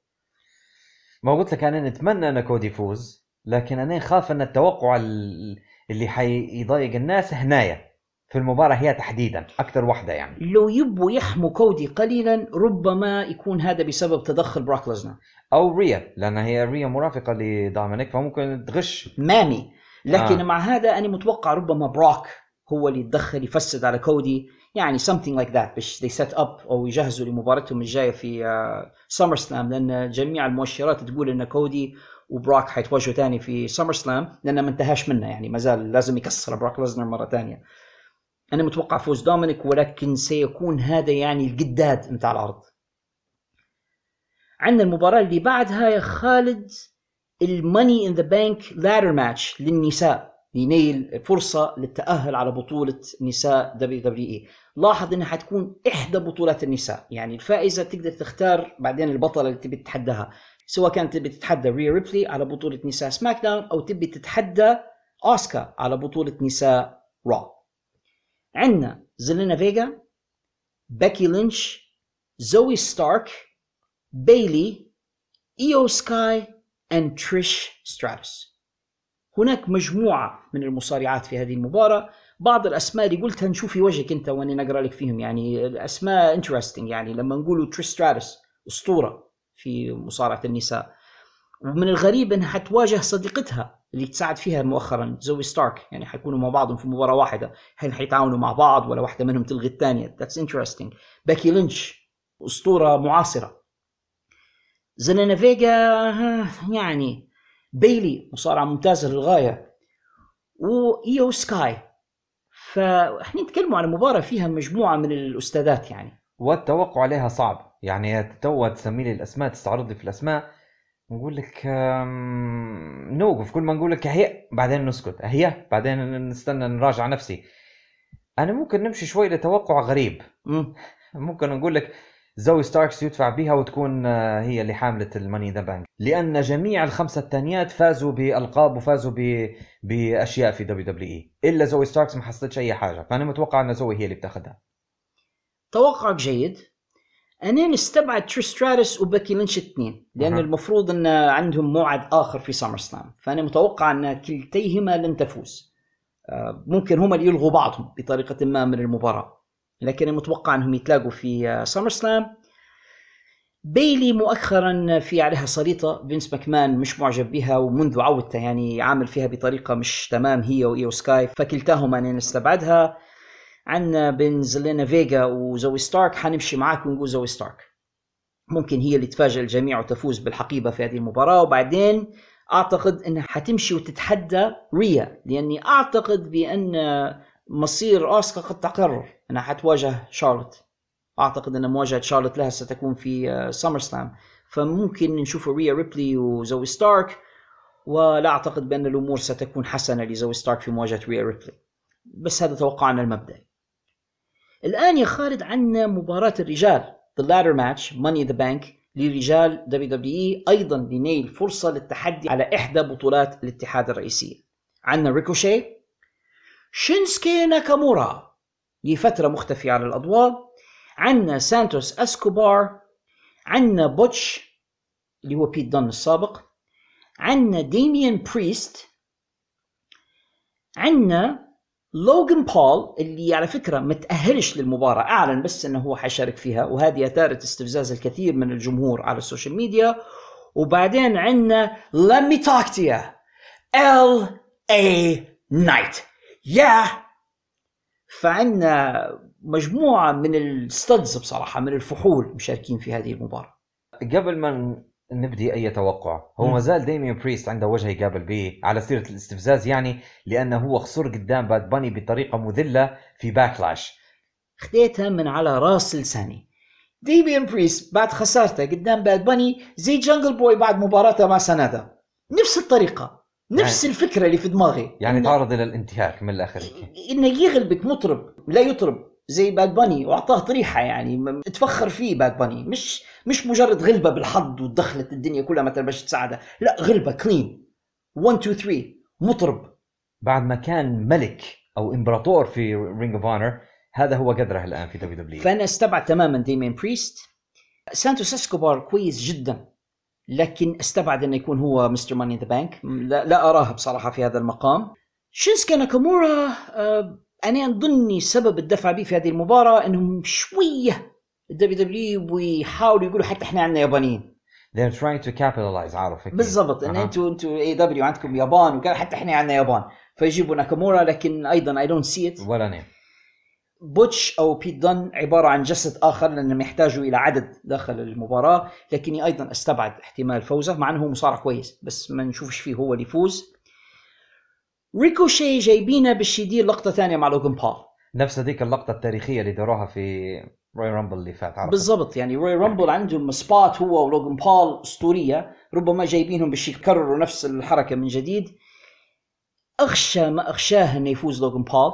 ما قلت لك أنا نتمنى أن كودي يفوز، لكن أنا خاف أن التوقع اللي حيضايق الناس هنايا في المباراة هي تحديدا أكثر واحدة. يعني لو يبوا يحموا كودي قليلا ربما يكون هذا بسبب تدخل براك ليزنر أو ريا، لأن هي ريا مرافقة لدومينيك فممكن تغش مامي. لكن آه. مع هذا أنا متوقع ربما براك هو اللي يتدخل يفسد على كودي، يعني something like that باش they set up أو يجهزوا لمباراتهم الجاية في سمر سلام، لأن جميع المؤشرات تقول أن كودي وبراك حيتواجهوا تاني في سمر سلام، لأنه ما انتهاش منه يعني ما زال لازم يكسر براك ليزنر مرة تانية. أنا متوقع فوز دومينيك، ولكن سيكون هذا يعني الجداد متاع العرض. عندنا المباراة اللي بعدها يا خالد، الماني إن ذا بانك لادر ماتش للنساء، لينيل فرصة للتأهل على بطولة نساء دبليو دبليو إي. لاحظ انها حتكون احدى بطولات النساء، يعني الفائزة تقدر تختار بعدين البطلة اللي تبي تتحداها، سواء كانت تبي تتحدى ريا ريبلي على بطولة نساء سماك داون او تبي تتحدى اوسكا على بطولة نساء را. عندنا زيلينا فيجا، بيكي لينش، زوي ستارك، بايلي، إيو سكاي and تريش ستراتوس. هناك مجموعة من المصارعات في هذه المباراة. بعض الأسماء اللي قلتها نشوف في وجهك أنت وأني نقرأ لك فيهم، يعني الأسماء interesting. يعني لما نقولوا تريش ستراتوس أسطورة في مصارعة النساء، ومن الغريب أنها حتواجه صديقتها اللي تساعد فيها مؤخرا زوي ستارك، يعني حيكونوا مع بعضهم في مباراة واحدة. هل حيتعاونوا مع بعض ولا واحدة منهم تلغي الثانية؟ that's interesting. بيكي لينش أسطورة معاصرة. زيلينا فيجا يعني، بايلي مصارعة ممتازة للغاية، وإيو سكاي. فاحنا نتكلموا عن مباراة فيها مجموعة من الأستاذات يعني، والتوقع عليها صعب. يعني تتوى تسمي لي الأسماء، تستعرض لي في الأسماء، نقول لك نوقف كل ما نقول لك هي بعدين نسكت، هي بعدين نستنى نراجع نفسي. أنا ممكن نمشي شوي لتوقع غريب. م. ممكن نقول لك زوي ستاركس يدفع بها وتكون هي اللي حاملة الماني ذا بانك، لأن جميع الخمسة الثانيات فازوا بألقاب وفازوا ب... بأشياء في دبليو دبليو إي، إلا زوي ستاركس ما حصلتش أي حاجة. فأنا متوقع أن زوي هي اللي بتاخدها. توقعك جيد. أنا نستبعد تريش ستراتوس وبيكي لينش الاثنين، لأن أه. المفروض أن عندهم موعد آخر في سامر سلام، فأنا متوقع أن كلتيهما لن تفوز. ممكن هما اللي يلغوا بعضهم بطريقة ما من المباراة، لكن متوقع أنهم يتلاقوا في سامر سلام. بايلي مؤخرا في عليها سليطة، فينس ماكمان مش معجب بها ومنذ عودتها يعني عامل فيها بطريقة مش تمام هي وإيو سكاي، فكلتاهما أن نستبعدها. عنا بين زيلينا فيجا وزوي ستارك حنمشي معاك ونقول زوي ستارك ممكن هي اللي تفاجئ الجميع وتفوز بالحقيبة في هذه المباراة. وبعدين أعتقد أنها حتمشي وتتحدى ريا، لأني أعتقد بأن مصير أوسكا قد تقرر أنها حتواجه شارلوت. أعتقد أن مواجهة شارلوت لها ستكون في سامر سلام، فممكن نشوف ريا ريبلي وزوي ستارك، ولا أعتقد بأن الأمور ستكون حسنة لزوي ستارك في مواجهة ريا ريبلي. بس هذا توقعنا المبدئي. الآن يا خالد عندنا مباراة الرجال The Ladder Match Money in the Bank لرجال دبليو دبليو إي، أيضا لنيل فرصة للتحدي على إحدى بطولات الاتحاد الرئيسية. عندنا ريكوشي، شينسكي ناكامورا لفترة مختفي على الأضواء، عندنا سانتوس أسكوبار، عندنا بوتش اللي هو بيت دون السابق، عندنا ديميان بريست، عندنا لوغان بول اللي على فكرة متأهلش للمباراة، أعلن بس أنه هو حيشارك فيها، وهذه أثارت استفزاز الكثير من الجمهور على السوشيال ميديا. وبعدين عندنا لاميتاكتيا إل إيه نايت يا فعندنا مجموعة من الستادز بصراحة، من الفحول مشاركين في هذه المباراة. قبل ما نبدي أي توقع، هو ما زال ديميان بريست عنده وجه يقابل به على سيرة الاستفزاز، يعني لأنه هو خسر قدام باد باني بطريقة مذلة في باكلاش. خديتها من على راس لساني. ديميان بريست بعد خسارته قدام باد باني زي جانجل بوي بعد مباراته مع سنادا، نفس الطريقة، نفس يعني الفكرة اللي في دماغي، يعني تعرض إلى الانتهاك من الآخر، إنه يغلبك مطرب لا يطرب زي باد باني وأعطاه طريحة، يعني تفخر فيه باد باني، مش مش مجرد غلبة بالحظ ودخلت الدنيا كلها ما تلبش تساعده، لا غلبة كلين واحد اثنين ثلاثة مطرب بعد ما كان ملك أو إمبراطور في رينج اوف اونر. هذا هو قدره الآن في دبليو دبليو. فأنا استبعد تماما ديمين بريست. سانتوس اسكوبار كويس جدا، لكن استبعد أنه يكون هو مستر ماني ان ذا بانك، لا, لا أراه بصراحة في هذا المقام. شينسكي ناكامورا آه أنا أظني سبب الدفع به في هذه المباراة أنهم شوية الدبليو دبليو ويحاولوا يقولوا حتى إحنا عندنا يابانيين. They're trying to capitalize، عارف بالضبط إن أنتوا أنتوا إيه دبليو عندكم يابان وقال حتى إحنا عندنا يابان، فيجيبوا ناكامورا. لكن أيضا I don't see it. ولا نعم. بوتش أو بيت دون عبارة عن جسد آخر لأنهم يحتاجوا إلى عدد داخل المباراة، لكني أيضا استبعد احتمال فوزه، مع أنه مصارع كويس بس ما نشوفش فيه هو اللي يفوز. ريكوشي جايبينه باش يدير لقطة ثانية مع لوغان بول، نفس هذيك اللقطة التاريخية اللي داروها في روي رامبل اللي فات. بالضبط، يعني روي رامبل عندهم سبوت هو ولوغان بول أسطورية، ربما جايبينهم باش يكرروا نفس الحركة من جديد. أخشى ما أخشاه أنه يفوز لوغان بول،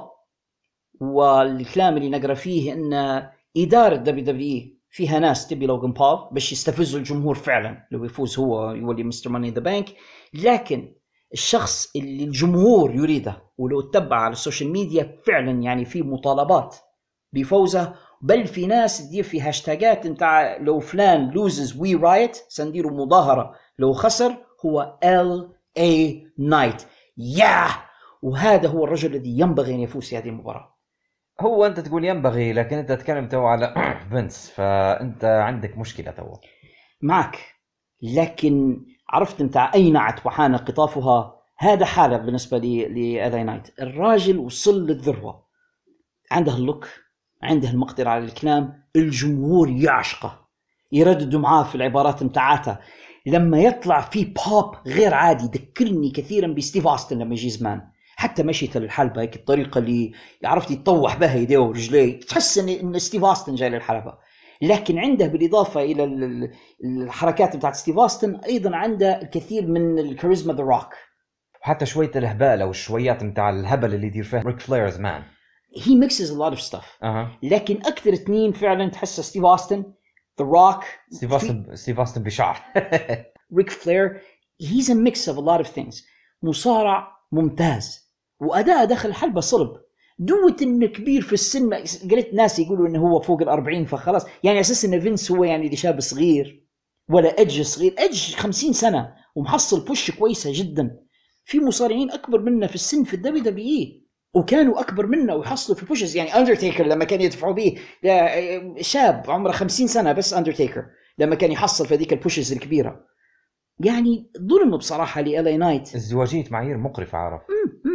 والكلام اللي نقرأ فيه أن إدارة دبليو دبليو إي فيها ناس تبي لوغان بول باش يستفزوا الجمهور فعلا لو يفوز هو يولي مستر ماني ذا بانك. لكن الشخص اللي الجمهور يريده ولو اتبع على السوشيال ميديا فعلا يعني في مطالبات بفوزه، بل في ناس تدير في هاشتاجات انت لو فلان لوزز وي رايت سنديروا مظاهرة لو خسر، هو إل إيه Knight. ياه، وهذا هو الرجل الذي ينبغي أن يفوز في هذه المباراة. هو أنت تقول ينبغي، لكن أنت تتكلم تو على فينس، فأنت عندك مشكلة تو معك. لكن عرفت أنت أين نعت وحان قطافها؟ هذا حالة بالنسبة لي لإل نايت. الراجل وصل للذروة، عنده اللوك، عنده المقدرة على الكلام، الجمهور يعشقه، يرددوا معاه في العبارات متاعته. لما يطلع في بوب غير عادي ذكرني كثيرا بستيف أوستن لما يجي زمان، حتى مشيته للحلبة هيك الطريقة اللي عرفت يتطوح بها يديه ورجليه، تحس إن ستيف أوستن جاي للحلبة. لكن عنده بالإضافة إلى الحركات بتاعت ستيف أوستن أيضا عنده الكثير من الكاريزما ذا روك، وحتى شوية الهبالة والشويات متاع الهبل اللي يدير فيه ريك فلير زمان. he mixes a lot of stuff. أه. لكن أكثر اثنين فعلا تحس ستيف أوستن The Rock. ستيف أوستن ستيف أوستن بشعر. ريك فلير he's a mix of a lot of things. مصارع ممتاز وأداء داخل الحلبة صلب. دوت إنه كبير في السن، قلت ناس يقولوا إنه هو فوق الأربعين فخلاص يعني أساس إنه فينس هو يعني دي شاب صغير ولا إدج صغير. إدج خمسين سنة ومحصل بوش كويسة جدا. في مصارعين أكبر منه في السن في الدبليو دبليو إي وكانوا أكبر منه ويحصلوا في بوشز، يعني أندرتيكر لما كان يدفعوا به شاب عمره خمسين سنة بس أندرتيكر لما كان يحصل في ذيك البوشز الكبيرة. يعني ظلم بصراحة لإل إيه نايت، ازدواجية معايير مقرفة عرف.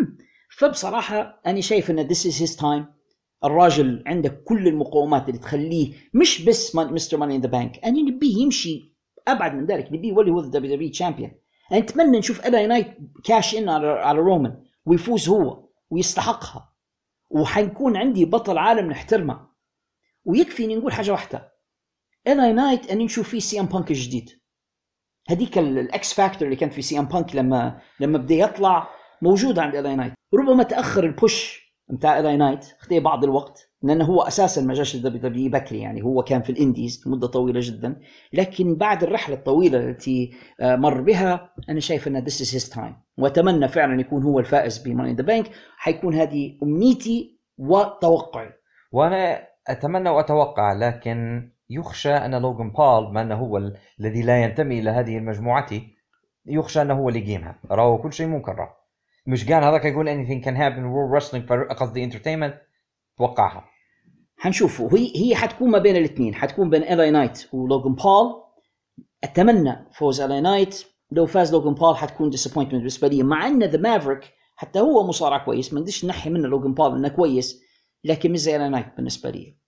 فبصراحة أنا شايف إن this is his time. الراجل عنده كل المقومات اللي تخليه مش بس مستر ماني إن ذا بانك، أنا نبيه يمشي أبعد من ذلك، نبيه ولي هو الدبليو دبليو تشامبيون. أنا أتمنى نشوف إل إيه نايت كاش إن على على رومان ويفوز هو ويستحقها، وحيكون عندي بطل عالم نحترمه. ويكفي نقول حاجة واحدة، إل إيه نايت أن نشوف فيه سي إم بانك الجديد. هذيك الإكس فاكتور اللي كانت في سي إم بانك لما لما بدأ يطلع موجود عند إل إيه نايت. ربما تأخر البوش متاع إل إيه نايت، خذ بعض الوقت لأنه هو أساسا ما جاش الدبليو دبليو بكري، يعني هو كان في الإنديز مدة طويلة جدا. لكن بعد الرحلة الطويلة التي مر بها أنا شايف أن this is his time، وأتمنى فعلا يكون هو الفائز بماني إن ذا بانك. حيكون هذه أمنيتي وتوقعي، وأنا أتمنى وأتوقع، لكن يخشى أن لوغان بول ما أنه هو الذي لا ينتمي إلى هذه المجموعة، يخشى أنه هو اللي يقيمها. راه كل شيء ممكن، راه مش قال هذاك يقول anything can happen in world wrestling قصدي entertainment. توقعها حنشوفه. هي هي حتكون ما بين الاثنين، حتكون بين إل إيه نايت ولوغان بول. أتمنى فوز إل إيه نايت. لو فاز لوغان بول حتكون disappointment بالنسبة لي، مع أن ذا مافريك حتى هو مصارع كويس، ما نديش نحي منه لوغان بول إنه كويس، لكن مش زي إل إيه نايت بالنسبة لي.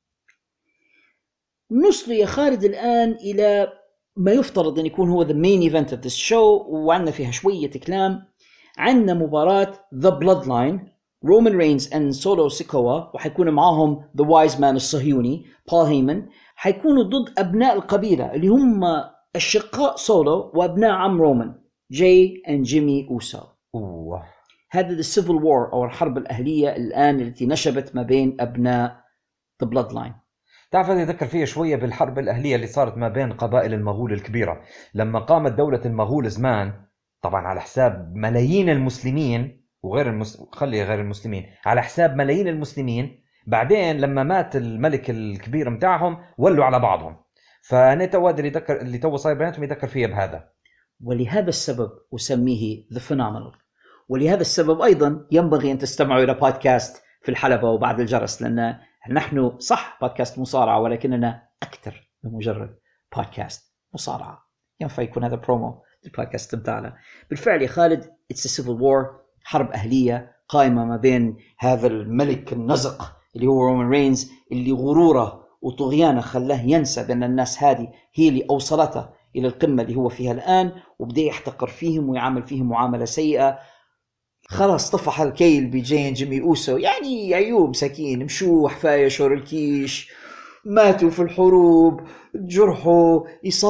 نوصل يا خالد الآن إلى ما يفترض أن يكون هو the main event of this show، وعندنا فيها شوية كلام. عندنا مباراة The Bloodline رومان رينز and سولو سيكوا، وحيكون معاهم The Wise Man الصهيوني بول هيمن. حيكونوا ضد أبناء القبيلة اللي هم الشقاء سولو وأبناء عم رومان جاي and جيمي أوسو. أوه. هذا the civil war أو الحرب الأهلية الآن التي نشبت ما بين أبناء The Bloodline. تعرف هذا يذكر فيها شوية بالحرب الأهلية اللي صارت ما بين قبائل المغول الكبيرة لما قامت دولة المغول زمان، طبعا على حساب ملايين المسلمين وغير المس... خلي غير المسلمين، على حساب ملايين المسلمين. بعدين لما مات الملك الكبير متاعهم ولوا على بعضهم. فأنا توادر يذكر اللي تو صاير بيناتهم يذكر فيها بهذا. ولهذا السبب أسميه The Phenomenal. ولهذا السبب أيضا ينبغي أن تستمعوا إلى بودكاست في الحلبة وبعد الجرس، لأن نحن صح بودكاست مصارعة ولكننا أكثر من مجرد بودكاست مصارعة. ينفع يكون هذا برومو البودكاست بتاعنا. بالفعل يا خالد it's a civil war، حرب أهلية قائمة ما بين هذا الملك النزق اللي هو رومان رينز، اللي غروره وطغيانه خلاه ينسى بأن الناس هذه هي اللي أوصلته إلى القمة اللي هو فيها الآن، وبدأ يحتقر فيهم ويعامل فيهم معاملة سيئة. خلاص طفح الكيل بجين جيمي أوسو، يعني عيوب سكين مشوح فاية شور الكيش، ماتوا في الحروب، جرحوا،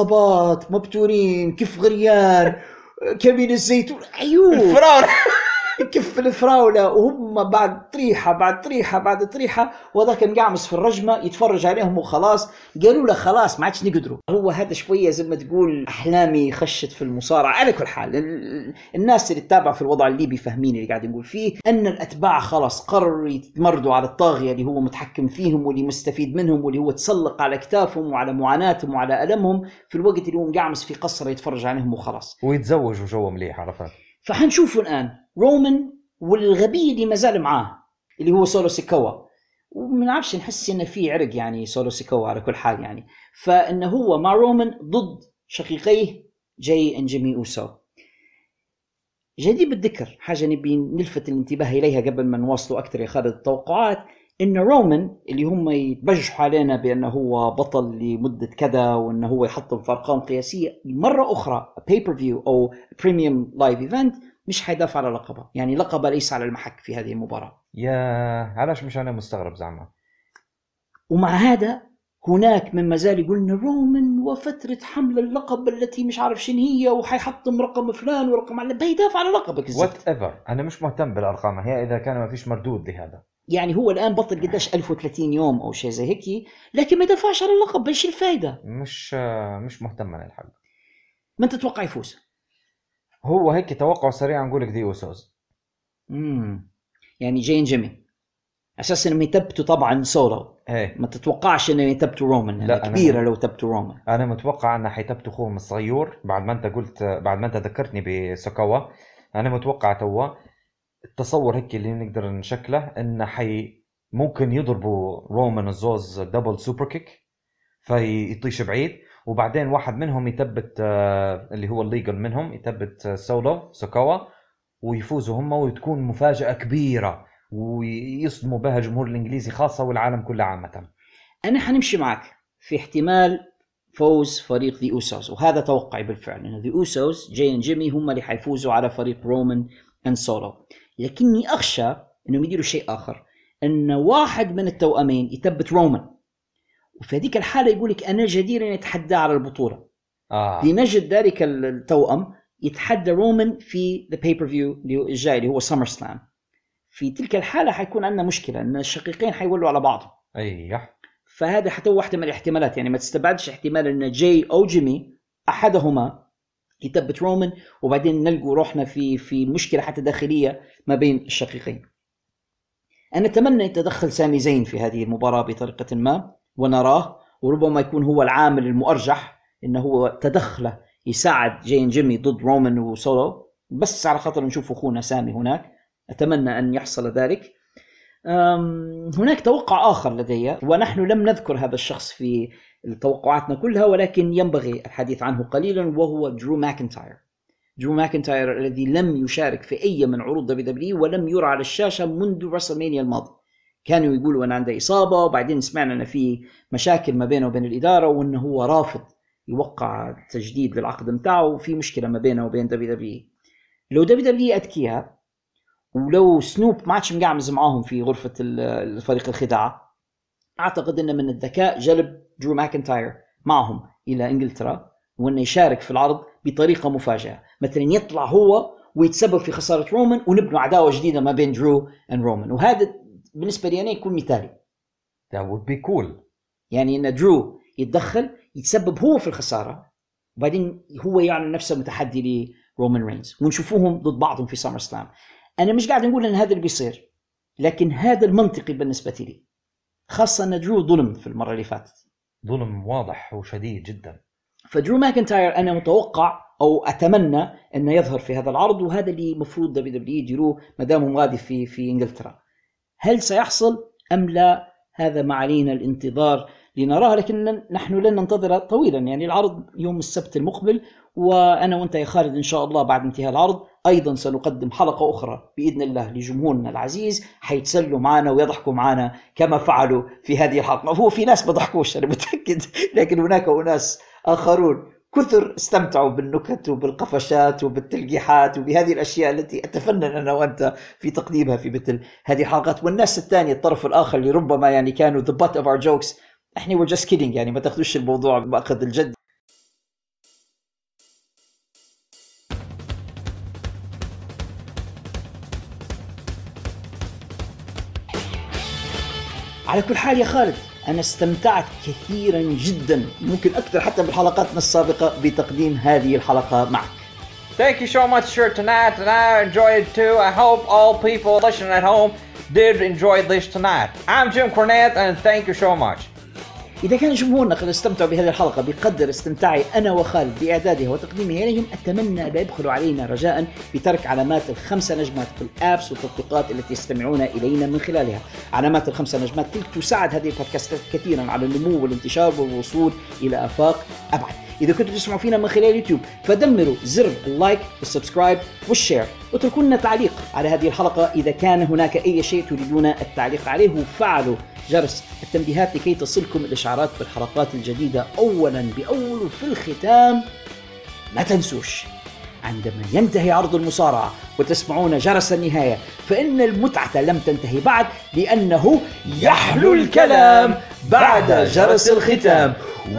إصابات، مبتورين، كيف غريان، كمين الزيتون، عيوب الفراعنة كف الفراولة وهم بعد طريحة بعد طريحة بعد طريحة، وذاك مقعمس في الرجمة يتفرج عليهم وخلاص. قالوا له خلاص ما عادش نقدروا. هو هذا شوية زي ما تقول أحلامي خشت في المصارعة. على كل حال الناس اللي تتابع في الوضع الليبي فاهمين اللي قاعد نقول فيه، أن الأتباع خلاص قرروا يتمردوا على الطاغية اللي هو متحكم فيهم واللي مستفيد منهم واللي هو تسلق على كتافهم وعلى معاناتهم وعلى ألمهم في الوقت اللي هو مقعمس في قصر يتفرج عليهم وخلاص، ويتزوج وجوه مليح. عرفت؟ فحنشوفه الآن رومان والغبي اللي مازال معاه اللي هو سولو سيكوا، ومنعرفش نحس إنه في عرق يعني سولو سيكوا على كل حال يعني. فإنه هو مع رومان ضد شقيقيه جاي أند جيمي أوسو. جدير بالذكر حاجة نبي نلفت الانتباه إليها قبل ما نواصلوا أكثر يا خالد التوقعات، إن رومان اللي هم يتبجحوا علينا بأنه هو بطل لمدة كذا وأنه هو يحطم في أرقام قياسية، مرة أخرى pay per view أو premium live event مش حيدافع على لقبه، يعني لقبه ليس على المحك في هذه المباراة. يا علاش مش أنا مستغرب زعما. ومع هذا هناك من مازال يقول إن رومان وفترة حمل اللقب التي مش عارف شن هي وحيحطم رقم فلان ورقم على بيدافع على لقبك. وات ايفر، أنا مش مهتم بالأرقام هي إذا كان ما فيش مردود لهذا. يعني هو الآن بطل قداش ألف وثلاثين يوم أو شيء زي هيك، لكن ما دفعش على اللقب. ايش الفائدة؟ مش مش مهتم أنا الحق. من تتوقع يفوز؟ هو هيك توقع سريع نقولك دي أوسوس. امم يعني جاين جيمي أساس إنهم يثبتوا طبعا سولو. ايه ما تتوقعش إنه يثبتوا رومان؟ لا كبيرة أنا لو ثبتوا رومان. أنا متوقع أن حيثبتوا خوهم الصغير بعد ما أنت قلت، بعد ما أنت ذكرتني بسكاوا. أنا متوقع توا التصور هيك اللي نقدر نشكله إن حي ممكن يضربوا رومان الزوز دبل سوبر كيك فيطيش بعيد، وبعدين واحد منهم يثبت اللي هو الليجل منهم يثبت سولو سكاوا ويفوزوا هم، وتكون مفاجأة كبيرة ويصدموا بها الجمهور الإنجليزي خاصة والعالم كله عامة. أنا حنمشي معك في احتمال فوز فريق ذي أوسوس، وهذا توقعي بالفعل إن ذي أوسوس جاي أند جيمي هم اللي حيفوزوا على فريق رومان أند سولو. لكني أخشى إنهم يديروا شيء آخر، إن واحد من التوأمين يثبت رومان، وفي هذيك الحالة يقولك أنا جدير أن يتحدى على البطولة. آه. لنجد ذلك التوأم يتحدى رومان في the pay per view اللي جاي اللي هو سمر سلام. في تلك الحالة حيكون عندنا مشكلة إن الشقيقين حيولوا على بعض. أيه. فهذا حتى واحدة من الاحتمالات، يعني ما تستبعدش احتمال إن جاي أو جيمي أحدهما يثبت رومان، وبعدين نلقوا روحنا في في مشكلة حتى داخلية ما بين الشقيقين. أنا أتمنى يتدخل سامي زين في هذه المباراة بطريقة ما ونراه، وربما يكون هو العامل المؤرجح إنه هو تدخله يساعد جاي أند جيمي ضد رومان وسولو، بس على خاطر نشوف أخونا سامي هناك. أتمنى أن يحصل ذلك. هناك توقع آخر لدي، ونحن لم نذكر هذا الشخص في توقعاتنا كلها، ولكن ينبغي الحديث عنه قليلا، وهو درو ماكنتاير. درو ماكنتاير الذي لم يشارك في أي من عروض دبليو دبليو ولم يرى على الشاشة منذ رسلمانيا الماضي. كانوا يقولوا أن عنده إصابة، وبعدين سمعنا أن في مشاكل ما بينه وبين الإدارة وأنه هو رافض يوقع تجديد للعقد متاعه، وفي مشكلة ما بينه وبين دبليو دبليو. لو دبليو دبليو أذكيها، ولو سنوب ما عادش مقعمز معاهم في غرفة الفريق الخداع، أعتقد أن من الذكاء جلب درو ماكنتاير معهم إلى إنجلترا، وأنه يشارك في العرض بطريقة مفاجئة، مثلا يطلع هو ويتسبب في خسارة رومان ونبنوا عداوة جديدة ما بين درو and رومان. وهذا بالنسبة لي أنا يكون مثالي. that would be cool. يعني أن درو يتدخل يتسبب هو في الخسارة، وبعدين هو يعلن نفسه متحدي لرومان رينز، ونشوفوهم ضد بعضهم في سامر سلام. أنا مش قاعد نقول أن هذا اللي بيصير، لكن هذا المنطقي بالنسبة لي، خاصة أن درو ظلم في المرة اللي فاتت، ظلم واضح وشديد جدا. فدرو ماكنتاير أنا متوقع أو أتمنى أنه يظهر في هذا العرض، وهذا اللي مفروض دبليو دبليو يديروه مدامهم غادي في في إنجلترا. هل سيحصل أم لا؟ هذا ما علينا الانتظار لنراه، لكن نحن لن ننتظر طويلا. يعني العرض يوم السبت المقبل، وأنا وأنت يا خالد إن شاء الله بعد انتهاء العرض أيضا سنقدم حلقة أخرى بإذن الله لجمهورنا العزيز، حيتسلوا معنا ويضحكوا معنا كما فعلوا في هذه الحلقة. هو في ناس ما ضحكوش أنا متأكد، لكن هناك أناس آخرون كثر استمتعوا بالنكت وبالقفشات وبالتلقيحات وبهذه الأشياء التي أتفنن أنا وأنت في تقديمها في مثل هذه الحلقات. والناس الثانية الطرف الآخر اللي ربما يعني كانوا the butt of our jokes، احنا we're just kidding، يعني ما تاخذوش الموضوع بأخذ الجد. على كل حال يا خالد، أنا استمتعت كثيرا جدا، ممكن أكثر حتى من حلقاتنا السابقة، بتقديم هذه الحلقة معك. Thank you so much for tonight, and I enjoyed it too. I hope all people listening at home did enjoy this tonight. I'm Jim Cornette, and thank you so much. إذا كان جمهورنا قد استمتعوا بهذه الحلقة بقدر استمتاعي أنا وخالد بإعدادها وتقديمها إليهم، أتمنى لا يبخلوا علينا رجاء بترك علامات الخمسة نجمات في الآبس والتطبيقات التي يستمعون إلينا من خلالها. علامات الخمسة نجمات تلك تساعد هذه البودكاستات كثيرا على النمو والانتشار والوصول إلى آفاق أبعد. إذا كنتوا تسمعوا فينا من خلال يوتيوب فدمروا زر اللايك والسبسكرايب والشير، واتركوا لنا تعليق على هذه الحلقة إذا كان هناك أي شيء تريدون التعليق عليه، وفعلوا جرس التنبيهات لكي تصلكم الإشعارات بالحلقات الجديدة أولا بأول. وفي الختام ما تنسوش عندما ينتهي عرض المصارعة وتسمعون جرس النهاية فإن المتعة لم تنتهي بعد، لأنه يحلو الكلام بعد جرس الختام.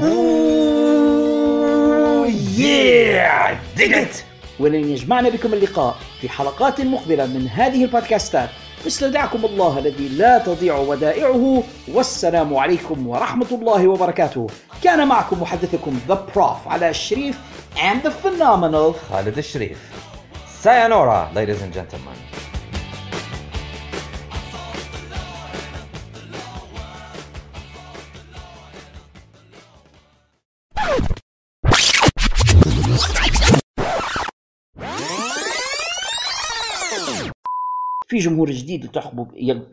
Yeah, dig it. ولن يجمعنا بكم اللقاء في حلقات مقبلة من هذه البودكاستات. استودعكم الله الذي لا تضيع ودائعه، والسلام عليكم ورحمة الله وبركاته. كان معكم محدثكم The Prof على الشريف and the phenomenal خالد الشريف. Sayonara, ladies and gentlemen. في جمهور جديد تحبب يل...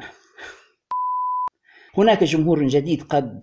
هناك جمهور جديد قد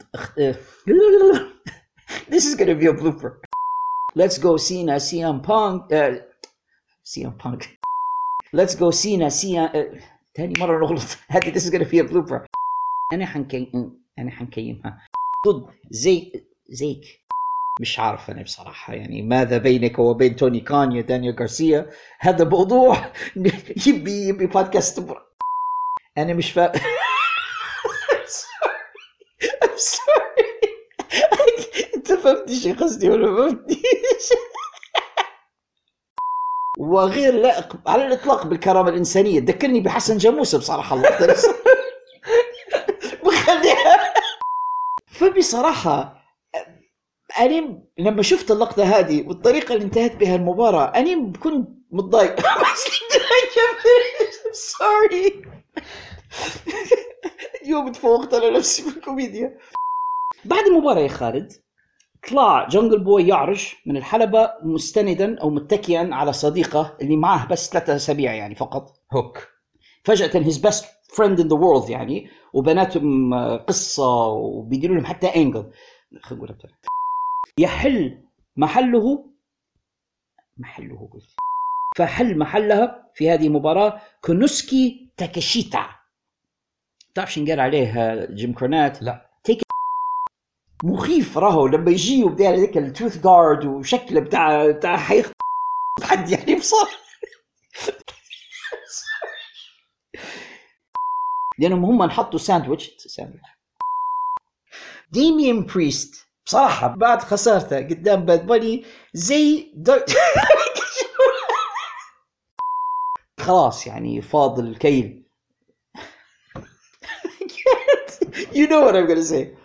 This is gonna be a blooper. Let's go Cena C M Punk uh, C M Punk Let's go Cena C M uh, تاني مرة نغلط هذه. This is gonna be a blooper. أنا حنكي أنا حنكيمها ضد زي زيك مش عارف أنا بصراحة، يعني ماذا بينك وبين توني كان يا دانيال غارسيا؟ هذا موضوع يبي يبي بودكاست برا. أنا مش فاهم. I'm sorry I'm sorry أنت فهمتي شيء قصدي ولا ما فهمتيش؟ وغير لائق على الإطلاق بالكرامة الإنسانية، تذكرني بحسن جاموسة بصراحة الله بخليها. فبصراحة أنا لما شفت اللقطة هذه والطريقة اللي انتهت بها المباراة أنا كنت متضايق. sorry اليوم تفوقت على نفسي في الكوميديا. بعد المباراة يا خالد طلع جونجل بوي يعرج من الحلبة مستندا أو متكئا على صديقه اللي معه بس ثلاثة أسابيع يعني فقط، هوك. فجأة his best friend in the world يعني، وبناتهم قصة وبيديروا لهم حتى أنجل. خلينا نقول يحل محله محله قلت فحل محلها في هذه المباراة كونوسكي تاكاشيتا. تعرف شو قال عليه جيم كورنات؟ لا تيك مخيف راهو لما يجي وبدا هذاك التوث جارد وشكله بتاع بتاع حيخ حد يعني بصراحة لأنهم هم نحطوا ساندويتش ساندويتش ديميان بريست بصراحة بعد خسارته قدام باد باني زي دو... خلاص يعني فاضل الكيل. You know what I'm gonna say.